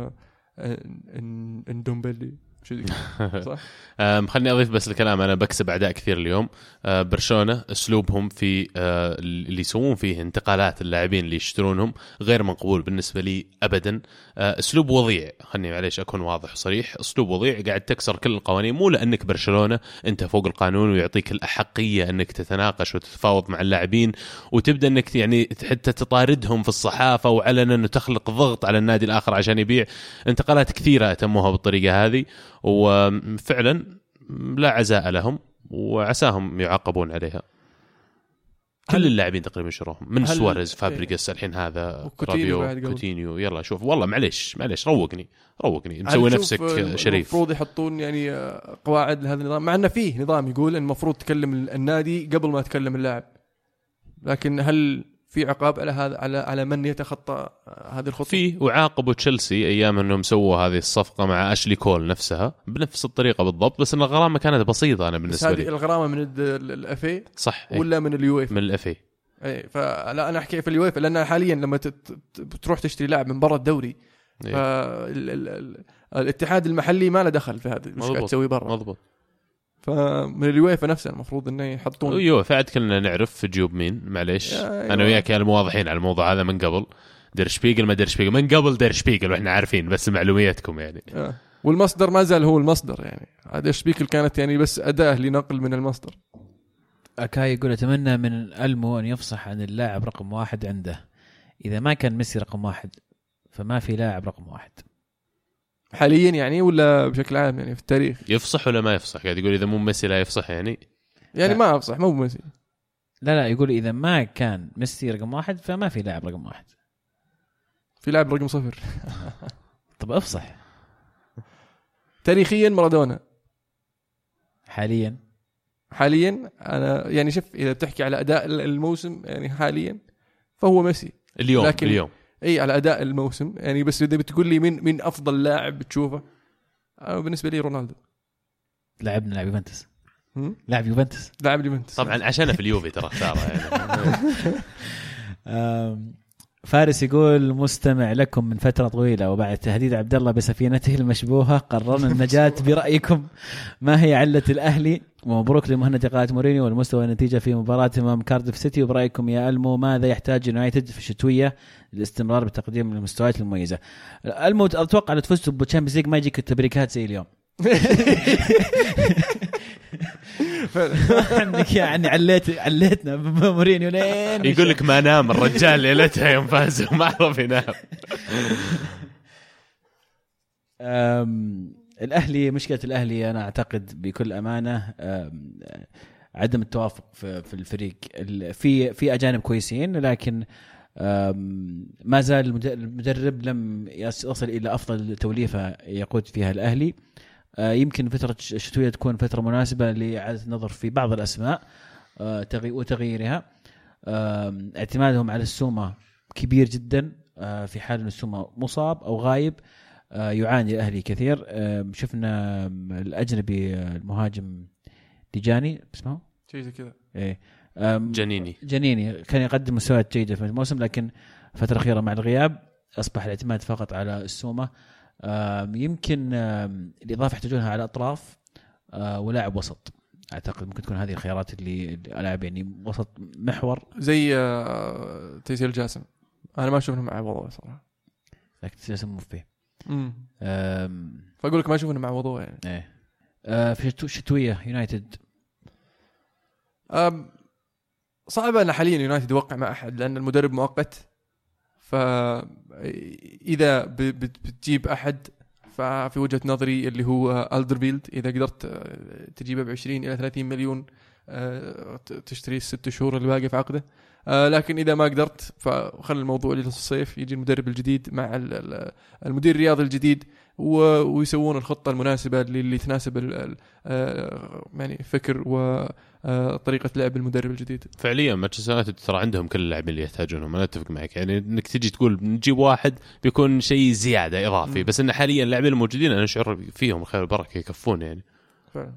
اندومبلي صح. خلني أضيف بس الكلام، أنا بكسب أعداء كثير اليوم. برشلونة أسلوبهم في اللي يسوون فيه انتقالات اللاعبين اللي يشترونهم غير مقبول بالنسبة لي أبدا. أسلوب وضيع، خلني معليش أكون واضح وصريح، أسلوب وضيع قاعد تكسر كل القوانين. مو لأنك برشلونة أنت فوق القانون ويعطيك الأحقية أنك تتناقش وتتفاوض مع اللاعبين وتبدأ أنك يعني حتى تطاردهم في الصحافة وعلنا أنه تخلق ضغط على النادي الآخر عشان يبيع. انتقالات كثيرة أتموها بالطريقة هذه، وفعلا لا عزاء لهم وعساهم يعاقبون عليها. كل اللاعبين تقريبا يشروهم من سواريز فابريغاس الحين هذا رابيو كوتينيو. يلا شوف والله معليش روقني مسوي نفسك شريف. المفروض يحطون يعني قواعد لهذا النظام، مع أنه فيه نظام يقول إن المفروض تكلم النادي قبل ما تكلم اللاعب، لكن هل في عقاب على هذا على من يتخطى هذه الخطوة؟ فيه، وعاقبوا تشيلسي أيام أنهم سووا هذه الصفقة مع أشلي كول نفسها بنفس الطريقة بالضبط، بس إن الغرامة كانت بسيطة. أنا بالنسبة لي هذه الغرامة من الأفي صح ولا من اليويفا؟ من الأفي. أي فلا أنا أحكي في اليويفا، لأن حاليا لما تروح تشتري لاعب من برا الدوري الاتحاد المحلي ما له دخل في هذا، مش قاعد تسوي برا. مضبوط. فمن اليويفا نفسها المفروض انه يحطون اليويفا عاد كلنا نعرف في جيوب مين. معليش انا وياك كانوا موضحين على الموضوع هذا من قبل. دير شبيغل من قبل دير شبيغل واحنا عارفين، بس معلومياتكم يعني. والمصدر ما زال هو المصدر يعني. دير شبيغل كانت يعني بس أداة لنقل من المصدر. أكاي يقول أتمنى من ألمو أن يفصح عن اللاعب رقم 1 عنده. إذا ما كان ميسي رقم 1 فما في لاعب رقم 1 حاليا يعني، ولا بشكل عام يعني في التاريخ. يفصح ولا ما يفصح؟ قاعد يقول إذا مو ميسي لا يفصح يعني ما أفصح مو ميسي. لا يقول إذا ما كان ميسي رقم 1 فما في لاعب رقم 1. في لاعب رقم 0. طب أفصح. تاريخيا مارادونا. حاليا أنا يعني شوف إذا بتحكي على أداء الموسم يعني حاليا فهو ميسي اليوم اي على اداء الموسم يعني. بس اذا بتقول لي من افضل لاعب بتشوفه، بالنسبه لي رونالدو. لاعب يوفنتوس طبعا عشان في اليوفي ترى اختاره يعني. فارس يقول مستمع لكم من فترة طويلة، وبعد تهديد عبد الله بسفينته المشبوهة قررنا النجاة برأيكم. ما هي علة الأهلي؟ ومبروك لمهنة إقالة مورينيو والمستوى النتيجة في مباراة أمام كارديف سيتي. وبرأيكم يا ألمو ماذا يحتاج يونايتد في الشتوية للاستمرار بتقديم المستويات المميزة؟ ألمو أتوقع لو تفزتوا بالتشامبيونز ليج ما يجيك التبريكات زي اليوم. انك يعني عليتنا بمورينيو لين يقول لك ما نام الرجال ليلتها يوم فاز وما عرف ينام. الاهلي، مشكله الاهلي انا اعتقد بكل امانه عدم التوافق في الفريق. في اجانب كويسين، لكن ما زال المدرب لم يصل الى افضل توليفه يقود فيها الاهلي. يمكن فترة الشتوية تكون فترة مناسبة لإعادة النظر في بعض الأسماء وتغييرها. اعتمادهم على السومة كبير جدا، في حال أن السومة مصاب أو غايب يعاني الأهلي كثير. شفنا الأجنبي المهاجم ديجاني اسمه شيء زي كذا، جنيني كان يقدم مستويات جيدة في الموسم، لكن فترة أخيرة مع الغياب أصبح الاعتماد فقط على السومة. يمكن الإضافة يحتاجونها على أطراف ولاعب وسط. أعتقد ممكن تكون هذه الخيارات اللي ألعب يعني وسط محور زي تيسير جاسم. أنا ما أشوفه مع وضوء صراحة، لكن تيسير جاسم مو فيه. فأقول لك ما أشوفه مع وضوء يعني. في شتوية يونايتد صعب أن حاليا يونايتد يوقع مع أحد، لأن المدرب مؤقت. فإذا بتجيب أحد ففي وجهة نظري اللي هو ألدرفيلد، إذا قدرت تجيبه ب20 إلى 30 مليون تشتري 6 شهور اللي باقي في عقده. لكن إذا ما قدرت فخل الموضوع للصيف، يجي المدرب الجديد مع المدير الرياضي الجديد ويسوون الخطة المناسبة اللي تناسب يعني فكر وطريقة لعب المدرب الجديد. فعليا مانشستر يونايتد ترى عندهم كل اللاعبين اللي يحتاجونهم. أنا أتفق معك، يعني إنك تجي تقول نجيب واحد بيكون شيء زيادة إضافي، بس إن حاليا اللاعبين الموجودين أنا أشعر فيهم خير البركة يكفون يعني. فعلا.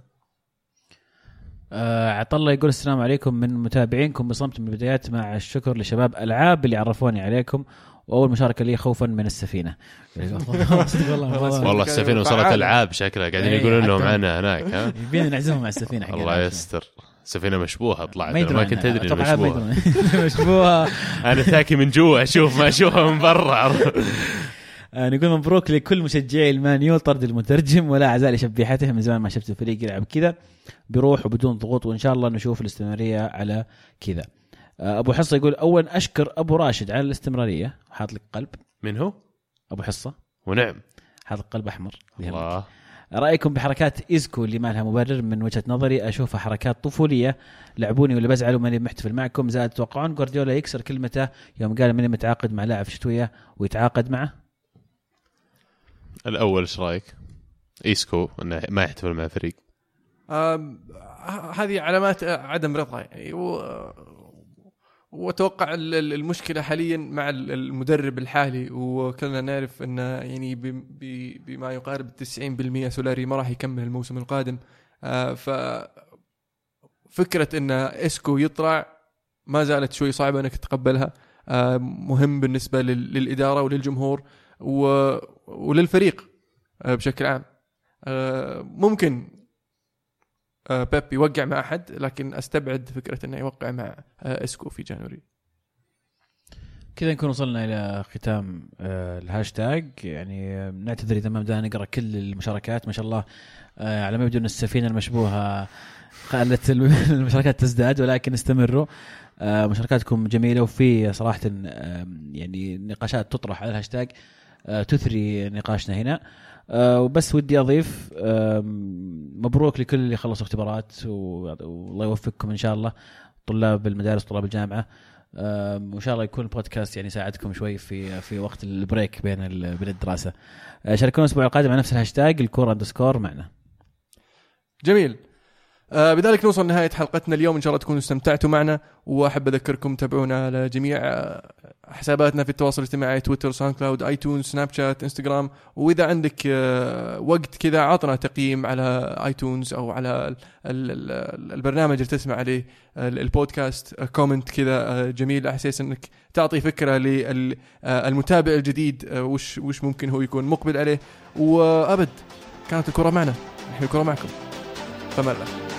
عطله يقول السلام عليكم من متابعينكم بصمت من البدايات، مع الشكر لشباب ألعاب اللي عرفوني عليكم، وأول مشاركة لي خوفا من السفينة. والله السفينة وصلت ألعاب شكلها قاعدين يقولون لهم عنها هناك. ها يبين نعزمهم مع السفينة. الله يستر. سفينة مشبوهة طلعت، ما كنت أدري مشبوهة. أنا ثاكي من جوا أشوف ما أشوفها من برا. نقول مبروك لكل مشجعي المانيو طرد المترجم، ولا عزال شبيحته، من زمان ما شفت الفريق يلعب كذا بيروح وبدون ضغوط، وإن شاء الله نشوف الاستمرارية على كذا. أبو حصة يقول أولا أشكر أبو راشد على الاستمرارية، حاط لك قلب. من هو؟ أبو حصة. ونعم. حاط لك قلب أحمر. الله. رأيكم بحركات إيزكو اللي ما لها مبرر؟ من وجهة نظري أشوفها حركات طفولية، لعبوني ولا بزعل وماني محتفل معكم. زاد توقعون جوارديولا يكسر كلمته يوم قال ماني متعاقد مع لاعب شتوية ويتعاقد معه؟ الأول إيش رأيك؟ إيسكو إنه ما يحتفل مع فريق. هذه علامات عدم رضا يعني، وأتوقع المشكلة حاليا مع المدرب الحالي، وكلنا نعرف أنه يعني بما يقارب 90% سولاري ما راح يكمل الموسم القادم. ففكرة أن إسكو يطلع ما زالت شوي صعبة أنك تقبلها. مهم بالنسبة للإدارة وللجمهور وللفريق بشكل عام. ممكن بيب يوقع مع أحد، لكن أستبعد فكرة أنه يوقع مع إسكو في جانوري. كذا نكون وصلنا إلى ختام الهاشتاج. يعني نعتذر إذا ما بدأنا نقرأ كل المشاركات. ما شاء الله على ما يبدو أن السفينة المشبوهة خلت المشاركات تزداد، ولكن استمروا. مشاركاتكم جميلة، وفي صراحة يعني نقاشات تطرح على الهاشتاج تثري نقاشنا هنا. وبس ودي أضيف مبروك لكل اللي خلصوا اختبارات، والله يوفقكم إن شاء الله طلاب المدارس طلاب الجامعة. وإن شاء الله يكون البودكاست يعني ساعدكم شوي في وقت البريك بين الدراسة. شاركونا الأسبوع القادم على نفس الهاشتاج الكورة__ معنا. جميل. بذلك نوصل نهاية حلقتنا اليوم. إن شاء الله تكونوا استمتعتوا معنا، وأحب أذكركم تابعونا على جميع حساباتنا في التواصل الاجتماعي: تويتر، ساوند كلاود، آيتونز، سناب شات، انستغرام. وإذا عندك وقت كذا عطنا تقييم على آيتونز أو على البرنامج اللي تسمع عليه البودكاست، كومنت كذا جميل، أحساس أنك تعطي فكرة للمتابع الجديد وش ممكن هو يكون مقبل عليه. وأبد كانت الكرة معنا، نحن الكرة معكم. فما الله.